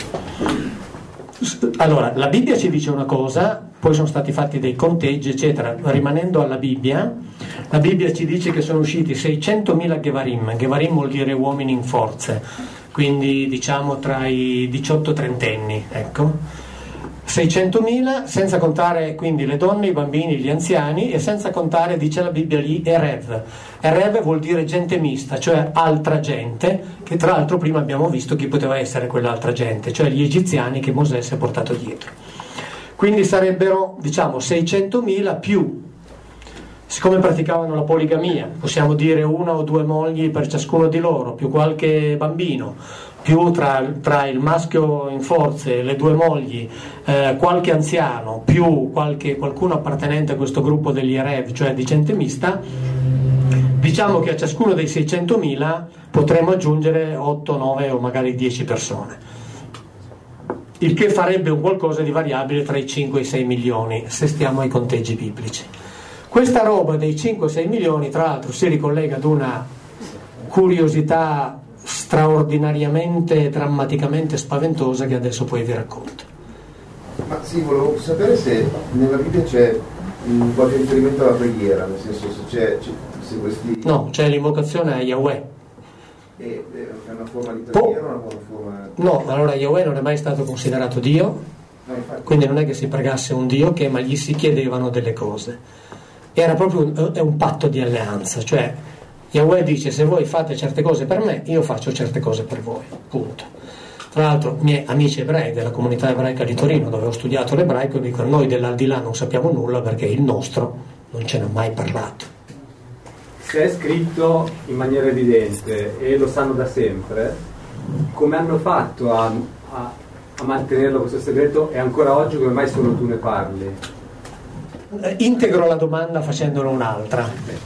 Allora, la Bibbia ci dice una cosa, poi sono stati fatti dei conteggi, eccetera. Rimanendo alla Bibbia, la Bibbia ci dice che sono usciti 600.000 Gevarim. Gevarim vuol dire uomini in forze, quindi diciamo tra i 18 e 30 anni, ecco. 600.000, senza contare quindi le donne, i bambini, gli anziani, e senza contare, dice la Bibbia lì, Erev. Erev vuol dire gente mista, cioè altra gente, che tra l'altro prima abbiamo visto chi poteva essere quell'altra gente, cioè gli egiziani che Mosè si è portato dietro. Quindi sarebbero, diciamo, 600.000 più, siccome praticavano la poligamia, possiamo dire 1 o 2 mogli per ciascuno di loro, più qualche bambino, più tra il maschio in forze, le 2 mogli, qualche anziano, più qualcuno appartenente a questo gruppo degli Erev, cioè di gente mista, diciamo che a ciascuno dei 600.000 potremmo aggiungere 8, 9 o magari 10 persone, il che farebbe un qualcosa di variabile tra i 5 e i 6 milioni, se stiamo ai conteggi biblici. Questa roba dei 5-6 milioni, tra l'altro, si ricollega ad una curiosità straordinariamente, drammaticamente spaventosa che adesso poi vi racconto. Ma sì, volevo sapere se nella Bibbia c'è qualche riferimento alla preghiera, nel senso se questi... No, c'è l'invocazione a Yahweh. È una forma di preghiera o una forma... No, allora Yahweh non è mai stato considerato Dio, quindi non è che si pregasse un Dio ma gli si chiedevano delle cose. Era proprio un patto di alleanza, cioè Yahweh dice: se voi fate certe cose per me, io faccio certe cose per voi, punto. Tra l'altro miei amici ebrei della comunità ebraica di Torino, dove ho studiato l'ebraico, dicono: noi dell'aldilà non sappiamo nulla perché il nostro non ce n'ha mai parlato. Se è scritto in maniera evidente e lo sanno da sempre, come hanno fatto a mantenerlo questo segreto, e ancora oggi come mai solo tu ne parli? Integro la domanda facendone un'altra.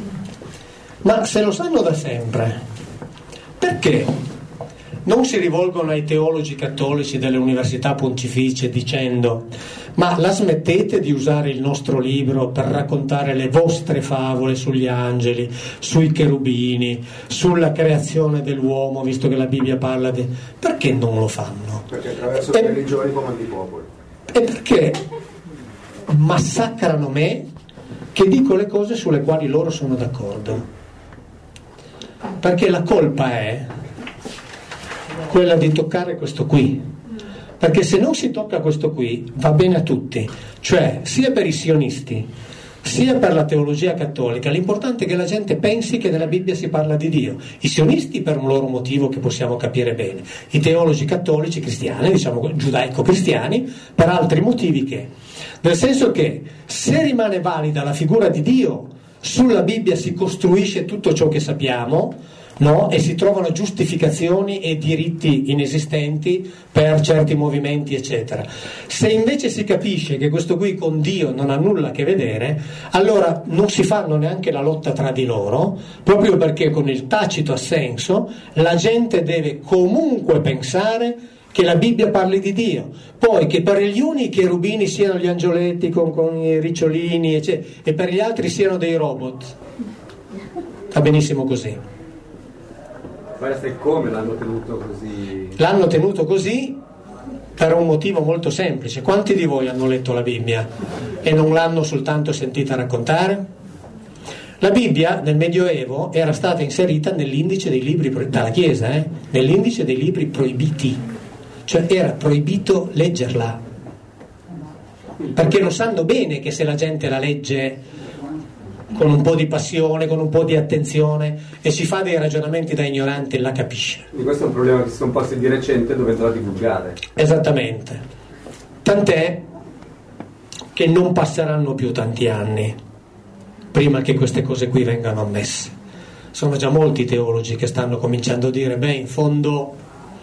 Ma se lo sanno da sempre, perché non si rivolgono ai teologi cattolici delle università pontificie dicendo: ma la smettete di usare il nostro libro per raccontare le vostre favole sugli angeli, sui cherubini, sulla creazione dell'uomo, visto che la Bibbia parla di... Perché non lo fanno? Perché attraverso le religioni comandi i popoli. E perché massacrano me che dico le cose sulle quali loro sono d'accordo? Perché la colpa è quella di toccare questo qui, perché se non si tocca questo qui va bene a tutti, cioè sia per i sionisti sia per la teologia cattolica. L'importante è che la gente pensi che nella Bibbia si parla di Dio. I sionisti per un loro motivo che possiamo capire bene, i teologi cattolici cristiani, diciamo giudaico-cristiani, per altri motivi che, nel senso che se rimane valida la figura di Dio, sulla Bibbia si costruisce tutto ciò che sappiamo, no? E si trovano giustificazioni e diritti inesistenti per certi movimenti, eccetera. Se invece si capisce che questo qui con Dio non ha nulla a che vedere, allora non si fanno neanche la lotta tra di loro, proprio perché con il tacito assenso la gente deve comunque pensare che la Bibbia parli di Dio, poi che per gli uni i cherubini siano gli angioletti con i ricciolini, eccetera, e per gli altri siano dei robot. Va benissimo così. Questo è come l'hanno tenuto così? L'hanno tenuto così per un motivo molto semplice. Quanti di voi hanno letto la Bibbia e non l'hanno soltanto sentita raccontare? La Bibbia nel Medioevo era stata inserita nell'indice dei libri dalla Chiesa, nell'indice dei libri proibiti. Cioè era proibito leggerla, perché lo sanno bene che se la gente la legge con un po' di passione, con un po' di attenzione e si fa dei ragionamenti da ignorante, la capisce. Quindi questo è un problema che si sono posti di recente dovendo divulgare. Esattamente, tant'è che non passeranno più tanti anni prima che queste cose qui vengano ammesse. Sono già molti teologi che stanno cominciando a dire, in fondo,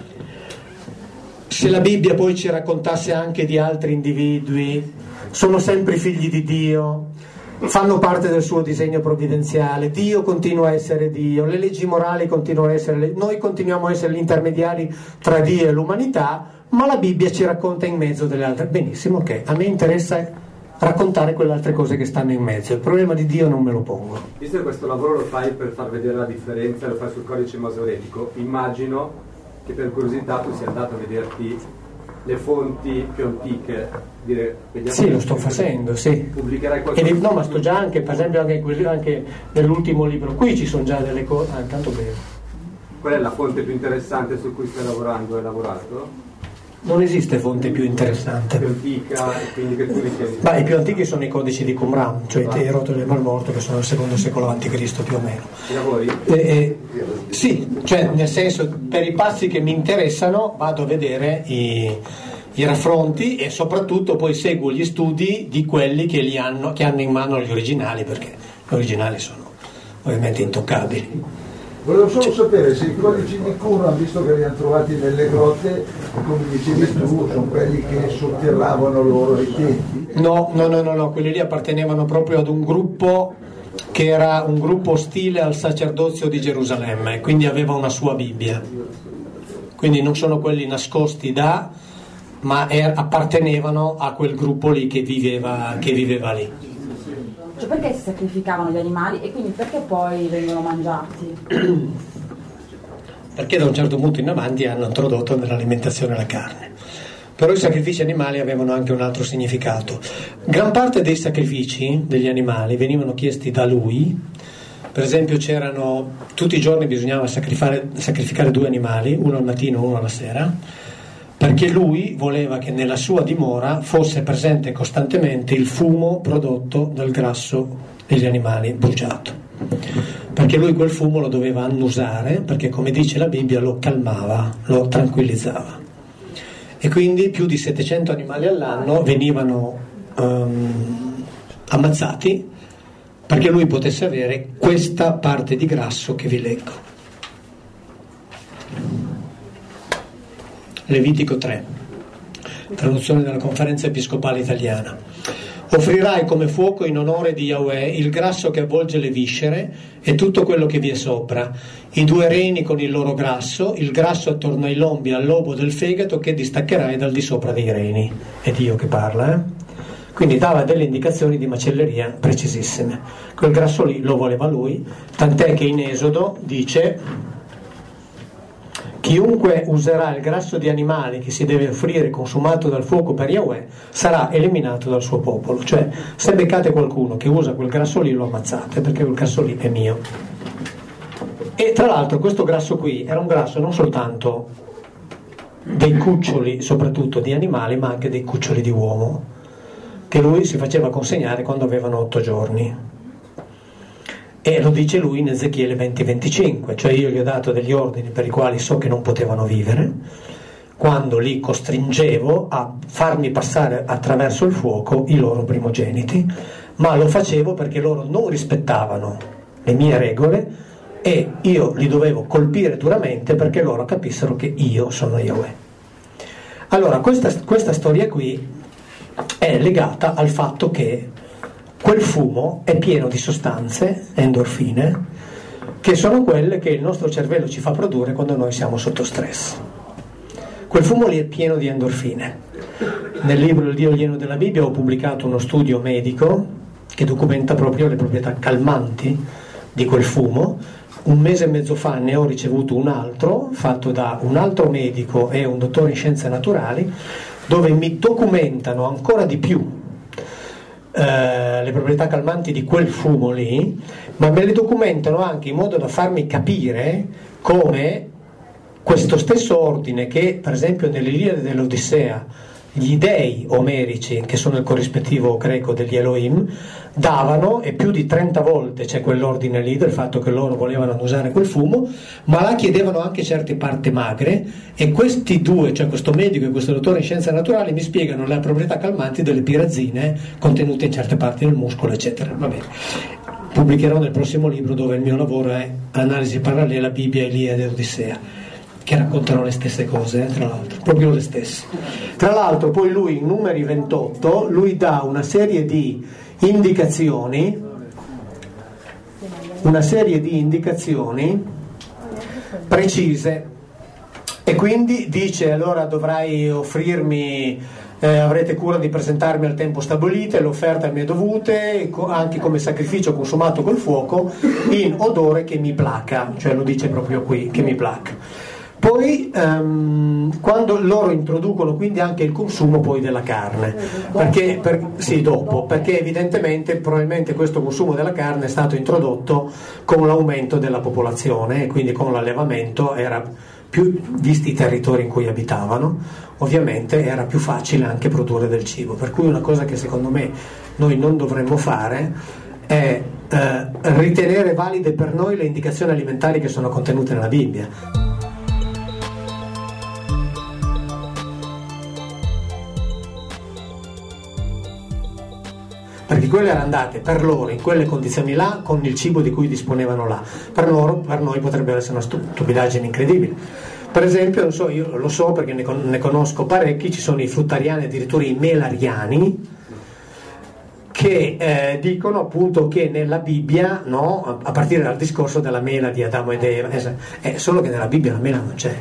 se la Bibbia poi ci raccontasse anche di altri individui, sono sempre figli di Dio, fanno parte del suo disegno provvidenziale, Dio continua a essere Dio, le leggi morali continuano a essere, noi continuiamo a essere gli intermediari tra Dio e l'umanità, ma la Bibbia ci racconta in mezzo delle altre. Benissimo, ok, a me interessa raccontare quelle altre cose che stanno in mezzo, il problema di Dio non me lo pongo. Visto che questo lavoro lo fai per far vedere la differenza, lo fai sul codice masoretico, immagino che per curiosità tu sia andato a vederti le fonti più antiche. Sì, lo sto facendo, sì. Pubblicherai qualcosa? No, ma sto già anche, per esempio anche nell'ultimo libro qui ci sono già delle cose. Intanto bevo. Qual è la fonte più interessante su cui stai lavorando? Hai lavorato? Non esiste fonte più interessante. Più antica, quindi che tu ritieni? I più antichi sono i codici di Qumran, cioè i rotoli del Mar Morto, che sono del secondo secolo a.C. più o meno. I lavori? Sì, cioè nel senso, per i passi che mi interessano vado a vedere i raffronti e soprattutto poi seguo gli studi di quelli che hanno in mano gli originali, perché gli originali sono ovviamente intoccabili. Volevo solo sapere se i codici di Qumran, visto che li hanno trovati nelle grotte, come dicevi tu, sono quelli che sotterravano loro i templi? No, quelli lì appartenevano proprio ad un gruppo che era un gruppo ostile al sacerdozio di Gerusalemme, quindi aveva una sua Bibbia. Quindi non sono quelli nascosti ma appartenevano a quel gruppo lì che viveva lì. Cioè, perché si sacrificavano gli animali e quindi perché poi vengono mangiati? Perché da un certo punto in avanti hanno introdotto nell'alimentazione la carne. Però i sacrifici animali avevano anche un altro significato. Gran parte dei sacrifici degli animali venivano chiesti da lui. Per esempio tutti i giorni bisognava sacrificare 2 animali, uno al mattino e uno alla sera, perché lui voleva che nella sua dimora fosse presente costantemente il fumo prodotto dal grasso degli animali bruciato, perché lui quel fumo lo doveva annusare, perché come dice la Bibbia lo calmava, lo tranquillizzava. E quindi più di 700 animali all'anno venivano ammazzati perché lui potesse avere questa parte di grasso che vi leggo. Levitico 3, traduzione della Conferenza Episcopale Italiana. Offrirai come fuoco in onore di Yahweh il grasso che avvolge le viscere e tutto quello che vi è sopra, i 2 reni con il loro grasso, il grasso attorno ai lombi e al lobo del fegato che distaccherai dal di sopra dei reni. È Dio che parla, Quindi dava delle indicazioni di macelleria precisissime. Quel grasso lì lo voleva lui, tant'è che in Esodo dice: chiunque userà il grasso di animali che si deve offrire consumato dal fuoco per Yahweh sarà eliminato dal suo popolo. Cioè, se beccate qualcuno che usa quel grasso lì, lo ammazzate, perché quel grasso lì è mio. E tra l'altro questo grasso qui era un grasso non soltanto dei cuccioli, soprattutto di animali, ma anche dei cuccioli di uomo, che lui si faceva consegnare quando avevano 8 giorni. E lo dice lui in Ezechiele 20:25, cioè io gli ho dato degli ordini per i quali so che non potevano vivere, quando li costringevo a farmi passare attraverso il fuoco i loro primogeniti, ma lo facevo perché loro non rispettavano le mie regole e io li dovevo colpire duramente perché loro capissero che io sono Yahweh. Allora questa storia qui è legata al fatto che quel fumo è pieno di sostanze, endorfine, che sono quelle che il nostro cervello ci fa produrre quando noi siamo sotto stress. Quel fumo lì è pieno di endorfine. Nel libro Il Dio alieno della Bibbia ho pubblicato uno studio medico che documenta proprio le proprietà calmanti di quel fumo. Un mese e mezzo fa ne ho ricevuto un altro, fatto da un altro medico e un dottore in scienze naturali, dove mi documentano ancora di più le proprietà calmanti di quel fumo lì, ma me le documentano anche in modo da farmi capire come questo stesso ordine che per esempio nell'Iliade dell'Odissea gli dei omerici, che sono il corrispettivo greco degli Elohim, davano, e più di 30 volte c'è quell'ordine lì del fatto che loro volevano usare quel fumo, ma là chiedevano anche certe parti magre, e questi due, cioè questo medico e questo dottore in scienze naturali, mi spiegano le proprietà calmanti delle pirazine contenute in certe parti del muscolo, eccetera. Va bene. Pubblicherò nel prossimo libro, dove il mio lavoro è analisi parallela Bibbia, Iliade e Odissea, che raccontano le stesse cose, tra l'altro, proprio le stesse. Tra l'altro poi lui in numeri 28 lui dà una serie di indicazioni precise, e quindi dice: allora dovrai offrirmi, avrete cura di presentarmi al tempo stabilito, l'offerta mi è dovute, anche come sacrificio consumato col fuoco, in odore che mi placa, cioè lo dice proprio qui, che mi placa. Poi quando loro introducono quindi anche il consumo poi della carne, perché evidentemente probabilmente questo consumo della carne è stato introdotto con l'aumento della popolazione, e quindi con l'allevamento era più, visti i territori in cui abitavano, ovviamente era più facile anche produrre del cibo. Per cui una cosa che secondo me noi non dovremmo fare è ritenere valide per noi le indicazioni alimentari che sono contenute nella Bibbia. Perché quelle erano andate per loro in quelle condizioni là con il cibo di cui disponevano là. Per noi potrebbe essere una stupidaggine incredibile. Per esempio, non so, io lo so perché ne conosco parecchi, ci sono i fruttariani, addirittura i melariani, che dicono appunto che nella Bibbia, no, a partire dal discorso della mela di Adamo ed Eva, solo che nella Bibbia la mela non c'è.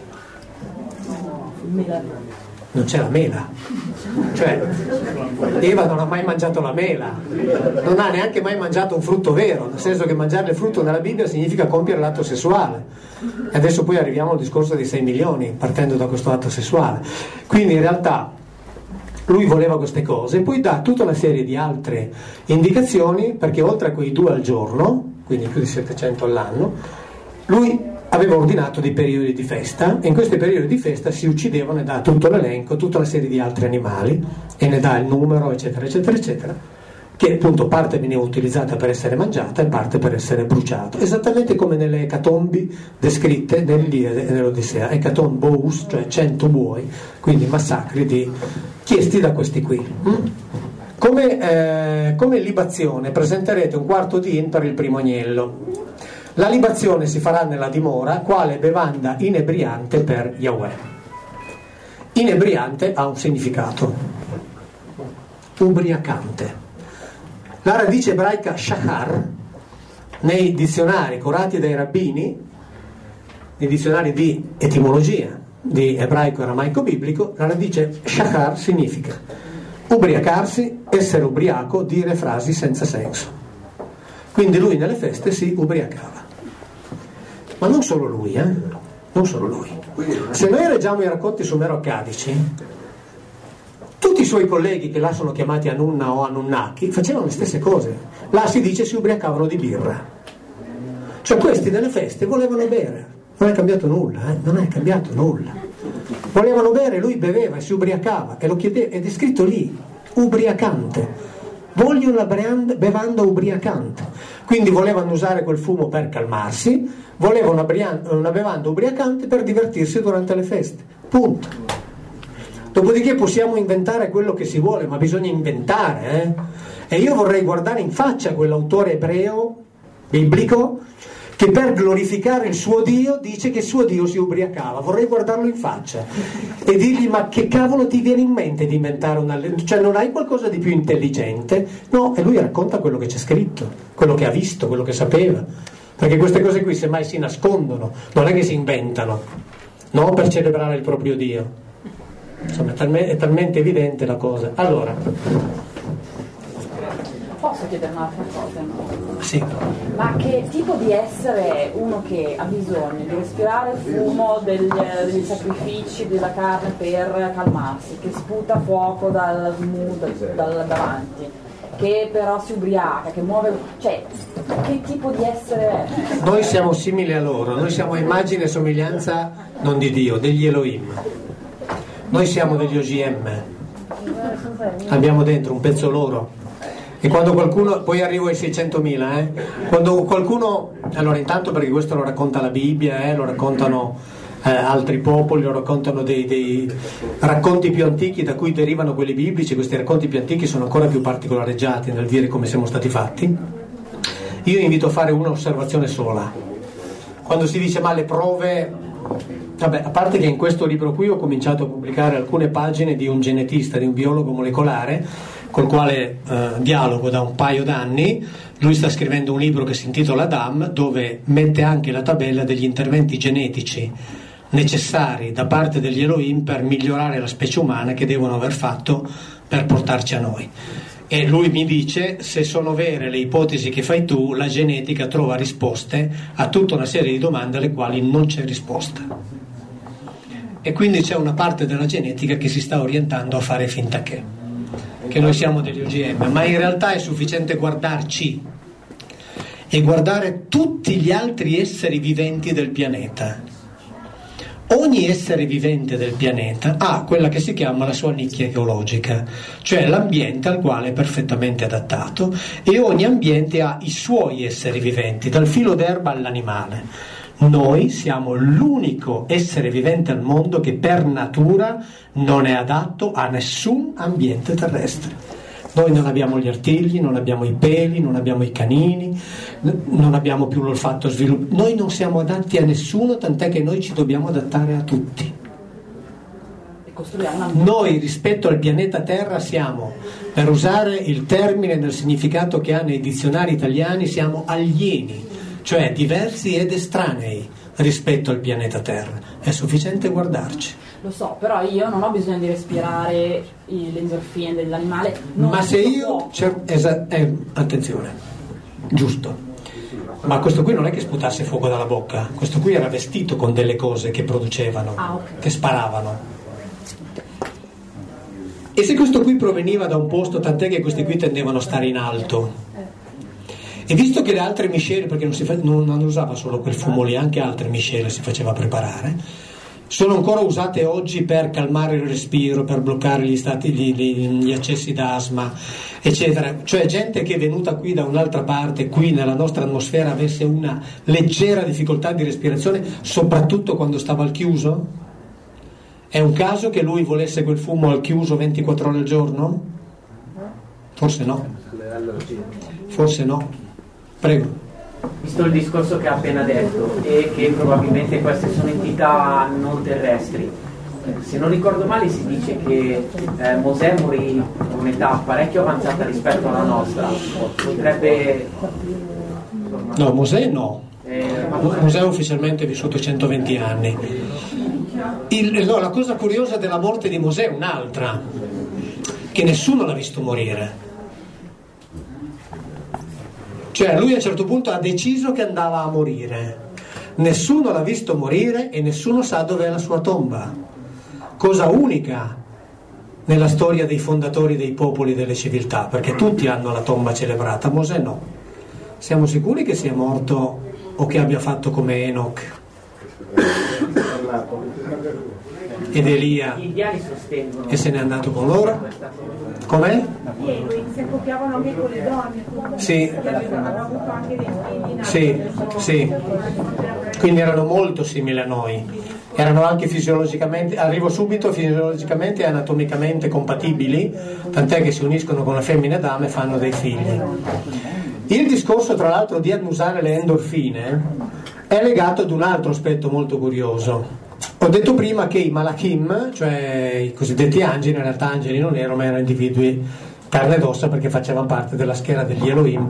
Non c'è la mela. Cioè Eva non ha mai mangiato la mela, non ha neanche mai mangiato un frutto vero, nel senso che mangiare il frutto nella Bibbia significa compiere l'atto sessuale, e adesso poi arriviamo al discorso dei 6 milioni partendo da questo atto sessuale. Quindi in realtà lui voleva queste cose, e poi dà tutta una serie di altre indicazioni, perché oltre a quei 2 al giorno, quindi più di 700 all'anno, lui aveva ordinato dei periodi di festa, e in questi periodi di festa si uccidevano, e dà tutto l'elenco, tutta una serie di altri animali, e ne dà il numero, eccetera, eccetera, eccetera, che appunto parte veniva utilizzata per essere mangiata e parte per essere bruciata, esattamente come nelle ecatombi descritte nell'Iliade e nell'Odissea, ecatombous, cioè 100 buoi, quindi massacri chiesti da questi qui. Come libazione presenterete un quarto di hin per il primo agnello. La libazione si farà nella dimora quale bevanda inebriante per Yahweh. Inebriante ha un significato: ubriacante. La radice ebraica shachar, nei dizionari curati dai rabbini, nei dizionari di etimologia di ebraico e aramaico biblico, la radice shachar significa ubriacarsi, essere ubriaco, dire frasi senza senso. Quindi lui nelle feste si ubriacava. Ma non solo lui, non solo lui. Se noi leggiamo i racconti sumero-accadici, tutti i suoi colleghi che là sono chiamati Anunna o Anunnaki facevano le stesse cose. Là si dice si ubriacavano di birra. Cioè questi nelle feste volevano bere. Non è cambiato nulla, non è cambiato nulla. Volevano bere, lui beveva e si ubriacava, e lo chiedeva, ed è scritto lì, ubriacante. Voglio una bevanda ubriacante. Quindi volevano usare quel fumo per calmarsi, volevano una bevanda ubriacante per divertirsi durante le feste. Punto. Dopodiché possiamo inventare quello che si vuole, ma bisogna inventare. E io vorrei guardare in faccia quell'autore ebreo, biblico, che per glorificare il suo Dio dice che il suo Dio si ubriacava. Vorrei guardarlo in faccia e dirgli: ma che cavolo ti viene in mente di inventare cioè non hai qualcosa di più intelligente? No, e lui racconta quello che c'è scritto, quello che ha visto, quello che sapeva, perché queste cose qui semmai si nascondono, non è che si inventano, no, per celebrare il proprio Dio. Insomma, è talmente evidente la cosa. Allora, posso chiedere un'altra cosa? No? sì. Ma che tipo di essere uno che ha bisogno di respirare il fumo degli sacrifici della carne per calmarsi, che sputa fuoco dal davanti, che però si ubriaca, che muove, cioè che tipo di essere è? Noi siamo simili a loro, noi siamo immagine e somiglianza non di Dio, degli Elohim. Noi siamo degli OGM, abbiamo dentro un pezzo loro. E quando qualcuno, poi arrivo ai 600.000, quando qualcuno, allora intanto perché questo lo racconta la Bibbia, lo raccontano altri popoli, lo raccontano dei racconti più antichi da cui derivano quelli biblici. Questi racconti più antichi sono ancora più particolareggiati nel dire come siamo stati fatti. Io invito a fare una osservazione sola. Quando si dice ma le prove, vabbè, a parte che in questo libro qui ho cominciato a pubblicare alcune pagine di un genetista, di un biologo molecolare col quale dialogo da un paio d'anni. Lui sta scrivendo un libro che si intitola Adam, dove mette anche la tabella degli interventi genetici necessari da parte degli Elohim per migliorare la specie umana, che devono aver fatto per portarci a noi. E lui mi dice: se sono vere le ipotesi che fai tu, la genetica trova risposte a tutta una serie di domande alle quali non c'è risposta, e quindi c'è una parte della genetica che si sta orientando a fare finta che noi siamo degli OGM, ma in realtà è sufficiente guardarci e guardare tutti gli altri esseri viventi del pianeta. Ogni essere vivente del pianeta ha quella che si chiama la sua nicchia ecologica, cioè l'ambiente al quale è perfettamente adattato, e ogni ambiente ha i suoi esseri viventi, dal filo d'erba all'animale. Noi siamo l'unico essere vivente al mondo che per natura non è adatto a nessun ambiente terrestre. Noi non abbiamo gli artigli, non abbiamo i peli, non abbiamo i canini, non abbiamo più l'olfatto sviluppato. Noi non siamo adatti a nessuno, tant'è che noi ci dobbiamo adattare a tutti. Noi rispetto al pianeta Terra siamo, per usare il termine nel significato che ha nei dizionari italiani, siamo alieni, cioè diversi ed estranei rispetto al pianeta Terra. È sufficiente guardarci. Lo so, però io non ho bisogno di respirare le endorfine dell'animale. Ma se io... attenzione, giusto. Ma questo qui non è che sputasse fuoco dalla bocca, questo qui era vestito con delle cose che producevano, okay, che sparavano. E se questo qui proveniva da un posto, tant'è che questi qui tendevano a stare in alto. E visto che le altre miscele, perché non usava solo quel fumo lì, anche altre miscele si faceva preparare, sono ancora usate oggi per calmare il respiro, per bloccare gli accessi d'asma, eccetera. Cioè gente che è venuta qui da un'altra parte, qui nella nostra atmosfera, avesse una leggera difficoltà di respirazione, soprattutto quando stava al chiuso? È un caso che lui volesse quel fumo al chiuso 24 ore al giorno? Forse no. Forse no. Prego. Visto il discorso che ha appena detto e che probabilmente queste sono entità non terrestri, se non ricordo male si dice che Mosè morì a un'età parecchio avanzata rispetto alla nostra. Potrebbe... No, Mosè no. Mosè ufficialmente è vissuto 120 anni. La cosa curiosa della morte di Mosè è un'altra, che nessuno l'ha visto morire. Cioè lui a un certo punto ha deciso che andava a morire, nessuno l'ha visto morire e nessuno sa dov'è la sua tomba, cosa unica nella storia dei fondatori dei popoli e delle civiltà, perché tutti hanno la tomba celebrata, Mosè no. Siamo sicuri che sia morto o che abbia fatto come Enoch ed Elia e se n'è andato con loro? Com'è? Si accoppiavano anche con le donne. Sì. Avevano avuto anche dei figli. Sì, sì. Quindi erano molto simili a noi. Erano anche fisiologicamente, arrivo subito, fisiologicamente e anatomicamente compatibili, tant'è che si uniscono con la femmina Adamo e fanno dei figli. Il discorso, tra l'altro, di annusare le endorfine è legato ad un altro aspetto molto curioso. Ho detto prima che i malachim, cioè i cosiddetti angeli, in realtà angeli non erano, ma erano individui carne ed ossa, perché facevano parte della schiera degli Elohim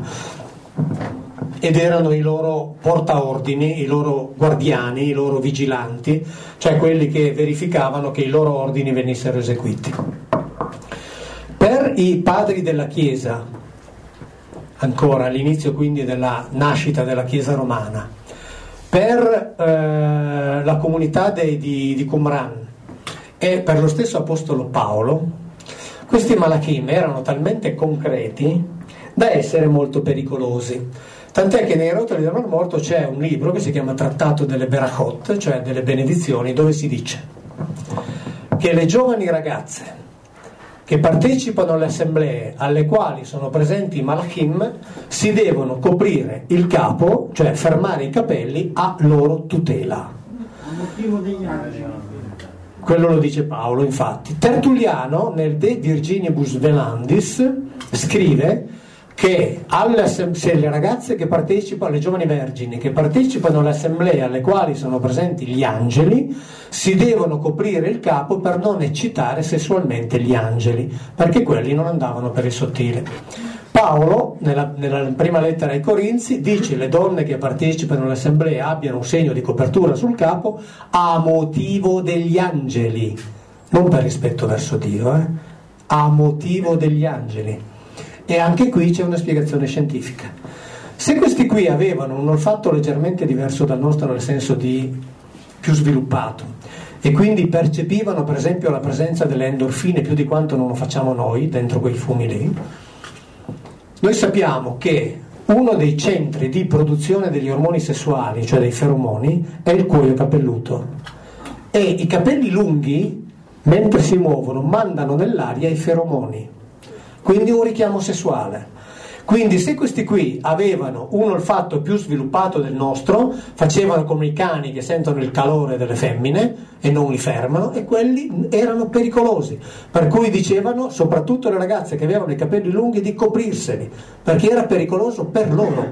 ed erano i loro portaordini, i loro guardiani, i loro vigilanti, cioè quelli che verificavano che i loro ordini venissero eseguiti. Per i padri della Chiesa, ancora all'inizio quindi della nascita della Chiesa romana, per la comunità di Qumran e per lo stesso Apostolo Paolo, questi malachim erano talmente concreti da essere molto pericolosi, tant'è che nei Rotoli del Mar Morto c'è un libro che si chiama Trattato delle Berachot, cioè delle benedizioni, dove si dice che le giovani ragazze che partecipano alle assemblee alle quali sono presenti i malachim si devono coprire il capo, cioè fermare i capelli a loro tutela. A motivo degli angeli. Quello lo dice Paolo, infatti. Tertulliano, nel De Virginibus Velandis, scrive che se le ragazze che partecipano, le giovani vergini che partecipano alle assemblee alle quali sono presenti gli angeli, si devono coprire il capo per non eccitare sessualmente gli angeli, perché quelli non andavano per il sottile. Paolo, nella prima lettera ai Corinzi, dice che le donne che partecipano alle assemblee abbiano un segno di copertura sul capo a motivo degli angeli, non per rispetto verso Dio, a motivo degli angeli. E anche qui c'è una spiegazione scientifica. Se questi qui avevano un olfatto leggermente diverso dal nostro, nel senso di più sviluppato, e quindi percepivano per esempio la presenza delle endorfine più di quanto non lo facciamo noi dentro quei fumi lì, noi sappiamo che uno dei centri di produzione degli ormoni sessuali, cioè dei feromoni, è il cuoio capelluto, e i capelli lunghi, mentre si muovono, mandano nell'aria i feromoni, quindi un richiamo sessuale. Quindi se questi qui avevano un olfatto più sviluppato del nostro, facevano come i cani che sentono il calore delle femmine e non li fermano, e quelli erano pericolosi, per cui dicevano, soprattutto le ragazze che avevano i capelli lunghi, di coprirseli, perché era pericoloso per loro.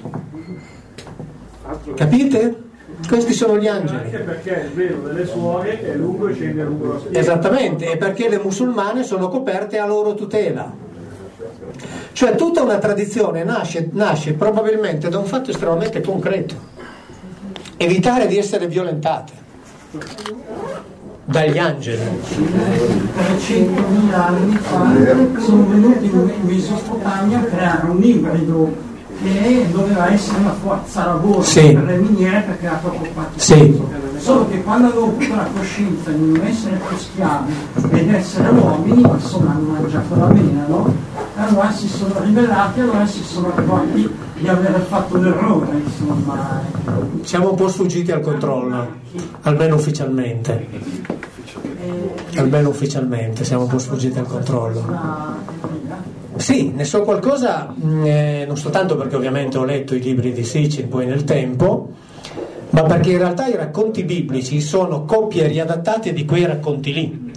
Capite? Questi sono gli angeli. Anche perché il velo delle suore è lungo e scende lungo la schiena. Esattamente, e perché le musulmane sono coperte a loro tutela. Cioè tutta una tradizione nasce probabilmente da un fatto estremamente concreto: evitare di essere violentate dagli angeli. 300.000 anni fa sono venuti in Mesopotamia a creare un ibrido che doveva essere una forza lavoro per le miniere, perché era troppo faticoso. Solo che quando avevo avuto la coscienza di non essere più schiavi ed essere uomini, insomma hanno mangiato la mena, no? Allora si sono ribellati, allora si sono accorti di aver fatto l'errore, insomma. Siamo un po' sfuggiti al controllo, almeno ufficialmente. Almeno ufficialmente siamo un po' sfuggiti al controllo. Sì, ne so qualcosa, non soltanto perché ovviamente ho letto i libri di Sitchin poi nel tempo, ma perché in realtà i racconti biblici sono copie riadattate di quei racconti lì.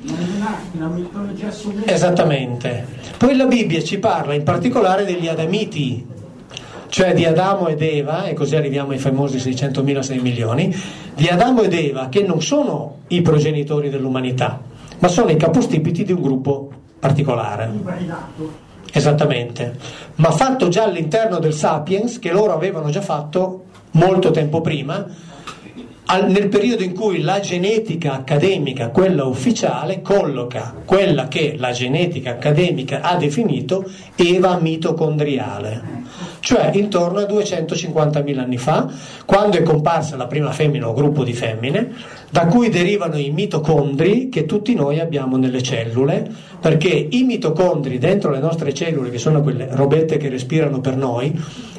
Esattamente. Poi la Bibbia ci parla in particolare degli Adamiti, cioè di Adamo ed Eva, e così arriviamo ai famosi 600.000, 6 milioni, di Adamo ed Eva, che non sono i progenitori dell'umanità, ma sono i capostipiti di un gruppo particolare. Esattamente, ma fatto già all'interno del Sapiens, che loro avevano già fatto molto tempo prima, nel periodo in cui la genetica accademica, quella ufficiale, colloca quella che la genetica accademica ha definito Eva mitocondriale, cioè intorno a 250.000 anni fa, quando è comparsa la prima femmina o gruppo di femmine, da cui derivano i mitocondri che tutti noi abbiamo nelle cellule, perché i mitocondri dentro le nostre cellule, che sono quelle robette che respirano per noi,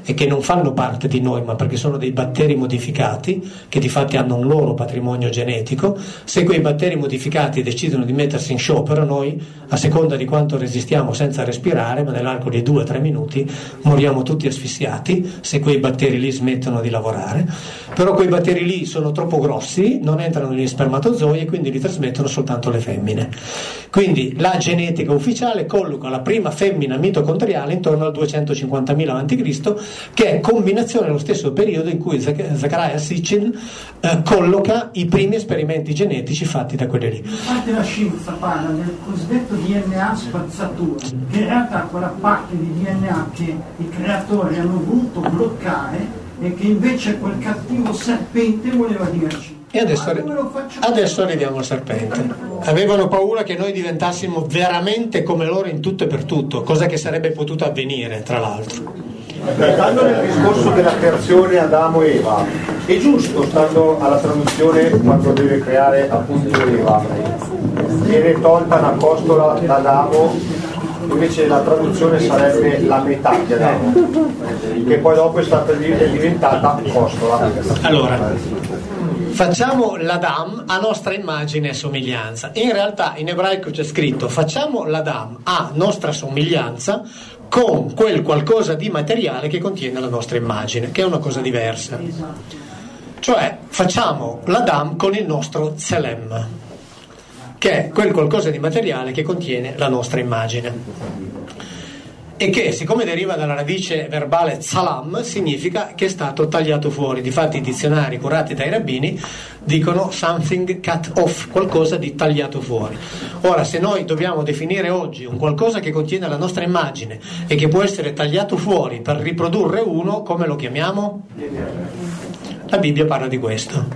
e che non fanno parte di noi, ma perché sono dei batteri modificati che di fatti hanno un loro patrimonio genetico. Se quei batteri modificati decidono di mettersi in sciopero, noi, a seconda di quanto resistiamo senza respirare, ma nell'arco di 2-3 minuti moriamo tutti asfissiati se quei batteri lì smettono di lavorare. Però quei batteri lì sono troppo grossi, non entrano negli spermatozoi e quindi li trasmettono soltanto le femmine. Quindi la genetica ufficiale colloca la prima femmina mitocondriale intorno al 250.000 a.C., che è combinazione allo stesso periodo in cui Zecharia Sitchin colloca i primi esperimenti genetici fatti da quelli lì. Infatti la scienza parla del cosiddetto DNA spazzatura, che in realtà è quella parte di DNA che i creatori hanno voluto bloccare e che invece quel cattivo serpente voleva dirci. E adesso arriviamo al serpente. Avevano paura che noi diventassimo veramente come loro in tutto e per tutto, cosa che sarebbe potuta avvenire, tra l'altro. Stando nel discorso della creazione Adamo e Eva, è giusto, stando alla traduzione, quando deve creare appunto Eva, viene tolta una costola da Adamo, invece la traduzione sarebbe la metà di Adamo, che poi dopo è diventata costola. Allora, facciamo l'Adam a nostra immagine e somiglianza. In realtà in ebraico c'è scritto facciamo l'Adam a nostra somiglianza con quel qualcosa di materiale che contiene la nostra immagine, che è una cosa diversa. Cioè facciamo l'Adam con il nostro Tselem, che è quel qualcosa di materiale che contiene la nostra immagine. E che, siccome deriva dalla radice verbale tsalam, significa che è stato tagliato fuori. Difatti i dizionari curati dai rabbini dicono something cut off, qualcosa di tagliato fuori. Ora, se noi dobbiamo definire oggi un qualcosa che contiene la nostra immagine e che può essere tagliato fuori per riprodurre uno, come lo chiamiamo? La Bibbia parla di questo.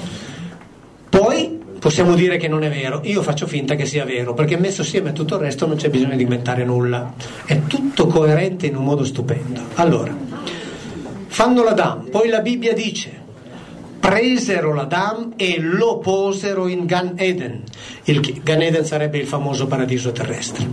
Poi possiamo dire che non è vero, io faccio finta che sia vero, perché messo assieme a tutto il resto non c'è bisogno di inventare nulla, è tutto coerente in un modo stupendo. Allora, fanno l'Adam, poi la Bibbia dice presero l'Adam e lo posero in Gan Eden. Il Gan Eden sarebbe il famoso paradiso terrestre,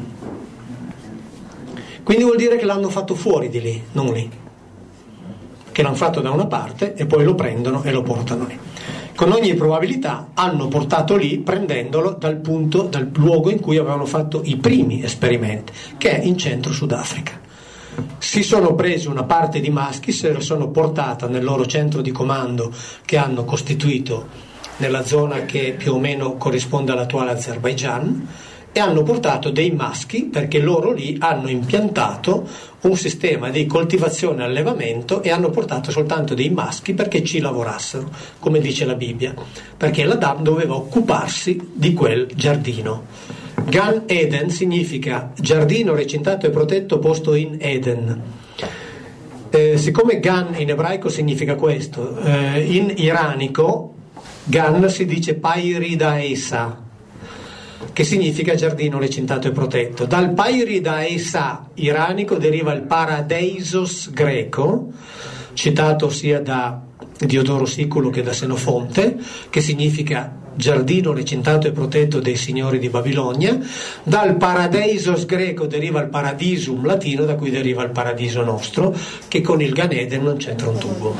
quindi vuol dire che l'hanno fatto fuori di lì, non lì, che l'hanno fatto da una parte e poi lo prendono e lo portano lì. Con ogni probabilità hanno portato lì prendendolo dal luogo in cui avevano fatto i primi esperimenti, che è in centro Sudafrica. Si sono presi una parte di maschi, se la sono portata nel loro centro di comando che hanno costituito nella zona che più o meno corrisponde all'attuale Azerbaigian, e hanno portato dei maschi perché loro lì hanno impiantato un sistema di coltivazione e allevamento e hanno portato soltanto dei maschi perché ci lavorassero, come dice la Bibbia, perché l'Adam doveva occuparsi di quel giardino. Gan Eden significa giardino recintato e protetto posto in Eden. Siccome Gan in ebraico significa questo, in iranico Gan si dice Pairida Esa, che significa giardino recintato e protetto. Dal Pairida Esa iranico deriva il Paradeisos greco, citato sia da Diodoro Siculo che da Senofonte, che significa giardino recintato e protetto dei signori di Babilonia. Dal Paradeisos greco deriva il Paradisum latino, da cui deriva il paradiso nostro, che con il Gan Eden non c'entra un tubo.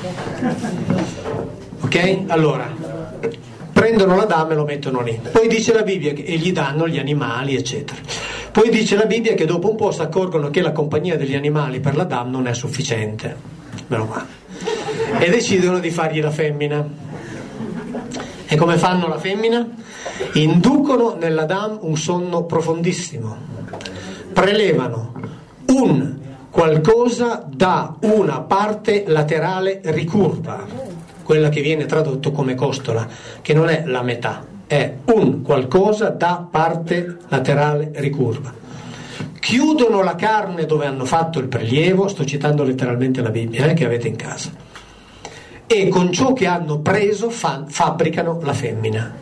Ok? Allora prendono l'Adam e lo mettono lì. Poi dice la Bibbia che gli danno gli animali, eccetera. Poi dice la Bibbia che dopo un po' si accorgono che la compagnia degli animali per l'Adam non è sufficiente, meno male, e decidono di fargli la femmina. E come fanno la femmina? Inducono nell'Adam un sonno profondissimo, prelevano un qualcosa da una parte laterale ricurva, quella che viene tradotto come costola, che non è la metà, è un qualcosa da parte laterale ricurva. Chiudono la carne dove hanno fatto il prelievo, sto citando letteralmente la Bibbia che avete in casa, e con ciò che hanno preso fabbricano la femmina.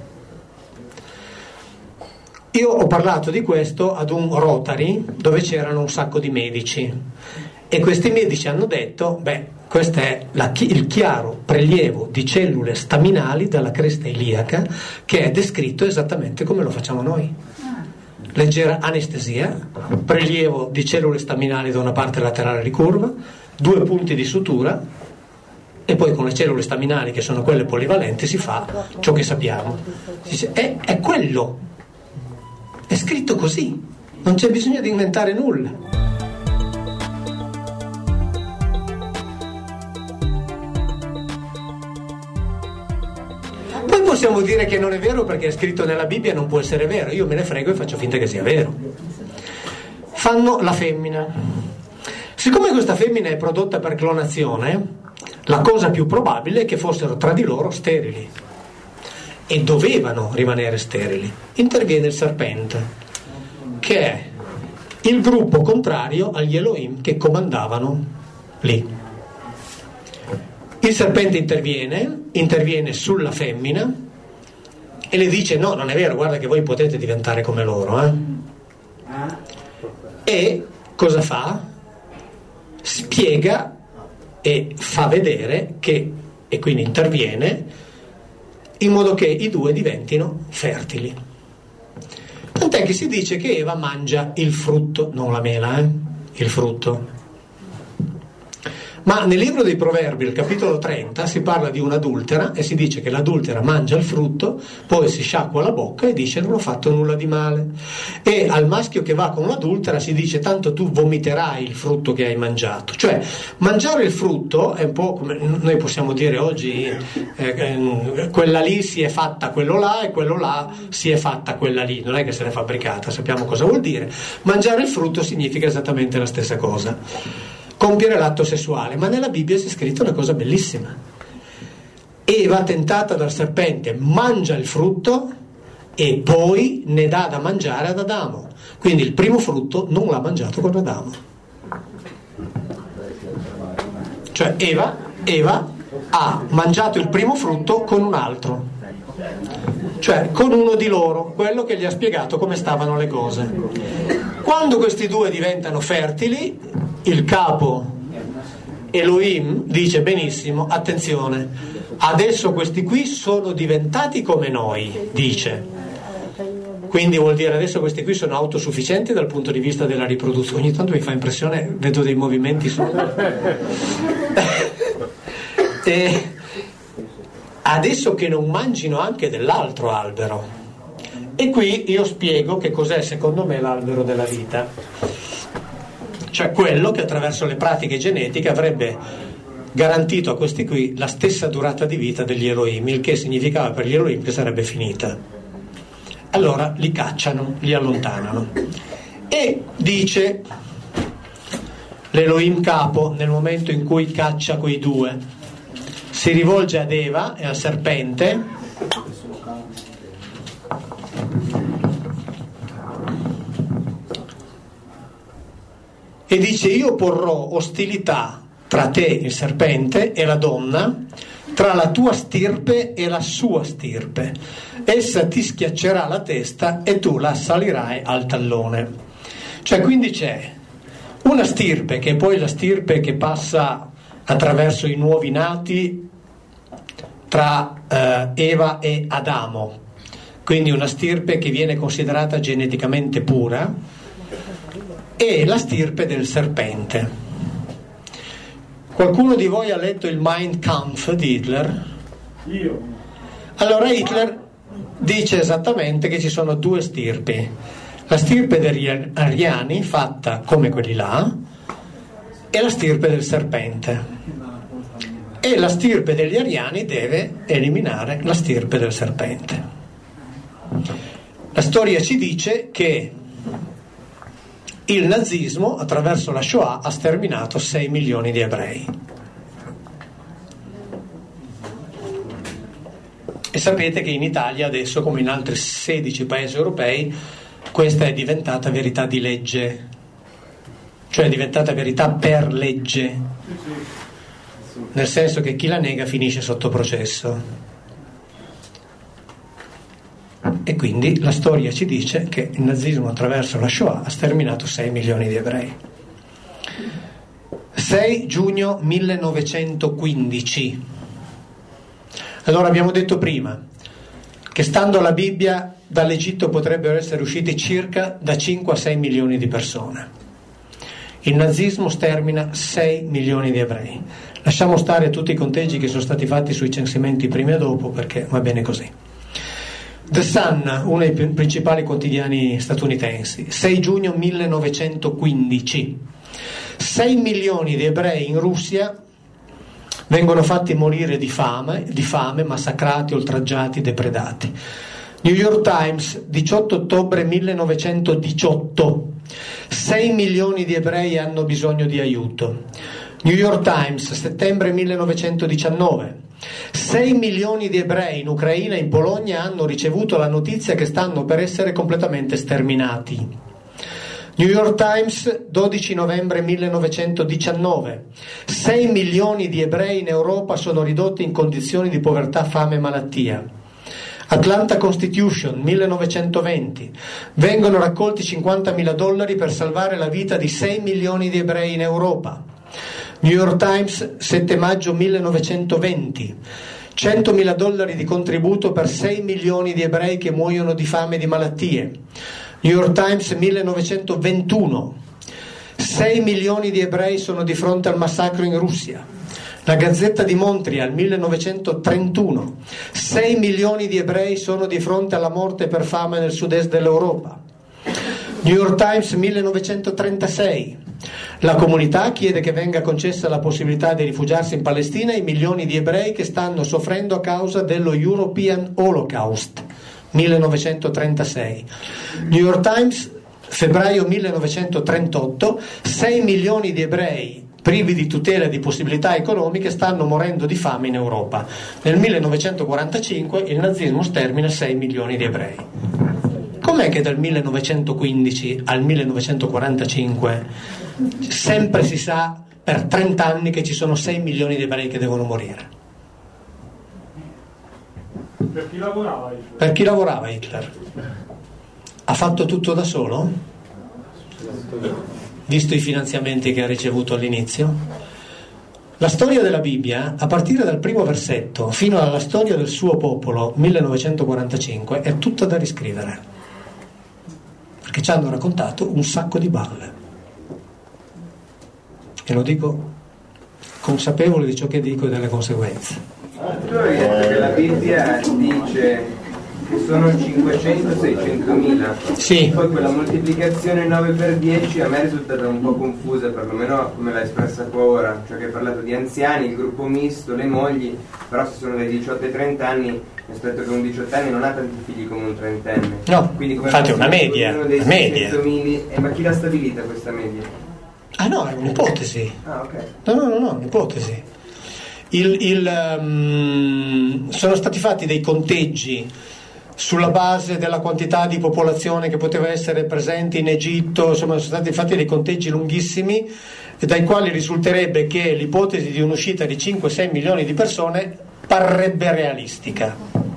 Io ho parlato di questo ad un Rotary dove c'erano un sacco di medici e questi medici hanno detto questo è il chiaro prelievo di cellule staminali dalla cresta iliaca, che è descritto esattamente come lo facciamo noi. Leggera anestesia, prelievo di cellule staminali da una parte laterale ricurva, 2 punti di sutura e poi con le cellule staminali, che sono quelle polivalenti, si fa ciò che sappiamo. Si dice, è quello, è scritto così, non c'è bisogno di inventare nulla. Poi possiamo dire che non è vero perché è scritto nella Bibbia e non può essere vero, io me ne frego e faccio finta che sia vero. Fanno la femmina. Siccome questa femmina è prodotta per clonazione, la cosa più probabile è che fossero tra di loro sterili e dovevano rimanere sterili. Interviene il serpente, che è il gruppo contrario agli Elohim che comandavano lì. Il serpente interviene sulla femmina e le dice: no, non è vero, guarda che voi potete diventare come loro, E cosa fa? Spiega e fa vedere che, e quindi interviene in modo che i due diventino fertili. Tant'è che si dice che Eva mangia il frutto, non la mela, il frutto. Ma nel libro dei Proverbi, il capitolo 30, si parla di un'adultera e si dice che l'adultera mangia il frutto, poi si sciacqua la bocca e dice: non ho fatto nulla di male. E al maschio che va con l'adultera si dice: tanto tu vomiterai il frutto che hai mangiato. Cioè, mangiare il frutto è un po' come noi possiamo dire oggi, quella lì si è fatta quello là e quello là si è fatta quella lì. Non è che se l'è fabbricata, sappiamo cosa vuol dire. Mangiare il frutto significa esattamente la stessa cosa. Compiere l'atto sessuale, ma nella Bibbia c'è scritto una cosa bellissima. Eva, tentata dal serpente, mangia il frutto e poi ne dà da mangiare ad Adamo. Quindi il primo frutto non l'ha mangiato con Adamo. Cioè Eva ha mangiato il primo frutto con un altro, cioè con uno di loro, quello che gli ha spiegato come stavano le cose. Quando questi due diventano fertili, il capo Elohim dice: benissimo, attenzione, adesso questi qui sono diventati come noi, dice. Quindi vuol dire adesso questi qui sono autosufficienti dal punto di vista della riproduzione. Ogni tanto mi fa impressione, vedo dei movimenti e adesso che non mangino anche dell'altro albero. E qui io spiego che cos'è secondo me l'albero della vita. Cioè quello che attraverso le pratiche genetiche avrebbe garantito a questi qui la stessa durata di vita degli Elohim, il che significava per gli Elohim che sarebbe finita. Allora li cacciano, li allontanano. E dice l'Elohim capo, nel momento in cui caccia quei due, si rivolge ad Eva e al serpente e dice: io porrò ostilità tra te, il serpente, e la donna, tra la tua stirpe e la sua stirpe. Essa ti schiaccerà la testa e tu la assalirai al tallone. Cioè, quindi c'è una stirpe, che è poi la stirpe che passa attraverso i nuovi nati tra Eva e Adamo, quindi una stirpe che viene considerata geneticamente pura, e la stirpe del serpente. Qualcuno di voi ha letto il Mein Kampf di Hitler? Io. Allora Hitler dice esattamente che ci sono due stirpi: la stirpe degli ariani, fatta come quelli là, e la stirpe del serpente. E la stirpe degli ariani deve eliminare la stirpe del serpente. La storia ci dice che il nazismo, attraverso la Shoah, ha sterminato 6 milioni di ebrei. E sapete che in Italia adesso, come in altri 16 paesi europei, questa è diventata verità di legge, cioè è diventata verità per legge, nel senso che chi la nega finisce sotto processo. E quindi la storia ci dice che il nazismo attraverso la Shoah ha sterminato 6 milioni di ebrei. 6 giugno 1915. Allora abbiamo detto prima che, stando alla Bibbia, dall'Egitto potrebbero essere usciti circa da 5 a 6 milioni di persone. Il nazismo stermina 6 milioni di ebrei. Lasciamo stare tutti i conteggi che sono stati fatti sui censimenti prima e dopo, perché va bene così. The Sun, uno dei principali quotidiani statunitensi, 6 giugno 1915. 6 milioni di ebrei in Russia vengono fatti morire di fame, massacrati, oltraggiati, depredati. New York Times, 18 ottobre 1918. 6 milioni di ebrei hanno bisogno di aiuto. New York Times, settembre 1919. 6 milioni di ebrei in Ucraina e in Polonia hanno ricevuto la notizia che stanno per essere completamente sterminati. New York Times, 12 novembre 1919. 6 milioni di ebrei in Europa sono ridotti in condizioni di povertà, fame e malattia. Atlanta Constitution, 1920. Vengono raccolti $50.000 per salvare la vita di 6 milioni di ebrei in Europa. New York Times, 7 maggio 1920. $100.000 di contributo per 6 milioni di ebrei che muoiono di fame e di malattie. New York Times, 1921. 6 milioni di ebrei sono di fronte al massacro in Russia. La Gazzetta di Montreal, 1931. 6 milioni di ebrei sono di fronte alla morte per fame nel sud-est dell'Europa. New York Times, 1936. La comunità chiede che venga concessa la possibilità di rifugiarsi in Palestina ai milioni di ebrei che stanno soffrendo a causa dello European Holocaust. 1936. New York Times, febbraio 1938. 6 milioni di ebrei privi di tutela e di possibilità economiche stanno morendo di fame in Europa. Nel 1945 il nazismo stermina 6 milioni di ebrei. Com'è che dal 1915 al 1945 sempre si sa per 30 anni che ci sono 6 milioni di ebrei che devono morire? Per chi lavorava Hitler? Per chi lavorava Hitler? Ha fatto tutto da solo? Visto i finanziamenti che ha ricevuto all'inizio? La storia della Bibbia, a partire dal primo versetto fino alla storia del suo popolo, 1945, è tutta da riscrivere, perché ci hanno raccontato un sacco di balle, e lo dico consapevole di ciò che dico e delle conseguenze. Tu hai detto che la Bibbia dice che sono 500-600.000. Sì. Poi quella moltiplicazione 9 per 10 a me è risultata un po' confusa, perlomeno come l'hai espressa qua ora, cioè che hai parlato di anziani, il gruppo misto, le mogli, però se sono dai 18 ai 30 anni, mi aspetto che un 18 anni non ha tanti figli come un 30enne. No, quindi come infatti è una media. Dei Una media. Ma chi l'ha stabilita questa media? Ah no, è un'ipotesi. Ah, ok. No, un'ipotesi. Sono stati fatti dei conteggi sulla base della quantità di popolazione che poteva essere presente in Egitto, insomma sono stati fatti dei conteggi lunghissimi dai quali risulterebbe che l'ipotesi di un'uscita di 5-6 milioni di persone parrebbe realistica.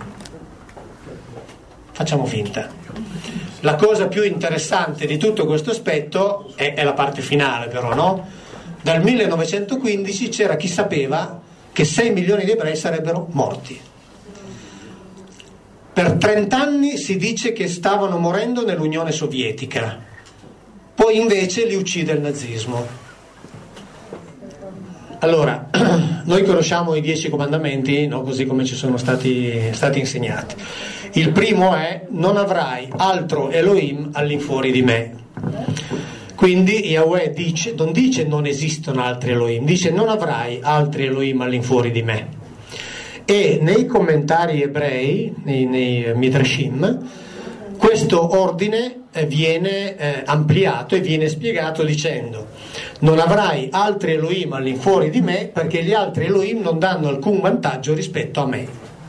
Facciamo finta. La cosa più interessante di tutto questo aspetto è la parte finale, però, no? Dal 1915 c'era chi sapeva che 6 milioni di ebrei sarebbero morti. Per 30 anni si dice che stavano morendo nell'Unione Sovietica, poi invece li uccide il nazismo. Allora, noi conosciamo i 10 comandamenti, no? Così come ci sono stati insegnati. Il primo è: non avrai altro Elohim all'infuori di me. Quindi Yahweh non dice non esistono altri Elohim, dice non avrai altri Elohim all'infuori di me. E nei commentari ebrei, nei Midrashim, questo ordine viene ampliato e viene spiegato dicendo: non avrai altri Elohim all'infuori di me, perché gli altri Elohim non danno alcun vantaggio rispetto a me.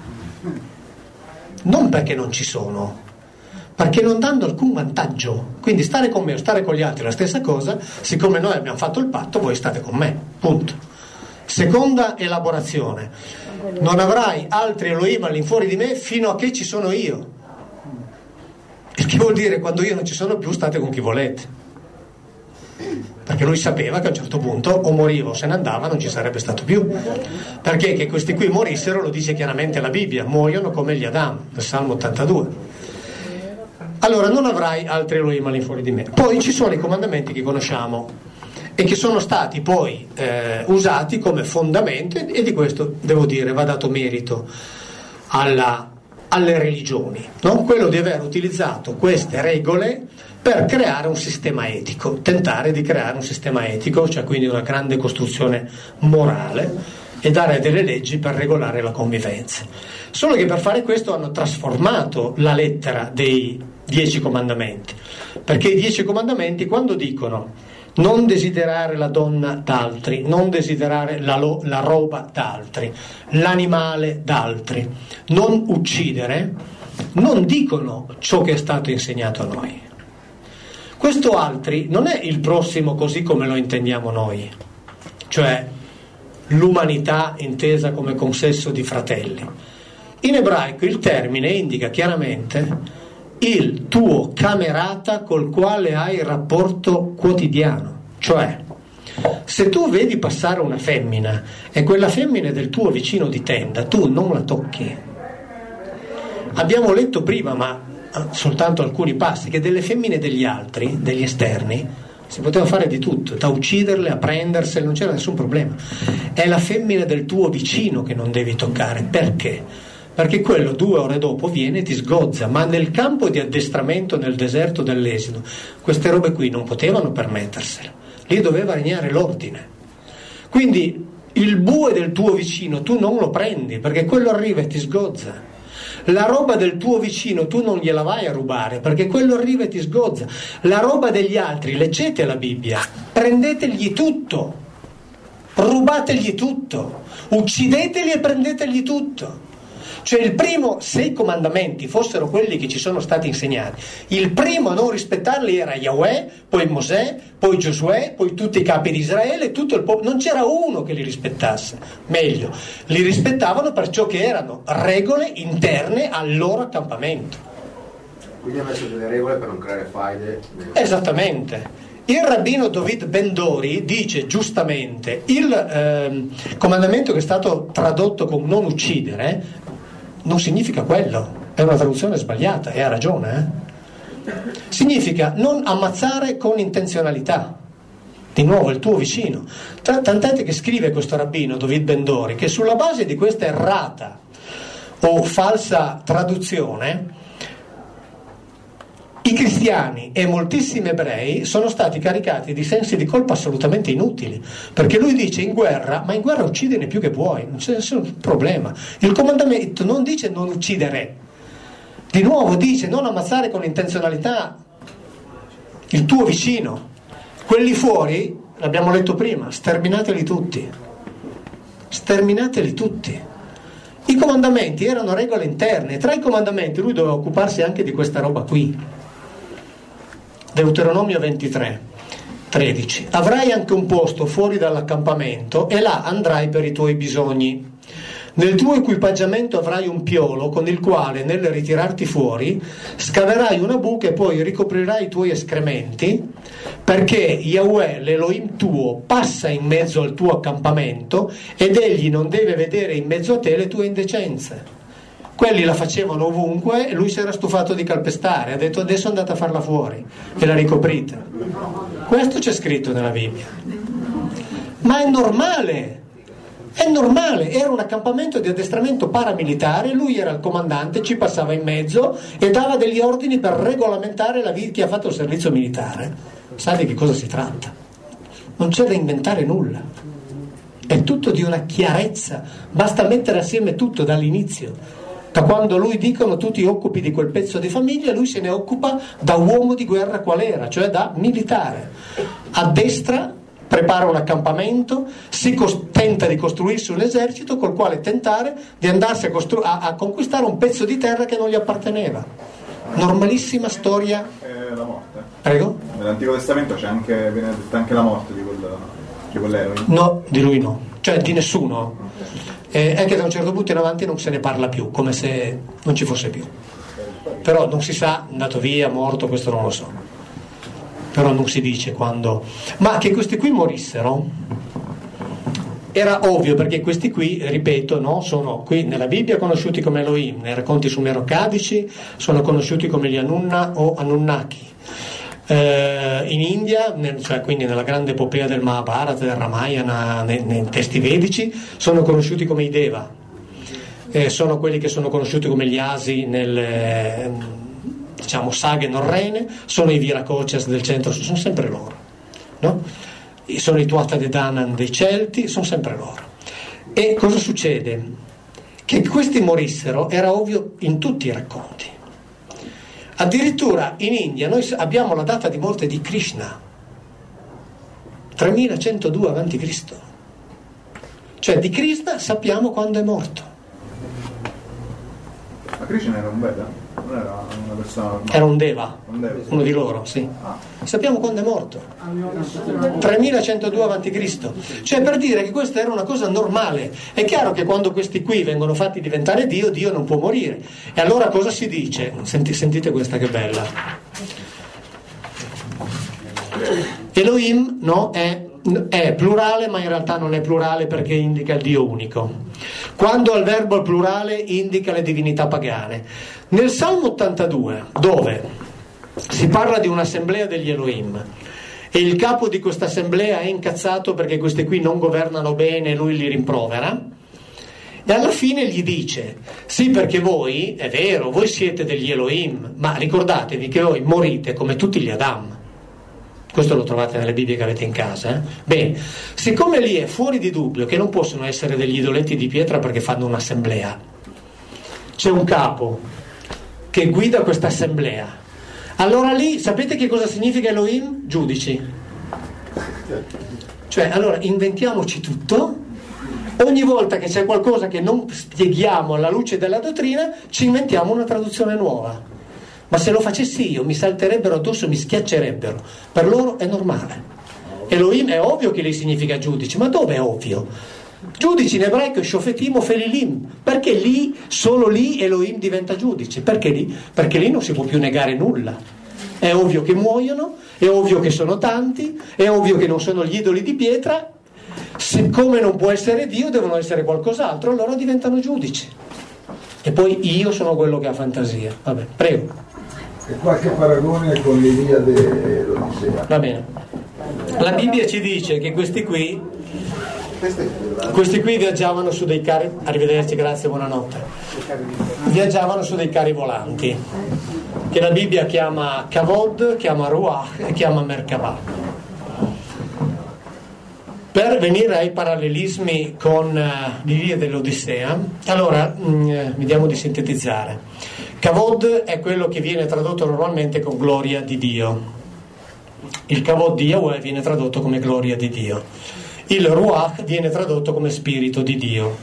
Non perché non ci sono, perché non danno alcun vantaggio. Quindi stare con me o stare con gli altri è la stessa cosa. Siccome noi abbiamo fatto il patto, voi state con me, punto. Seconda elaborazione: non avrai altri Elohim all'infuori di me fino a che ci sono io. Il che vuol dire: quando io non ci sono più, state con chi volete. Perché lui sapeva che a un certo punto o moriva o se ne andava, non ci sarebbe stato più. Perché che questi qui morissero lo dice chiaramente la Bibbia: muoiono come gli Adam, nel Salmo 82. Allora non avrai altri Elohim all'infuori di me. Poi ci sono i comandamenti che conosciamo, e che sono stati poi usati come fondamento, e di questo devo dire va dato merito alle religioni, no? Quello di aver utilizzato queste regole per creare un sistema etico, tentare di creare un sistema etico, cioè quindi una grande costruzione morale, e dare delle leggi per regolare la convivenza. Solo che per fare questo hanno trasformato la lettera dei 10 comandamenti, perché i 10 comandamenti, quando dicono non desiderare la donna d'altri, non desiderare la roba d'altri, l'animale d'altri, non uccidere, non dicono ciò che è stato insegnato a noi. Questo altri non è il prossimo così come lo intendiamo noi, cioè l'umanità intesa come consesso di fratelli. In ebraico il termine indica chiaramente il tuo camerata col quale hai rapporto quotidiano, cioè se tu vedi passare una femmina e quella femmina è del tuo vicino di tenda, tu non la tocchi. Abbiamo letto prima, ma soltanto alcuni passi, che delle femmine degli altri, degli esterni, si poteva fare di tutto, da ucciderle a prendersele, non c'era nessun problema. È la femmina del tuo vicino che non devi toccare. Perché? Perché quello 2 ore dopo viene e ti sgozza. Ma nel campo di addestramento nel deserto dell'Esodo queste robe qui non potevano permettersele, lì doveva regnare l'ordine. Quindi il bue del tuo vicino tu non lo prendi, perché quello arriva e ti sgozza. La roba del tuo vicino tu non gliela vai a rubare, perché quello arriva e ti sgozza. La roba degli altri, leggete la Bibbia, prendetegli tutto, rubategli tutto, uccideteli e prendetegli tutto. Cioè il primo, se i comandamenti fossero quelli che ci sono stati insegnati, il primo a non rispettarli era Yahweh, poi Mosè, poi Giosuè, poi tutti i capi di Israele, tutto il popolo. Non c'era uno che li rispettasse. Meglio, li rispettavano per ciò che erano regole interne al loro accampamento. Quindi ha messo delle regole per non creare faide. Esattamente. Il rabbino David Ben-Dori dice giustamente il comandamento che è stato tradotto con non uccidere non significa quello, è una traduzione sbagliata, e ha ragione. Significa non ammazzare con intenzionalità, di nuovo il tuo vicino. Tant'è che scrive questo rabbino David Ben-Dori che sulla base di questa errata o falsa traduzione i cristiani e moltissimi ebrei sono stati caricati di sensi di colpa assolutamente inutili, perché lui dice in guerra uccidine più che puoi, non c'è nessun problema. Il comandamento non dice non uccidere, di nuovo dice non ammazzare con intenzionalità il tuo vicino. Quelli fuori, l'abbiamo letto prima, sterminateli tutti. I comandamenti erano regole interne, tra i comandamenti lui doveva occuparsi anche di questa roba qui. Deuteronomio 23:13. Avrai anche un posto fuori dall'accampamento e là andrai per i tuoi bisogni. Nel tuo equipaggiamento avrai un piolo con il quale nel ritirarti fuori scaverai una buca e poi ricoprirai i tuoi escrementi, perché Yahweh l'Elohim tuo passa in mezzo al tuo accampamento ed egli non deve vedere in mezzo a te le tue indecenze. Quelli la facevano ovunque e lui si era stufato di calpestare, ha detto adesso andate a farla fuori e la ricoprite. Questo c'è scritto nella Bibbia. Ma è normale, era un accampamento di addestramento paramilitare, lui era il comandante, ci passava in mezzo e dava degli ordini per regolamentare la vita. Chi ha fatto il servizio militare sa di che cosa si tratta, non c'è da inventare nulla, è tutto di una chiarezza, basta mettere assieme tutto dall'inizio. Da quando lui dicono tu ti occupi di quel pezzo di famiglia, lui se ne occupa da uomo di guerra qual era, cioè da militare. Addestra, prepara un accampamento, tenta di costruirsi un esercito col quale tentare di andarsi a conquistare un pezzo di terra che non gli apparteneva. Normalissima storia. La morte. Prego? Nell'Antico Testamento viene detta anche la morte di quell'eroe? No, di lui no, cioè di nessuno. È che da un certo punto in avanti non se ne parla più, come se non ci fosse più. Però non si sa, andato via, morto, questo non lo so. Però non si dice quando. Ma che questi qui morissero era ovvio, perché questi qui, ripeto, no, sono qui nella Bibbia conosciuti come Elohim, nei racconti sumero-accadici sono conosciuti come gli Anunna o Anunnaki. In India, cioè quindi nella grande epopea del Mahabharata, del Ramayana, nei testi vedici, sono conosciuti come i Deva, sono quelli che sono conosciuti come gli Asi nelle saghe norrene, sono i Viracochas del centro, sono sempre loro, no? Sono i Tuatha De Danann dei Celti, sono sempre loro. E cosa succede? Che questi morissero era ovvio in tutti i racconti. Addirittura in India noi abbiamo la data di morte di Krishna, 3102 a.C. Cioè di Krishna sappiamo quando è morto. Ma Krishna era un Veda? Non era una persona normale? Era un Deva, uno di loro, sì. Sappiamo quando è morto, 3102 a.C. Cioè per dire che questa era una cosa normale. È chiaro che quando questi qui vengono fatti diventare Dio, Dio non può morire. E allora cosa si dice? Sentite questa che bella. Elohim, no, è plurale, ma in realtà non è plurale perché indica il Dio unico. Quando al verbo al plurale indica le divinità pagane. Nel Salmo 82, dove si parla di un'assemblea degli Elohim e il capo di questa assemblea è incazzato perché questi qui non governano bene e lui li rimprovera, e alla fine gli dice: sì, perché voi, è vero, voi siete degli Elohim, ma ricordatevi che voi morite come tutti gli Adam. Questo lo trovate nelle Bibbie che avete in casa. Bene, siccome lì è fuori di dubbio che non possono essere degli idoletti di pietra perché fanno un'assemblea, c'è un capo che guida questa assemblea. Allora lì, sapete che cosa significa Elohim? Giudici. Cioè, allora inventiamoci tutto. Ogni volta che c'è qualcosa che non spieghiamo alla luce della dottrina, ci inventiamo una traduzione nuova. Ma se lo facessi io mi salterebbero addosso, mi schiaccerebbero. Per loro è normale. Elohim è ovvio che lì significa giudice, ma dove è ovvio? Giudici in ebraico è shofetim o felilim, perché lì, solo lì Elohim diventa giudice. Perché lì? Perché lì non si può più negare nulla. È ovvio che muoiono, è ovvio che sono tanti, è ovvio che non sono gli idoli di pietra. Siccome non può essere Dio, devono essere qualcos'altro, allora diventano giudici. E poi io sono quello che ha fantasia. Vabbè, prego. E qualche paragone con l'Iliade e l'Odissea. Va bene. La Bibbia ci dice che questi qui viaggiavano su dei carri. Arrivederci, grazie, buonanotte. Viaggiavano su dei carri volanti, che la Bibbia chiama Kavod, chiama Ruach e chiama Merkavah. Per venire ai parallelismi con l'Iliade e l'Odissea, allora vediamo di sintetizzare. Kavod è quello che viene tradotto normalmente con gloria di Dio. Il Kavod di Yahweh viene tradotto come gloria di Dio. Il Ruach viene tradotto come spirito di Dio.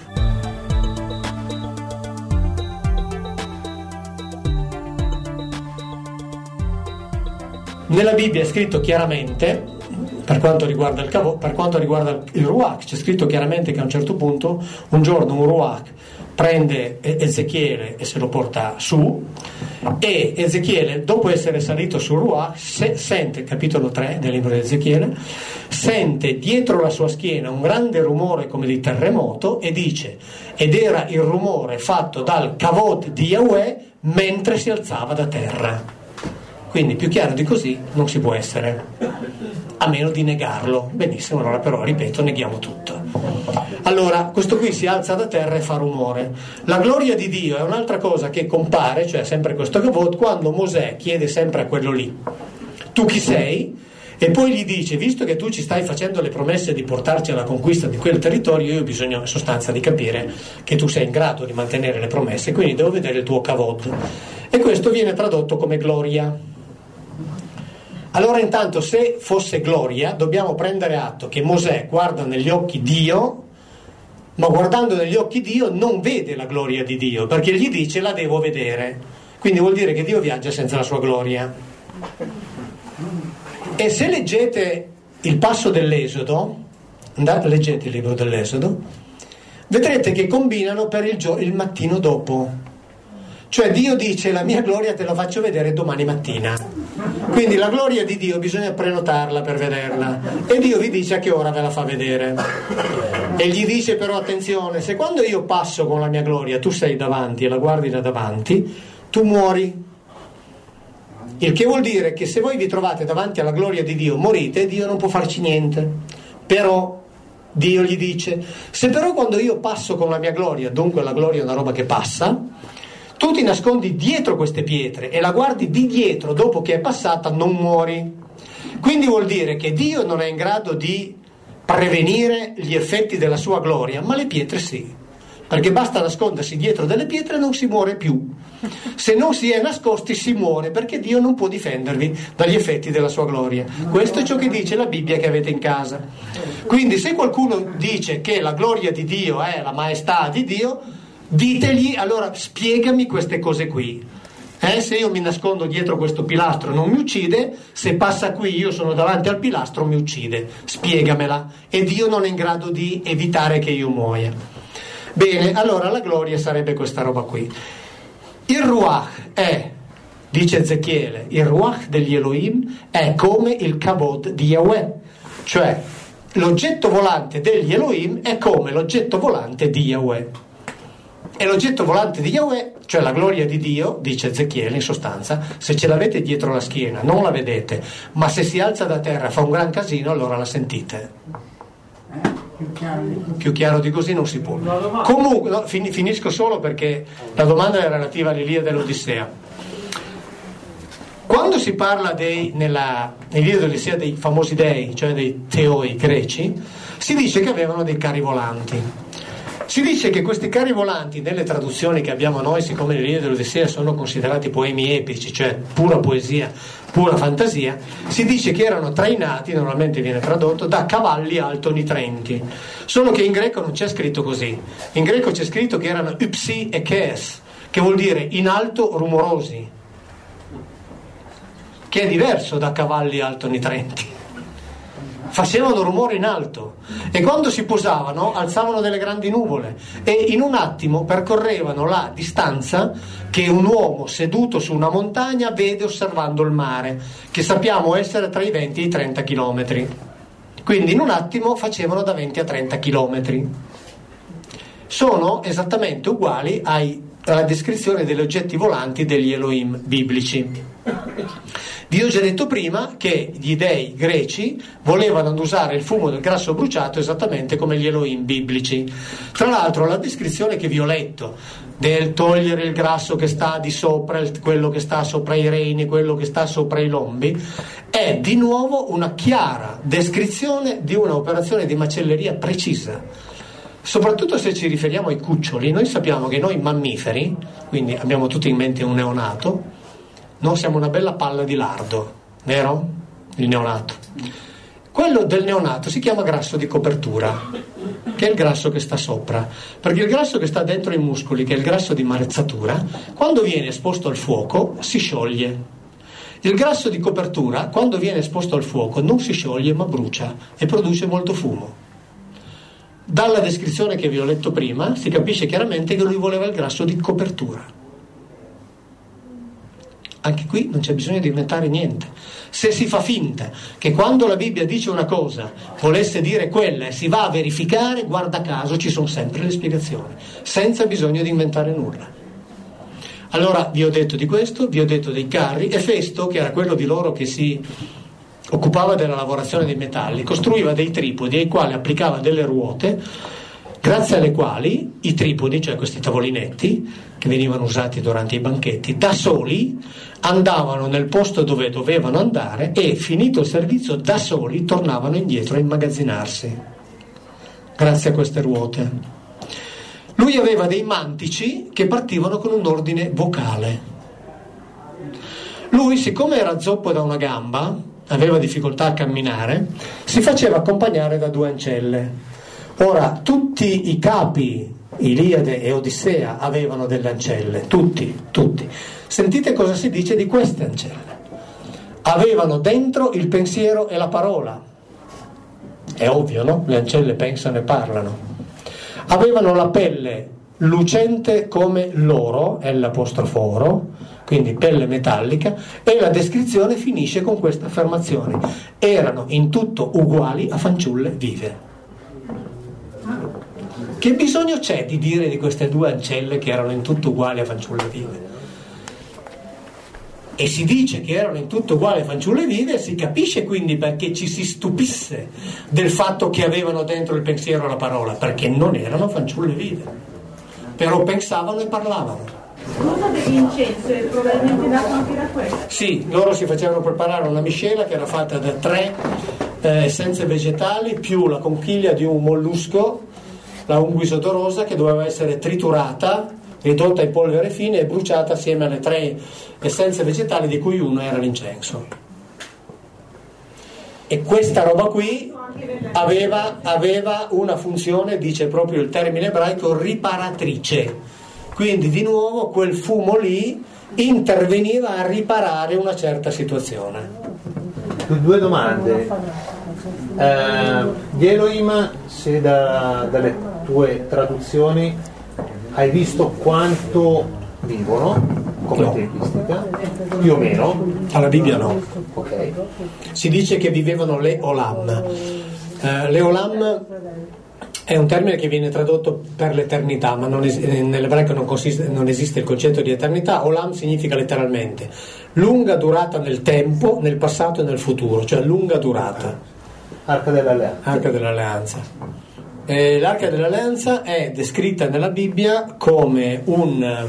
Nella Bibbia è scritto chiaramente, per quanto riguarda il Kavod, per quanto riguarda il Ruach, c'è scritto chiaramente che a un certo punto, un giorno un Ruach prende Ezechiele e se lo porta su, e Ezechiele, dopo essere salito sul Ruach, sente, capitolo 3 del libro di Ezechiele, sente dietro la sua schiena un grande rumore come di terremoto e dice: ed era il rumore fatto dal Kavod di Yahweh mentre si alzava da terra. Quindi più chiaro di così non si può essere, a meno di negarlo. Benissimo, allora però, ripeto, neghiamo tutto. Allora, questo qui si alza da terra e fa rumore. La gloria di Dio è un'altra cosa che compare, cioè sempre questo Kavod, quando Mosè chiede sempre a quello lì: tu chi sei? E poi gli dice: visto che tu ci stai facendo le promesse di portarci alla conquista di quel territorio, io ho bisogno in sostanza di capire che tu sei in grado di mantenere le promesse, quindi devo vedere il tuo Kavod. E questo viene tradotto come gloria. Allora intanto, se fosse gloria, dobbiamo prendere atto che Mosè guarda negli occhi Dio, ma guardando negli occhi Dio non vede la gloria di Dio, perché gli dice: la devo vedere. Quindi vuol dire che Dio viaggia senza la sua gloria. E se leggete il passo dell'Esodo, leggete il libro dell'Esodo, vedrete che combinano per il mattino dopo. Cioè Dio dice: la mia gloria te la faccio vedere domani mattina. Quindi la gloria di Dio bisogna prenotarla per vederla, e Dio vi dice a che ora ve la fa vedere. E gli dice però: attenzione, se quando io passo con la mia gloria tu sei davanti e la guardi da davanti, tu muori. Il che vuol dire che se voi vi trovate davanti alla gloria di Dio, morite, Dio non può farci niente. Però Dio gli dice: se però quando io passo con la mia gloria, dunque la gloria è una roba che passa, tu ti nascondi dietro queste pietre e la guardi di dietro dopo che è passata, non muori. Quindi vuol dire che Dio non è in grado di prevenire gli effetti della sua gloria, ma le pietre sì, perché basta nascondersi dietro delle pietre e non si muore più. Se non si è nascosti si muore, perché Dio non può difendervi dagli effetti della sua gloria. Questo è ciò che dice la Bibbia che avete in casa. Quindi se qualcuno dice che la gloria di Dio è la maestà di Dio, ditegli: allora spiegami queste cose qui. Se io mi nascondo dietro questo pilastro non mi uccide, se passa qui io sono davanti al pilastro mi uccide, spiegamela. E Dio non è in grado di evitare che io muoia. Bene, allora la gloria sarebbe questa roba qui. Il Ruach è, dice Ezechiele, il Ruach degli Elohim è come il Kavod di Yahweh, cioè l'oggetto volante degli Elohim è come l'oggetto volante di Yahweh. E l'oggetto volante di Yahweh, cioè la gloria di Dio, dice Ezechiele in sostanza, se ce l'avete dietro la schiena non la vedete, ma se si alza da terra e fa un gran casino allora la sentite. Più chiaro di così non si può. Comunque, no, finisco solo perché la domanda è relativa all'Ilia dell'Odissea. Quando si parla nell'Ilia dell'Odissea dei famosi dei, cioè dei teoi greci, si dice che avevano dei carri volanti. Si dice che questi carri volanti, nelle traduzioni che abbiamo noi, siccome le linee dell'Odissea sono considerati poemi epici, cioè pura poesia, pura fantasia, si dice che erano trainati, normalmente viene tradotto, da cavalli alto-nitrenti. Solo che in greco non c'è scritto così. In greco c'è scritto che erano upsi e kes, che vuol dire in alto rumorosi, che è diverso da cavalli alto-nitrenti. Facevano rumore in alto e quando si posavano alzavano delle grandi nuvole e in un attimo percorrevano la distanza che un uomo seduto su una montagna vede osservando il mare, che sappiamo essere tra i 20 e i 30 chilometri. Quindi in un attimo facevano da 20 a 30 chilometri. Sono esattamente uguali alla descrizione degli oggetti volanti degli Elohim biblici. Vi ho già detto prima che gli dei greci volevano usare il fumo del grasso bruciato esattamente come gli Elohim biblici. Tra l'altro la descrizione che vi ho letto del togliere il grasso che sta di sopra, quello che sta sopra i reni, quello che sta sopra i lombi, è di nuovo una chiara descrizione di un'operazione di macelleria precisa. Soprattutto se ci riferiamo ai cuccioli, noi sappiamo che noi mammiferi, quindi abbiamo tutti in mente un neonato, noi siamo una bella palla di lardo, vero? Il neonato. Quello del neonato si chiama grasso di copertura, che è il grasso che sta sopra, perché il grasso che sta dentro i muscoli, che è il grasso di marezzatura, quando viene esposto al fuoco si scioglie. Il grasso di copertura, quando viene esposto al fuoco, non si scioglie ma brucia e produce molto fumo. Dalla descrizione che vi ho letto prima si capisce chiaramente che lui voleva il grasso di copertura. Anche qui non c'è bisogno di inventare niente. Se si fa finta che quando la Bibbia dice una cosa volesse dire quella e si va a verificare, guarda caso ci sono sempre le spiegazioni, senza bisogno di inventare nulla. Allora vi ho detto di questo, vi ho detto dei carri, e Festo, che era quello di loro che si occupava della lavorazione dei metalli, costruiva dei tripodi ai quali applicava delle ruote, grazie alle quali i tripodi, cioè questi tavolinetti che venivano usati durante i banchetti, da soli andavano nel posto dove dovevano andare e, finito il servizio, da soli tornavano indietro a immagazzinarsi grazie a queste ruote. Lui aveva dei mantici che partivano con un ordine vocale. Lui, siccome era zoppo da una gamba, aveva difficoltà a camminare, si faceva accompagnare da 2 ancelle. Ora, tutti i capi, Iliade e Odissea, avevano delle ancelle, tutti. Sentite cosa si dice di queste ancelle. Avevano dentro il pensiero e la parola. È ovvio, no? Le ancelle pensano e parlano. Avevano la pelle lucente come l'oro, L', quindi pelle metallica, e la descrizione finisce con questa affermazione: erano in tutto uguali a fanciulle vive. Che bisogno c'è di dire di queste 2 ancelle che erano in tutto uguali a fanciulle vive? e si dice che erano in tutto uguali fanciulle vive, si capisce quindi perché ci si stupisse del fatto che avevano dentro il pensiero la parola, perché non erano fanciulle vive, però pensavano e parlavano. L'uso dell'incenso è probabilmente dato anche da questo. Sì, loro si facevano preparare una miscela che era fatta da 3 essenze vegetali più la conchiglia di un mollusco, la unguis odorosa, che doveva essere triturata, ridotta in polvere fine e bruciata assieme alle 3 essenze vegetali, di cui una era l'incenso. E questa roba qui aveva una funzione, dice proprio il termine ebraico, riparatrice. Quindi di nuovo quel fumo lì interveniva a riparare una certa situazione. 2 domande. Gli Elohim, se dalle tue traduzioni hai visto quanto vivono come tempistica? Più o meno? Alla Bibbia no. Ok. Si dice che vivevano le Olam. Le Olam è un termine che viene tradotto per l'eternità, ma nell'ebraico non esiste il concetto di eternità. Olam significa letteralmente lunga durata nel tempo, nel passato e nel futuro, cioè lunga durata. Arca dell'Alleanza. Arca dell'Alleanza. L'Arca dell'Alleanza è descritta nella Bibbia come un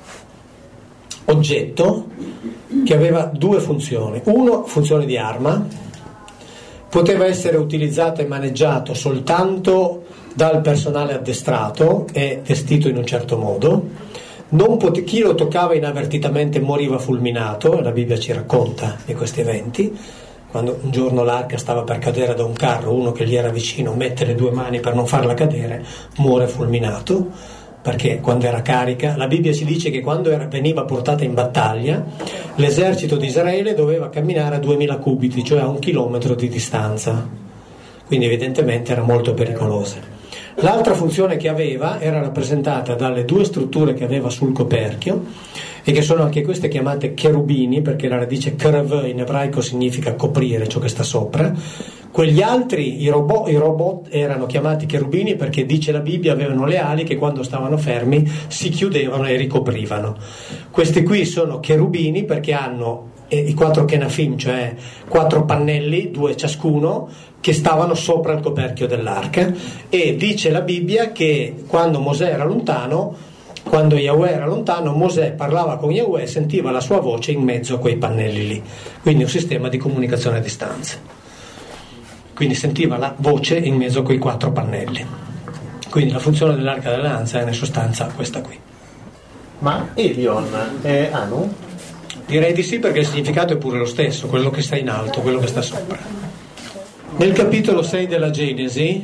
oggetto che aveva 2 funzioni. Uno, funzione di arma, poteva essere utilizzato e maneggiato soltanto dal personale addestrato e vestito in un certo modo. Chi lo toccava inavvertitamente moriva fulminato, la Bibbia ci racconta di questi eventi. Quando un giorno l'arca stava per cadere da un carro, uno che gli era vicino mette le 2 mani per non farla cadere, muore fulminato, perché quando era carica, la Bibbia ci dice che quando veniva portata in battaglia, l'esercito di Israele doveva camminare a 2000 cubiti, cioè a 1 chilometro di distanza, quindi evidentemente era molto pericolosa. L'altra funzione che aveva era rappresentata dalle 2 strutture che aveva sul coperchio, e che sono anche queste chiamate cherubini, perché la radice kerev in ebraico significa coprire ciò che sta sopra. Quegli altri, i robot erano chiamati cherubini perché, dice la Bibbia, avevano le ali che quando stavano fermi si chiudevano e ricoprivano. Questi qui sono cherubini perché hanno i 4 kenafim, cioè 4 pannelli, 2 ciascuno, che stavano sopra il coperchio dell'arca. E dice la Bibbia che quando Mosè era lontano, quando Yahweh era lontano, Mosè parlava con Yahweh e sentiva la sua voce in mezzo a quei pannelli lì. Quindi un sistema di comunicazione a distanza. Quindi sentiva la voce in mezzo a quei 4 pannelli. Quindi la funzione dell'Arca dell'Alleanza è in sostanza questa qui. Ma Elion è Anu? Direi di sì, perché il significato è pure lo stesso, quello che sta in alto, quello che sta sopra. Nel capitolo 6 della Genesi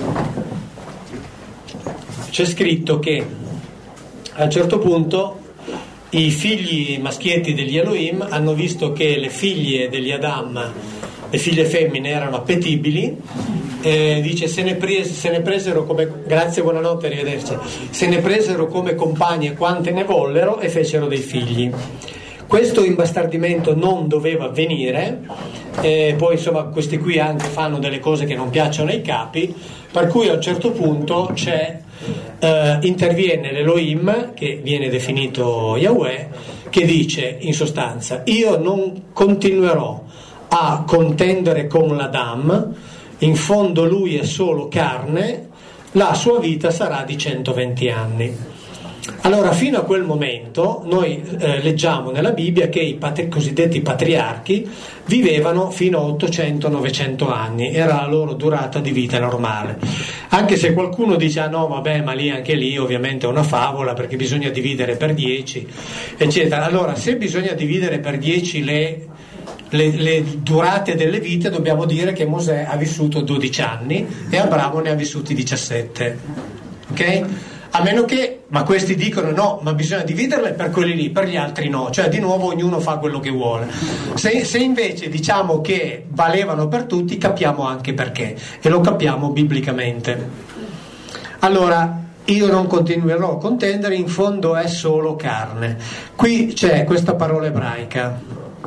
c'è scritto che a un certo punto i figli maschietti degli Elohim hanno visto che le figlie degli Adam, le figlie femmine, erano appetibili. Dice se ne presero come, grazie, buonanotte, arrivederci, se ne presero come compagne quante ne vollero e fecero dei figli. Questo imbastardimento non doveva avvenire, poi insomma questi qui anche fanno delle cose che non piacciono ai capi, per cui a un certo punto interviene l'Elohim, che viene definito Yahweh, che dice in sostanza: io non continuerò a contendere con l'Adam, in fondo lui è solo carne, la sua vita sarà di 120 anni. Allora, fino a quel momento noi leggiamo nella Bibbia che i cosiddetti patriarchi vivevano fino a 800-900 anni, era la loro durata di vita normale. Anche se qualcuno dice: ah no, vabbè, ma anche lì ovviamente è una favola, perché bisogna dividere per 10, eccetera. Allora, se bisogna dividere per 10 le durate delle vite, dobbiamo dire che Mosè ha vissuto 12 anni e Abramo ne ha vissuti 17, ok? A meno che, ma questi dicono no, ma bisogna dividerle per quelli lì, per gli altri no, cioè di nuovo ognuno fa quello che vuole. Se invece diciamo che valevano per tutti, capiamo anche perché, e lo capiamo biblicamente. Allora, io non continuerò a contendere, in fondo è solo carne. Qui c'è questa parola ebraica,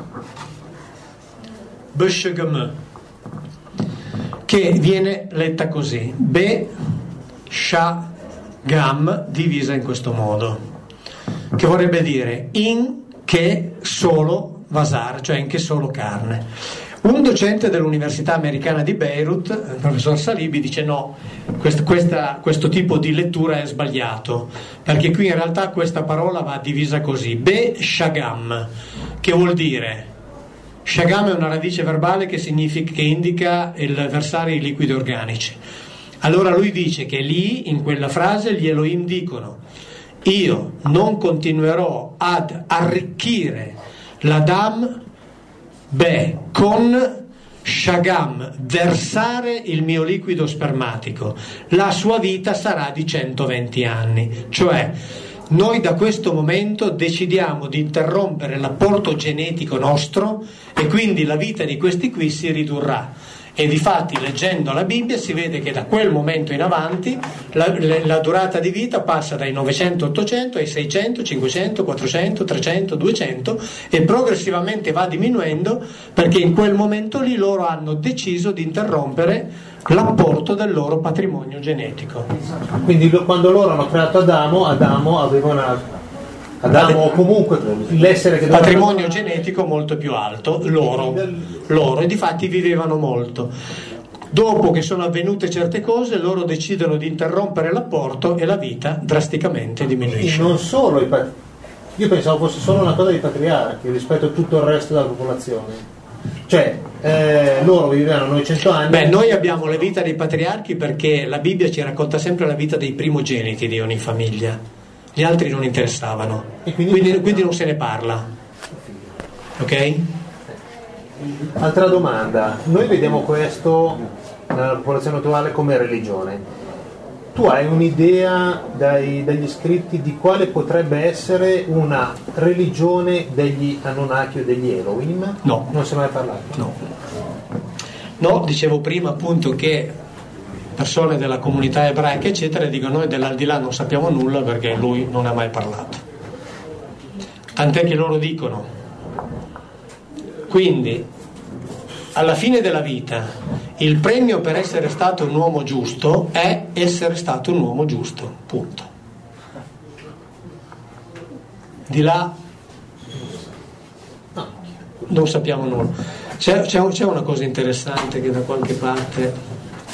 beshegem, che viene letta così, be-sha Gam, divisa in questo modo, che vorrebbe dire in, che, solo, vasar, cioè in che solo carne. Un docente dell'Università Americana di Beirut, il professor Salibi, dice no, questo tipo di lettura è sbagliato, perché qui in realtà questa parola va divisa così: be shagam, che vuol dire, shagam è una radice verbale che indica il versare i liquidi organici. Allora lui dice che lì, in quella frase, gli Elohim dicono: io non continuerò ad arricchire l'Adam con Shagam, versare il mio liquido spermatico, la sua vita sarà di 120 anni. Cioè noi da questo momento decidiamo di interrompere l'apporto genetico nostro e quindi la vita di questi qui si ridurrà. E difatti, leggendo la Bibbia, si vede che da quel momento in avanti la durata di vita passa dai 900-800 ai 600, 500, 400, 300, 200 e progressivamente va diminuendo, perché in quel momento lì loro hanno deciso di interrompere l'apporto del loro patrimonio genetico. Quindi quando loro hanno creato Adamo aveva Adamo o comunque l'essere che patrimonio genetico molto più alto, loro e difatti vivevano molto. Dopo che sono avvenute certe cose, loro decidono di interrompere l'apporto e la vita drasticamente diminuisce. Non solo io pensavo fosse solo una cosa dei patriarchi rispetto a tutto il resto della popolazione, cioè loro vivevano 900 anni. Noi abbiamo la vita dei patriarchi perché la Bibbia ci racconta sempre la vita dei primogeniti di ogni famiglia. Gli altri non interessavano e quindi non se ne parla. Ok? Altra domanda: noi vediamo questo nella popolazione attuale come religione. Tu hai un'idea dagli scritti di quale potrebbe essere una religione degli Anunnaki o degli Elohim? No. Non si è mai parlato? No, dicevo prima appunto che persone della comunità ebraica eccetera dicono: noi dell'aldilà non sappiamo nulla perché lui non ha mai parlato, tant'è che loro dicono: quindi alla fine della vita il premio per essere stato un uomo giusto è essere stato un uomo giusto, punto. Di là non sappiamo nulla. C'è una cosa interessante che da qualche parte,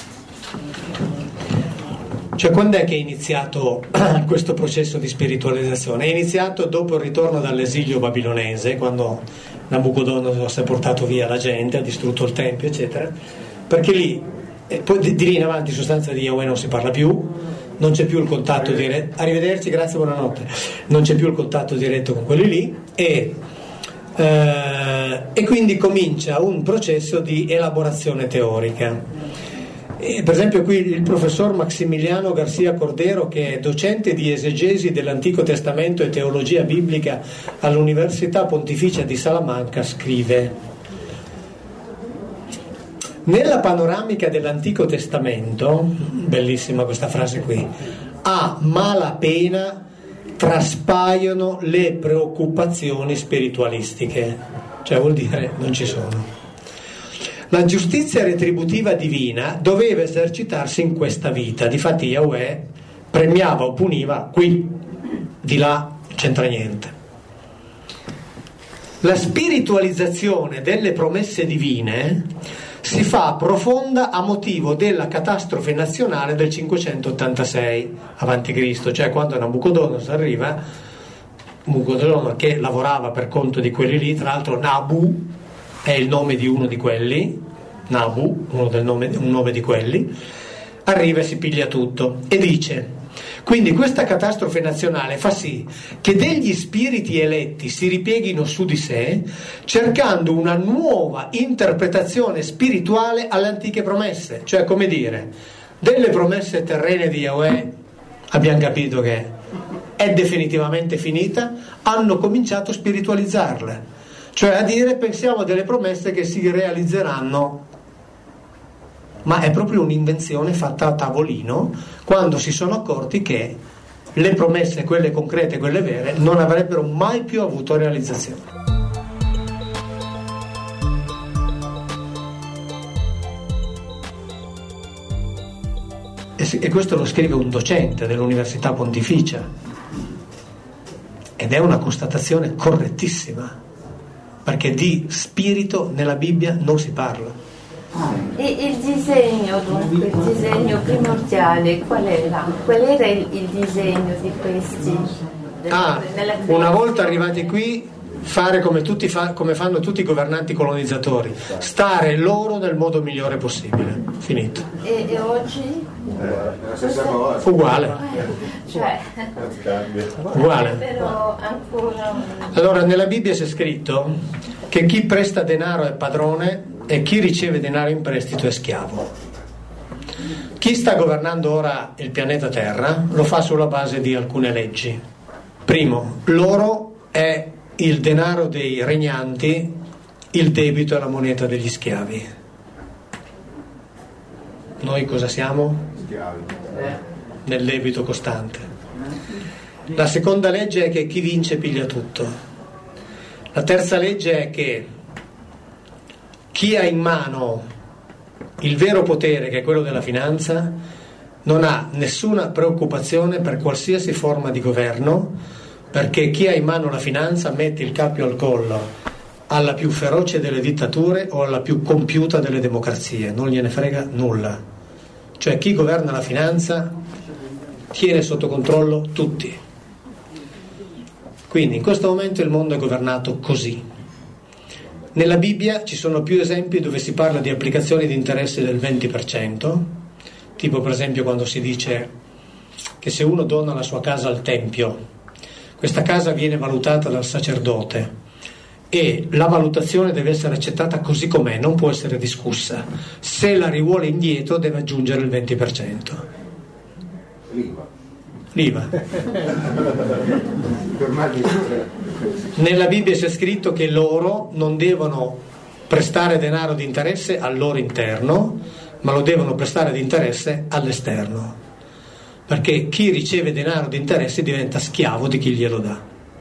cioè quando è che è iniziato questo processo di spiritualizzazione? È iniziato dopo il ritorno dall'esilio babilonese, quando Nabucodonosor si è portato via la gente, ha distrutto il tempio eccetera, perché lì poi di lì in avanti in sostanza di Yahweh non si parla più, non c'è più il contatto diretto, arrivederci, grazie, buonanotte, non c'è più il contatto diretto con quelli lì e quindi comincia un processo di elaborazione teorica. Per esempio qui il professor Maximiliano Garcia Cordero, che è docente di esegesi dell'Antico Testamento e teologia biblica all'Università Pontificia di Salamanca, scrive: nella panoramica dell'Antico Testamento, bellissima questa frase qui, a malapena traspaiono le preoccupazioni spiritualistiche, cioè vuol dire non ci sono. La giustizia retributiva divina doveva esercitarsi in questa vita, difatti Yahweh premiava o puniva qui, di là c'entra niente. La spiritualizzazione delle promesse divine si fa profonda a motivo della catastrofe nazionale del 586 a.C., cioè quando Nabucodonosor arriva, Nabucodonosor che lavorava per conto di quelli lì, tra l'altro Nabu è il nome di uno di quelli, Nabu, un nome di quelli, arriva e si piglia tutto e dice: quindi questa catastrofe nazionale fa sì che degli spiriti eletti si ripieghino su di sé cercando una nuova interpretazione spirituale alle antiche promesse, cioè come dire, delle promesse terrene di Yahweh abbiamo capito che è definitivamente finita, hanno cominciato a spiritualizzarle, cioè a dire pensiamo a delle promesse che si realizzeranno, ma è proprio un'invenzione fatta a tavolino quando si sono accorti che le promesse, quelle concrete, quelle vere, non avrebbero mai più avuto realizzazione. E questo lo scrive un docente dell'Università Pontificia ed è una constatazione correttissima. perché di spirito nella Bibbia non si parla. E il disegno, dunque, il disegno primordiale, qual era? Qual era il disegno di questi? Una volta arrivati qui, fare come fanno tutti i governanti colonizzatori, stare loro nel modo migliore possibile. Finito. E oggi? La stessa cosa. Uguale. Cioè, Uguale. però ancora. Allora, nella Bibbia c'è scritto che chi presta denaro è padrone e chi riceve denaro in prestito è schiavo. Chi sta governando ora il pianeta Terra lo fa sulla base di alcune leggi. Primo, l'oro è il denaro dei regnanti, il debito è la moneta degli schiavi. Noi cosa siamo? Schiavi. Nel debito costante. La seconda legge è che chi vince piglia tutto. La terza legge è che chi ha in mano il vero potere, che è quello della finanza, non ha nessuna preoccupazione per qualsiasi forma di governo, perché chi ha in mano la finanza mette il cappio al collo alla più feroce delle dittature o alla più compiuta delle democrazie, non gliene frega nulla. Cioè chi governa la finanza tiene sotto controllo tutti. Quindi in questo momento il mondo è governato così. Nella Bibbia ci sono più esempi dove si parla di applicazioni di interesse del 20%, tipo per esempio quando si dice che se uno dona la sua casa al Tempio, questa casa viene valutata dal sacerdote e la valutazione deve essere accettata così com'è, non può essere discussa. Se la rivuole indietro deve aggiungere il 20%. L'IVA. Nella Bibbia c'è scritto che loro non devono prestare denaro di interesse al loro interno, ma lo devono prestare di interesse all'esterno, perché chi riceve denaro di interesse diventa schiavo di chi glielo dà.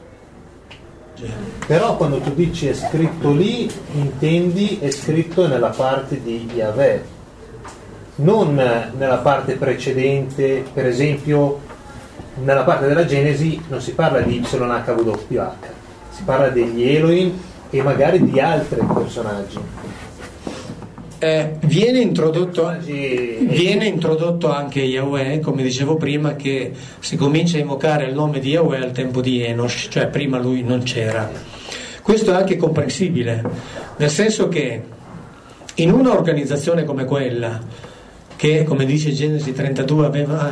Però quando tu dici è scritto lì, intendi è scritto nella parte di Yahweh, non nella parte precedente. Per esempio nella parte della Genesi non si parla di YHWH, si parla degli Elohim e magari di altri personaggi. Viene introdotto anche Yahweh, come dicevo prima, che si comincia a invocare il nome di Yahweh al tempo di Enosh, cioè prima lui non c'era. Questo è anche comprensibile, nel senso che in una organizzazione come quella, che come dice Genesi 32 aveva...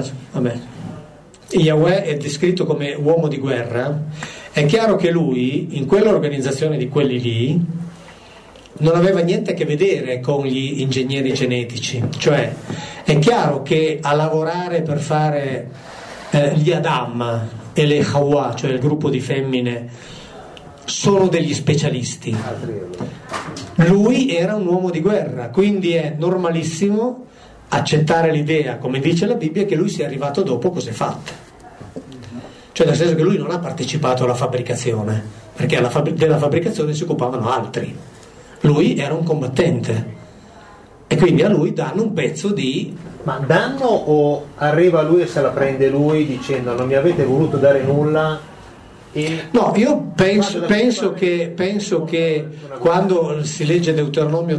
Yahweh è descritto come uomo di guerra, è chiaro che lui, in quell'organizzazione di quelli lì, non aveva niente a che vedere con gli ingegneri genetici. Cioè, è chiaro che a lavorare per fare gli Adam e le Hawa, cioè il gruppo di femmine, sono degli specialisti. Lui era un uomo di guerra, quindi è normalissimo accettare l'idea, come dice la Bibbia, che lui sia arrivato dopo cose fatte. Cioè nel senso che lui non ha partecipato alla fabbricazione, perché della fabbricazione si occupavano altri. Lui era un combattente e quindi a lui danno un pezzo di... Ma danno o arriva lui e se la prende lui dicendo non mi avete voluto dare nulla? No, io penso che quando si legge Deuteronomio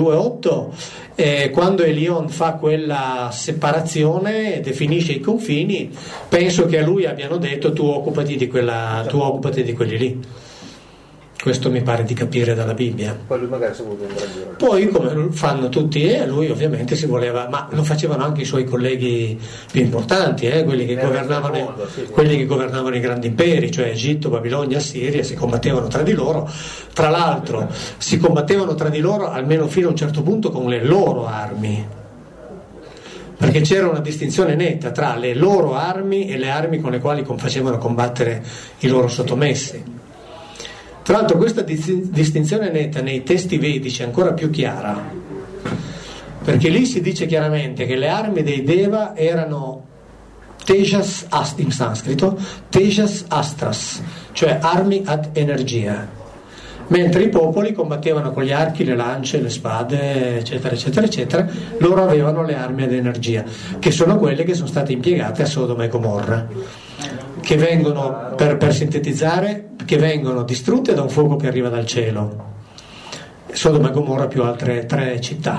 32:8, quando Elion fa quella separazione, definisce i confini, penso che a lui abbiano detto tu occupati di quelli lì. Questo mi pare di capire dalla Bibbia. Poi lui magari si è voluto ingrandire. Poi, come fanno tutti, lui ovviamente si voleva, ma lo facevano anche i suoi colleghi più importanti, quelli che governavano i grandi imperi, cioè Egitto, Babilonia, Assiria, si combattevano tra di loro. Tra l'altro si combattevano tra di loro almeno fino a un certo punto con le loro armi, perché c'era una distinzione netta tra le loro armi e le armi con le quali facevano combattere i loro sottomessi. Tra l'altro questa distinzione netta nei testi vedici è ancora più chiara, perché lì si dice chiaramente che le armi dei Deva erano Tejas in sanscrito, Tejas astras, cioè armi ad energia, mentre i popoli combattevano con gli archi, le lance, le spade, eccetera eccetera eccetera. Loro avevano le armi ad energia, che sono quelle che sono state impiegate a Sodoma e Gomorra. che vengono, per sintetizzare, che vengono distrutte da un fuoco che arriva dal cielo. Sodoma e Gomorra più altre 3 città.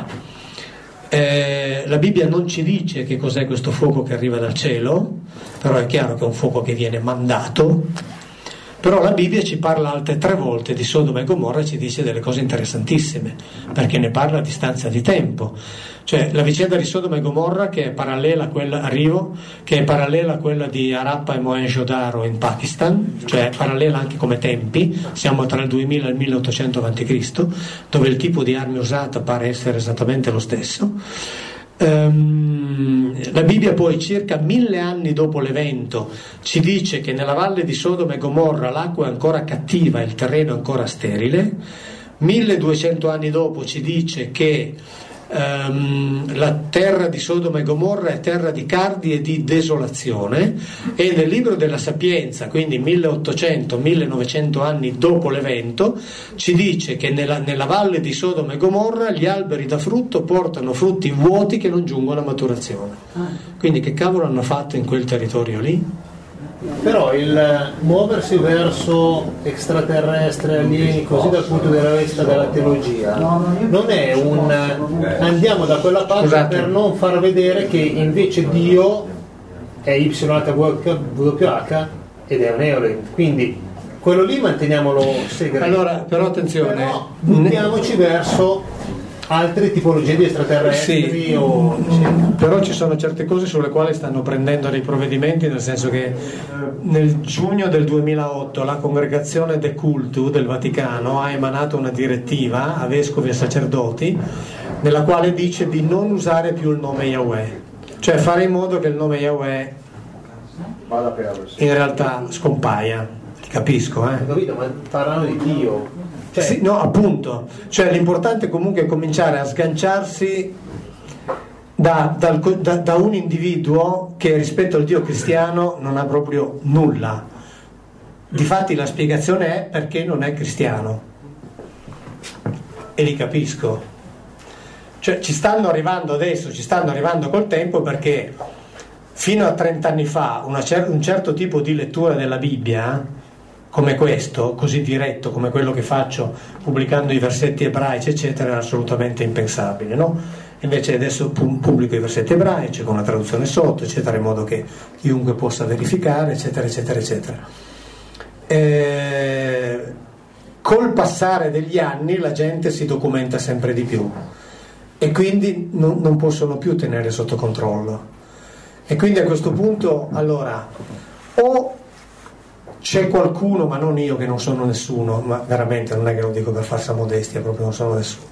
La Bibbia non ci dice che cos'è questo fuoco che arriva dal cielo, però è chiaro che è un fuoco che viene mandato. Però la Bibbia ci parla altre 3 volte di Sodoma e Gomorra e ci dice delle cose interessantissime, perché ne parla a distanza di tempo. Cioè la vicenda di Sodoma e Gomorra, che è parallela a quella, che è parallela a quella di Harappa e Mohenjo-Daro in Pakistan, cioè parallela anche come tempi, siamo tra il 2000 e il 1800 a.C., dove il tipo di armi usata pare essere esattamente lo stesso. La Bibbia poi circa 1000 anni dopo l'evento ci dice che nella valle di Sodoma e Gomorra l'acqua è ancora cattiva e il terreno è ancora sterile. 1200 anni dopo ci dice che la terra di Sodoma e Gomorra è terra di cardi e di desolazione, e nel libro della Sapienza, quindi 1800-1900 anni dopo l'evento, ci dice che nella valle di Sodoma e Gomorra gli alberi da frutto portano frutti vuoti che non giungono a maturazione. Quindi che cavolo hanno fatto in quel territorio lì? Però il muoversi verso extraterrestri, alieni, così dal punto di vista della teologia, non è un andiamo da quella parte per non far vedere che invece Dio è YHWH ed è un euro, quindi quello lì manteniamolo segreto. Allora, però attenzione, però buttiamoci verso altre tipologie di extraterrestri, sì, però ci sono certe cose sulle quali stanno prendendo dei provvedimenti, nel senso che nel giugno del 2008 la congregazione De Cultu del Vaticano ha emanato una direttiva a vescovi e sacerdoti nella quale dice di non usare più il nome Yahweh, cioè fare in modo che il nome Yahweh in realtà scompaia. Capisco, Ho capito, ma parlano di Dio. Sì, no, appunto, cioè l'importante comunque è cominciare a sganciarsi da un individuo che rispetto al Dio cristiano non ha proprio nulla. Difatti la spiegazione è perché non è cristiano, e li capisco. Cioè ci stanno arrivando adesso, ci stanno arrivando col tempo, perché fino a 30 anni fa un certo tipo di lettura della Bibbia come questo, così diretto come quello che faccio pubblicando i versetti ebraici eccetera, era assolutamente impensabile, no? Invece adesso pubblico i versetti ebraici con una traduzione sotto eccetera, in modo che chiunque possa verificare eccetera eccetera eccetera. Col passare degli anni la gente si documenta sempre di più e quindi non possono più tenere sotto controllo, e quindi a questo punto allora o c'è qualcuno, ma non io che non sono nessuno, ma veramente non è che lo dico per falsa modestia, proprio non sono nessuno,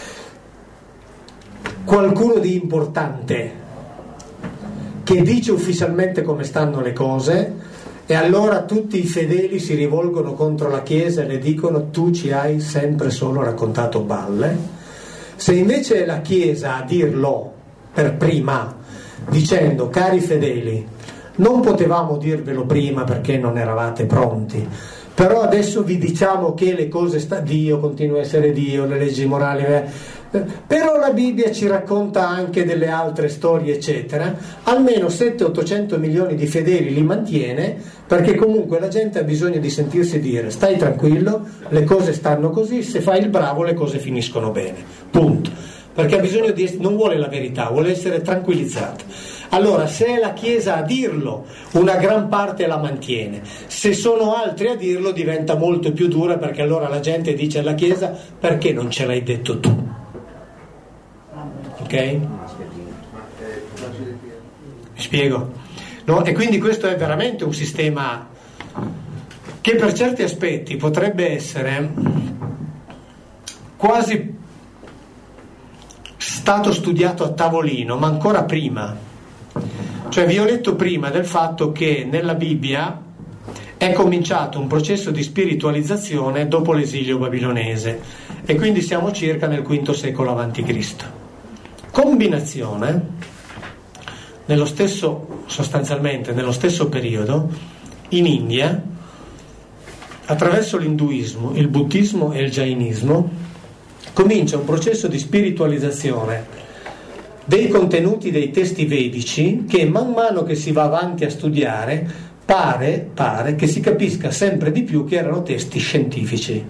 qualcuno di importante che dice ufficialmente come stanno le cose, e allora tutti i fedeli si rivolgono contro la Chiesa e le dicono: tu ci hai sempre solo raccontato balle. Se invece è la Chiesa a dirlo per prima, dicendo: cari fedeli, non potevamo dirvelo prima perché non eravate pronti, però adesso vi diciamo che le cose Dio continua a essere Dio, le leggi morali, però la Bibbia ci racconta anche delle altre storie eccetera, almeno 700-800 milioni di fedeli li mantiene, perché comunque la gente ha bisogno di sentirsi dire: stai tranquillo, le cose stanno così, se fai il bravo le cose finiscono bene, punto, perché ha bisogno di, non vuole la verità, vuole essere tranquillizzata. Allora, se è la Chiesa a dirlo, una gran parte la mantiene. Se sono altri a dirlo, diventa molto più dura, perché allora la gente dice alla Chiesa: perché non ce l'hai detto tu? Ok? Mi spiego? No? E quindi questo è veramente un sistema che per certi aspetti potrebbe essere quasi stato studiato a tavolino, ma ancora prima. Cioè vi ho letto prima del fatto che nella Bibbia è cominciato un processo di spiritualizzazione dopo l'esilio babilonese, e quindi siamo circa nel V secolo a.C. Combinazione sostanzialmente nello stesso periodo in India, attraverso l'induismo, il buddismo e il jainismo, comincia un processo di spiritualizzazione dei contenuti dei testi vedici, che man mano che si va avanti a studiare pare che si capisca sempre di più che erano testi scientifici,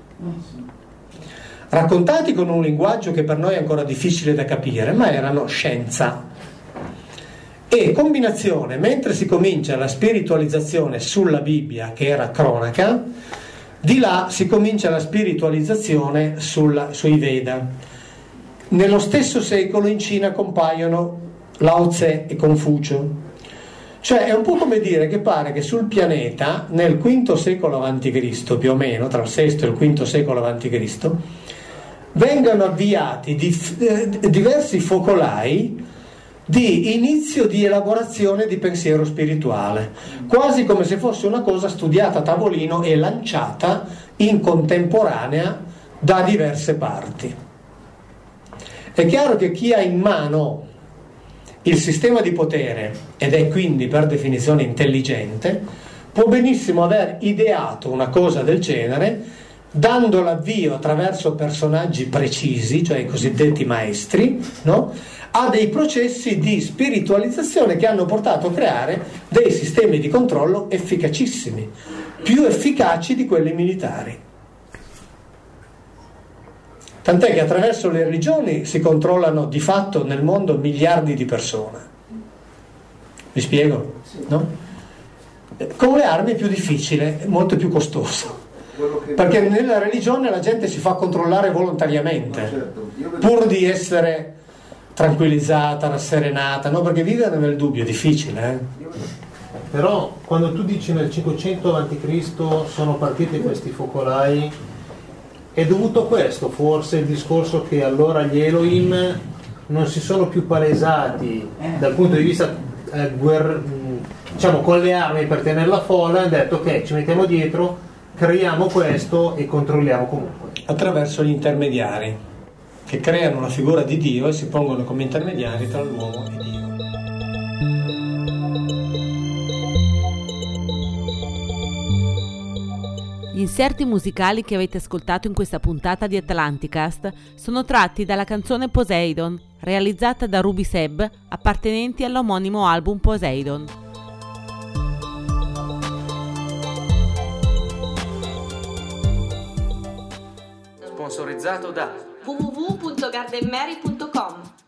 raccontati con un linguaggio che per noi è ancora difficile da capire, ma erano scienza. E combinazione, mentre si comincia la spiritualizzazione sulla Bibbia, che era cronaca, di là si comincia la spiritualizzazione sui Veda. Nello stesso secolo in Cina compaiono Lao Tse e Confucio. Cioè è un po' come dire che pare che sul pianeta nel V secolo a.C., più o meno, tra il VI e il V secolo a.C., vengano avviati diversi focolai di inizio di elaborazione di pensiero spirituale, quasi come se fosse una cosa studiata a tavolino e lanciata in contemporanea da diverse parti. È chiaro che chi ha in mano il sistema di potere, ed è quindi per definizione intelligente, può benissimo aver ideato una cosa del genere, dando l'avvio attraverso personaggi precisi, cioè i cosiddetti maestri, no? A dei processi di spiritualizzazione che hanno portato a creare dei sistemi di controllo efficacissimi, più efficaci di quelli militari. Tant'è che attraverso le religioni si controllano di fatto nel mondo miliardi di persone. Mi spiego? No? Con le armi è più difficile, è molto più costoso. Perché nella religione la gente si fa controllare volontariamente, pur di essere tranquillizzata, rasserenata, no? Perché vivere nel dubbio è difficile. Però quando tu dici nel 500 a.C. sono partiti questi focolai, è dovuto a questo forse il discorso che allora gli Elohim non si sono più palesati dal punto di vista diciamo con le armi per tenere la folla, hanno detto ok, ci mettiamo dietro, creiamo questo e controlliamo comunque. Attraverso gli intermediari, che creano una figura di Dio e si pongono come intermediari tra l'uomo e Dio. Gli inserti musicali che avete ascoltato in questa puntata di Atlanticast sono tratti dalla canzone Poseidon, realizzata da Ruby Seb, appartenenti all'omonimo album Poseidon. Sponsorizzato da www.gardenmary.com